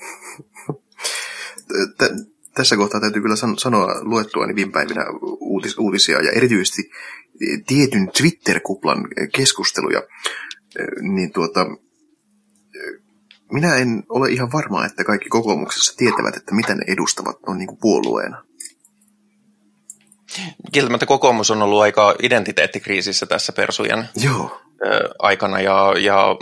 Speaker 4: Tässä kohtaa täytyy kyllä sanoa luettuani viime päivinä uutisia ja erityisesti tietyn Twitter-kuplan keskusteluja, niin minä en ole ihan varma, että kaikki kokoomuksessa tietävät, että mitä ne edustavat on niin kuin puolueena.
Speaker 2: Kieltämättä kokoomus on ollut aika identiteettikriisissä tässä persujen aikana ja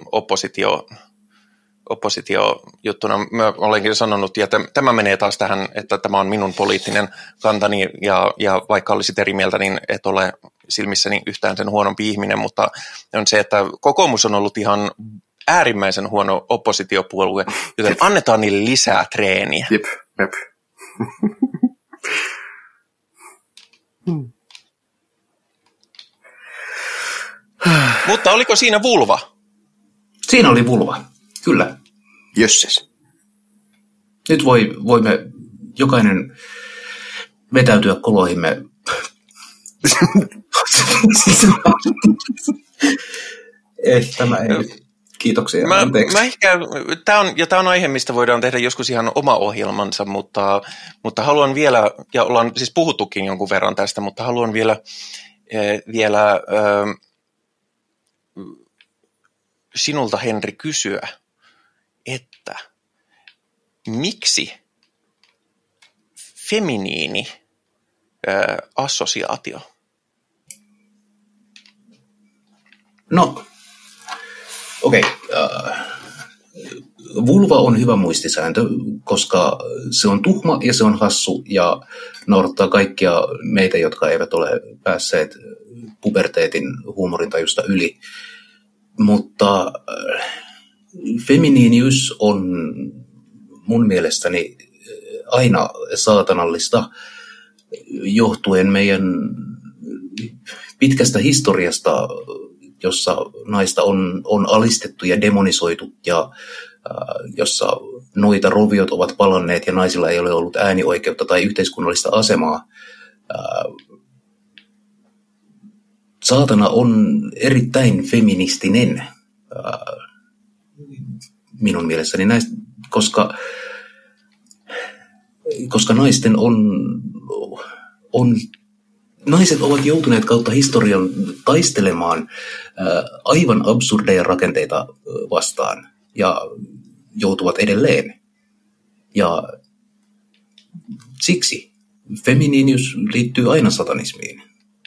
Speaker 2: oppositiojuttuna. Mä olenkin sanonut, ja tämä menee taas tähän, että tämä on minun poliittinen kantani, ja vaikka olisit eri mieltä, niin et ole silmissäni yhtään sen huonompi ihminen, mutta on se, että kokoomus on ollut ihan äärimmäisen huono oppositiopuolue, joten annetaan niille lisää treeniä.
Speaker 4: Jep.
Speaker 2: Mutta oliko siinä vulva?
Speaker 3: Siinä oli vulva, kyllä.
Speaker 4: Jösses.
Speaker 3: Nyt voimme jokainen vetäytyä koloihimme. Tämä ei. Kiitoksia.
Speaker 2: Tämä on aihe, mistä voidaan tehdä joskus ihan oma ohjelmansa, mutta haluan vielä, ja ollaan siis puhuttukin jonkun verran tästä, mutta haluan vielä sinulta, Henri, kysyä, että miksi feminiini assosiaatio?
Speaker 3: No, okei. Vulva on hyvä muistisääntö, koska se on tuhma ja se on hassu ja naurattaa kaikkia meitä, jotka eivät ole päässeet puberteetin huumorintajusta yli. Mutta feminiiniys on mun mielestäni aina saatanallista johtuen meidän pitkästä historiasta, jossa naista on alistettu ja demonisoitu ja jossa noita roviot ovat palanneet ja naisilla ei ole ollut äänioikeutta tai yhteiskunnallista asemaa. Saatana on erittäin feministinen minun mielestäni, koska naisten naiset ovat joutuneet kautta historian taistelemaan aivan absurdeja rakenteita vastaan ja joutuvat edelleen. Ja siksi feminiinius liittyy aina satanismiin.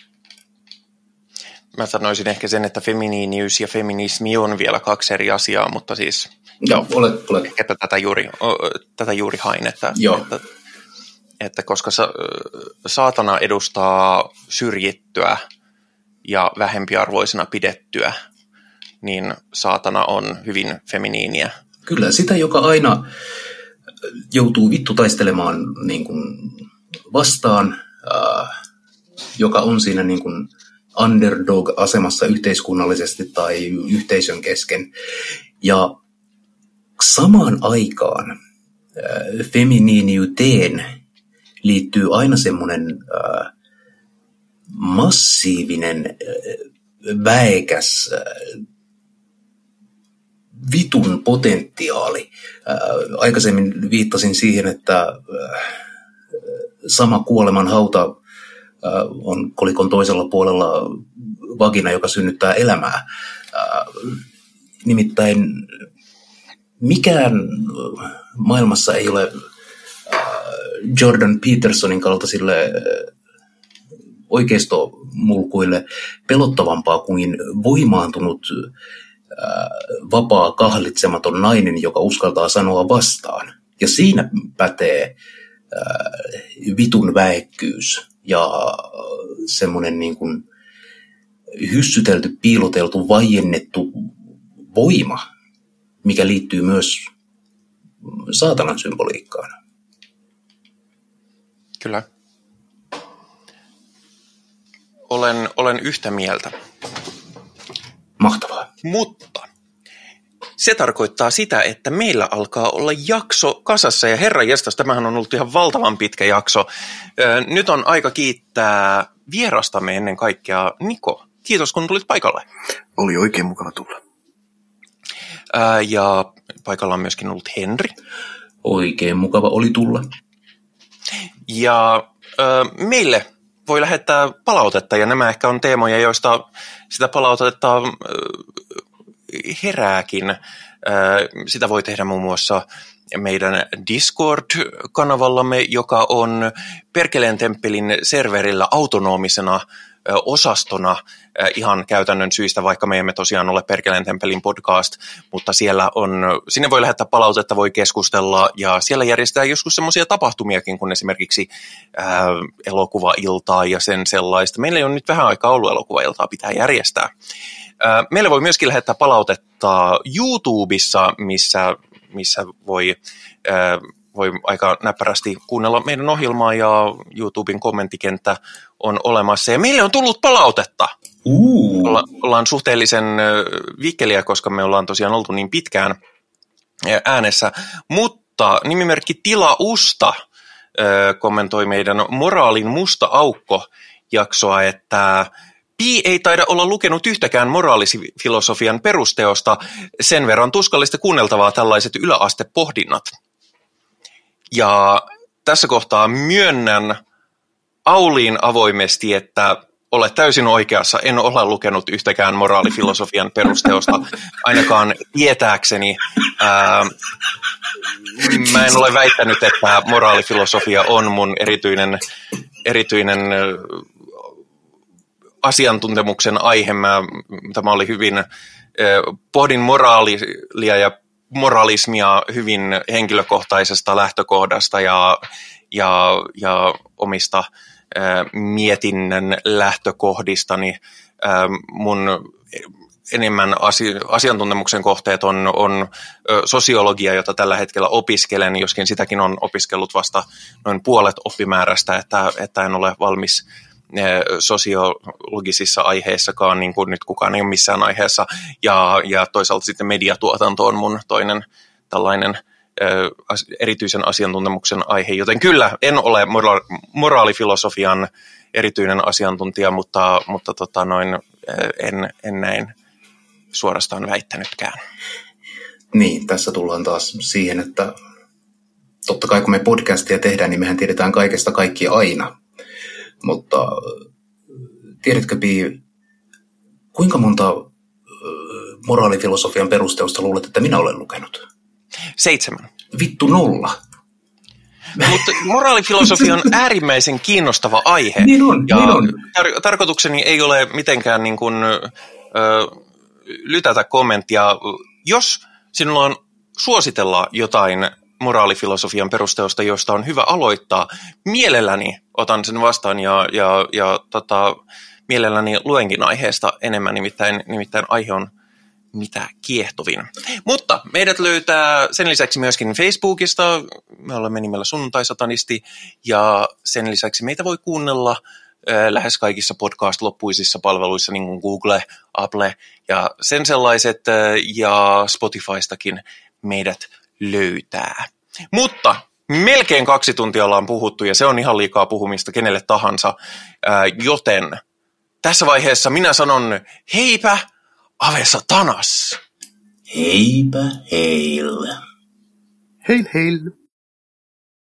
Speaker 2: Mä sanoisin ehkä sen, että feminiiniys ja feminismi on vielä kaksi eri asiaa, mutta siis
Speaker 3: joo, olet.
Speaker 2: Että tätä juuri hain, että koska saatana edustaa syrjittyä ja vähempiarvoisena pidettyä, niin saatana on hyvin feminiiniä.
Speaker 3: Kyllä, sitä, joka aina joutuu vittu taistelemaan niin kuin vastaan, joka on siinä niin kuin underdog-asemassa yhteiskunnallisesti tai yhteisön kesken. Ja samaan aikaan feminiiniyteen liittyy aina semmoinen massiivinen, väikäs, vitun potentiaali. Aikaisemmin viittasin siihen, että sama kuoleman hauta on kolikon toisella puolella vagina, joka synnyttää elämää. Nimittäin mikään maailmassa ei ole Jordan Petersonin kaltaisille oikeistomulkuille pelottavampaa kuin voimaantunut vapaa kahlitsematon nainen, joka uskaltaa sanoa vastaan. Ja siinä pätee vitun väekkyys ja semmoinen niin kuin hyssytelty, piiloteltu, vaiennettu voima, mikä liittyy myös saatanan symboliikkaan.
Speaker 2: Kyllä. Olen yhtä mieltä.
Speaker 3: Mahtavaa.
Speaker 2: Mutta se tarkoittaa sitä, että meillä alkaa olla jakso kasassa, ja herranjestas, tämähän on ollut ihan valtavan pitkä jakso. Nyt on aika kiittää vierastamme ennen kaikkea Niko. Kiitos, kun tulit paikalle.
Speaker 4: Oli oikein mukava tulla.
Speaker 2: Ja paikalla on myöskin ollut Henri.
Speaker 3: Oikein mukava oli tulla.
Speaker 2: Ja meille voi lähettää palautetta, ja nämä ehkä on teemoja, joista sitä palautetta herääkin. Sitä voi tehdä muun muassa meidän Discord-kanavallamme, joka on Perkeleen temppelin serverillä autonomisena osastona ihan käytännön syistä, vaikka me emme tosiaan ole Perkeleen temppelin podcast, mutta sinne voi lähettää palautetta, voi keskustella, ja siellä järjestetään joskus semmoisia tapahtumiakin, kun esimerkiksi elokuvailtaa ja sen sellaista. Meillä ei ole nyt vähän aikaa ollut elokuvailtaa, pitää järjestää. Meille voi myöskin lähettää palautetta YouTubessa, missä voi aika näppärästi kuunnella meidän ohjelmaa, ja YouTuben kommenttikenttä on olemassa. Ja meille on tullut palautetta. Ollaan suhteellisen vikkeliä, koska me ollaan tosiaan oltu niin pitkään äänessä. Mutta nimimerkki Tila Usta kommentoi meidän Moraalin musta aukko-jaksoa, että Pi ei taida olla lukenut yhtäkään moraalifilosofian perusteosta, sen verran tuskallista kuunneltavaa tällaiset yläastepohdinnat. Ja tässä kohtaa myönnän auliin avoimesti, että olet täysin oikeassa. En ole lukenut yhtäkään moraalifilosofian perusteosta, ainakaan tietääkseni. Mä en ole väittänyt, että moraalifilosofia on mun erityinen asiantuntemuksen aihe. Tämä oli hyvin, pohdin moraalia ja moralismia hyvin henkilökohtaisesta lähtökohdasta ja omista mietinnän lähtökohdistani. Mun enemmän asiantuntemuksen kohteet on sosiologia, jota tällä hetkellä opiskelen, joskin sitäkin on opiskellut vasta noin puolet oppimäärästä, että en ole valmis sosiologisissa aiheissakaan, niin kuin nyt kukaan ei ole missään aiheessa, ja toisaalta sitten mediatuotanto on mun toinen tällainen erityisen asiantuntemuksen aihe, joten kyllä, en ole moraalifilosofian erityinen asiantuntija, mutta en näin suorastaan väittänytkään.
Speaker 3: Niin, tässä tullaan taas siihen, että totta kai kun me podcastia tehdään, niin mehän tiedetään kaikesta kaikkia aina. Mutta tiedätkö, Pi, kuinka monta moraalifilosofian perusteosta luulet, että minä olen lukenut?
Speaker 2: 7.
Speaker 3: Vittu 0.
Speaker 2: Mutta moraalifilosofia on äärimmäisen kiinnostava aihe.
Speaker 3: Niin on.
Speaker 2: Tarkoitukseni ei ole mitenkään niin kuin, lytätä kommenttia. Jos sinulla on suositella jotain moraalifilosofian perusteosta, josta on hyvä aloittaa, mielelläni otan sen vastaan ja mielelläni luenkin aiheesta enemmän, nimittäin aihe on mitä kiehtovin. Mutta meidät löytää sen lisäksi myöskin Facebookista, me olemme nimellä Sunnuntai-satanisti, ja sen lisäksi meitä voi kuunnella lähes kaikissa podcast-loppuisissa palveluissa, niin kuin Google, Apple ja sen sellaiset, ja Spotifystakin meidät löytää. Mutta melkein 2 tuntia ollaan puhuttu, ja se on ihan liikaa puhumista kenelle tahansa, joten tässä vaiheessa minä sanon heipä Ave Satanas!
Speaker 3: Heipä heil!
Speaker 4: Heil heil!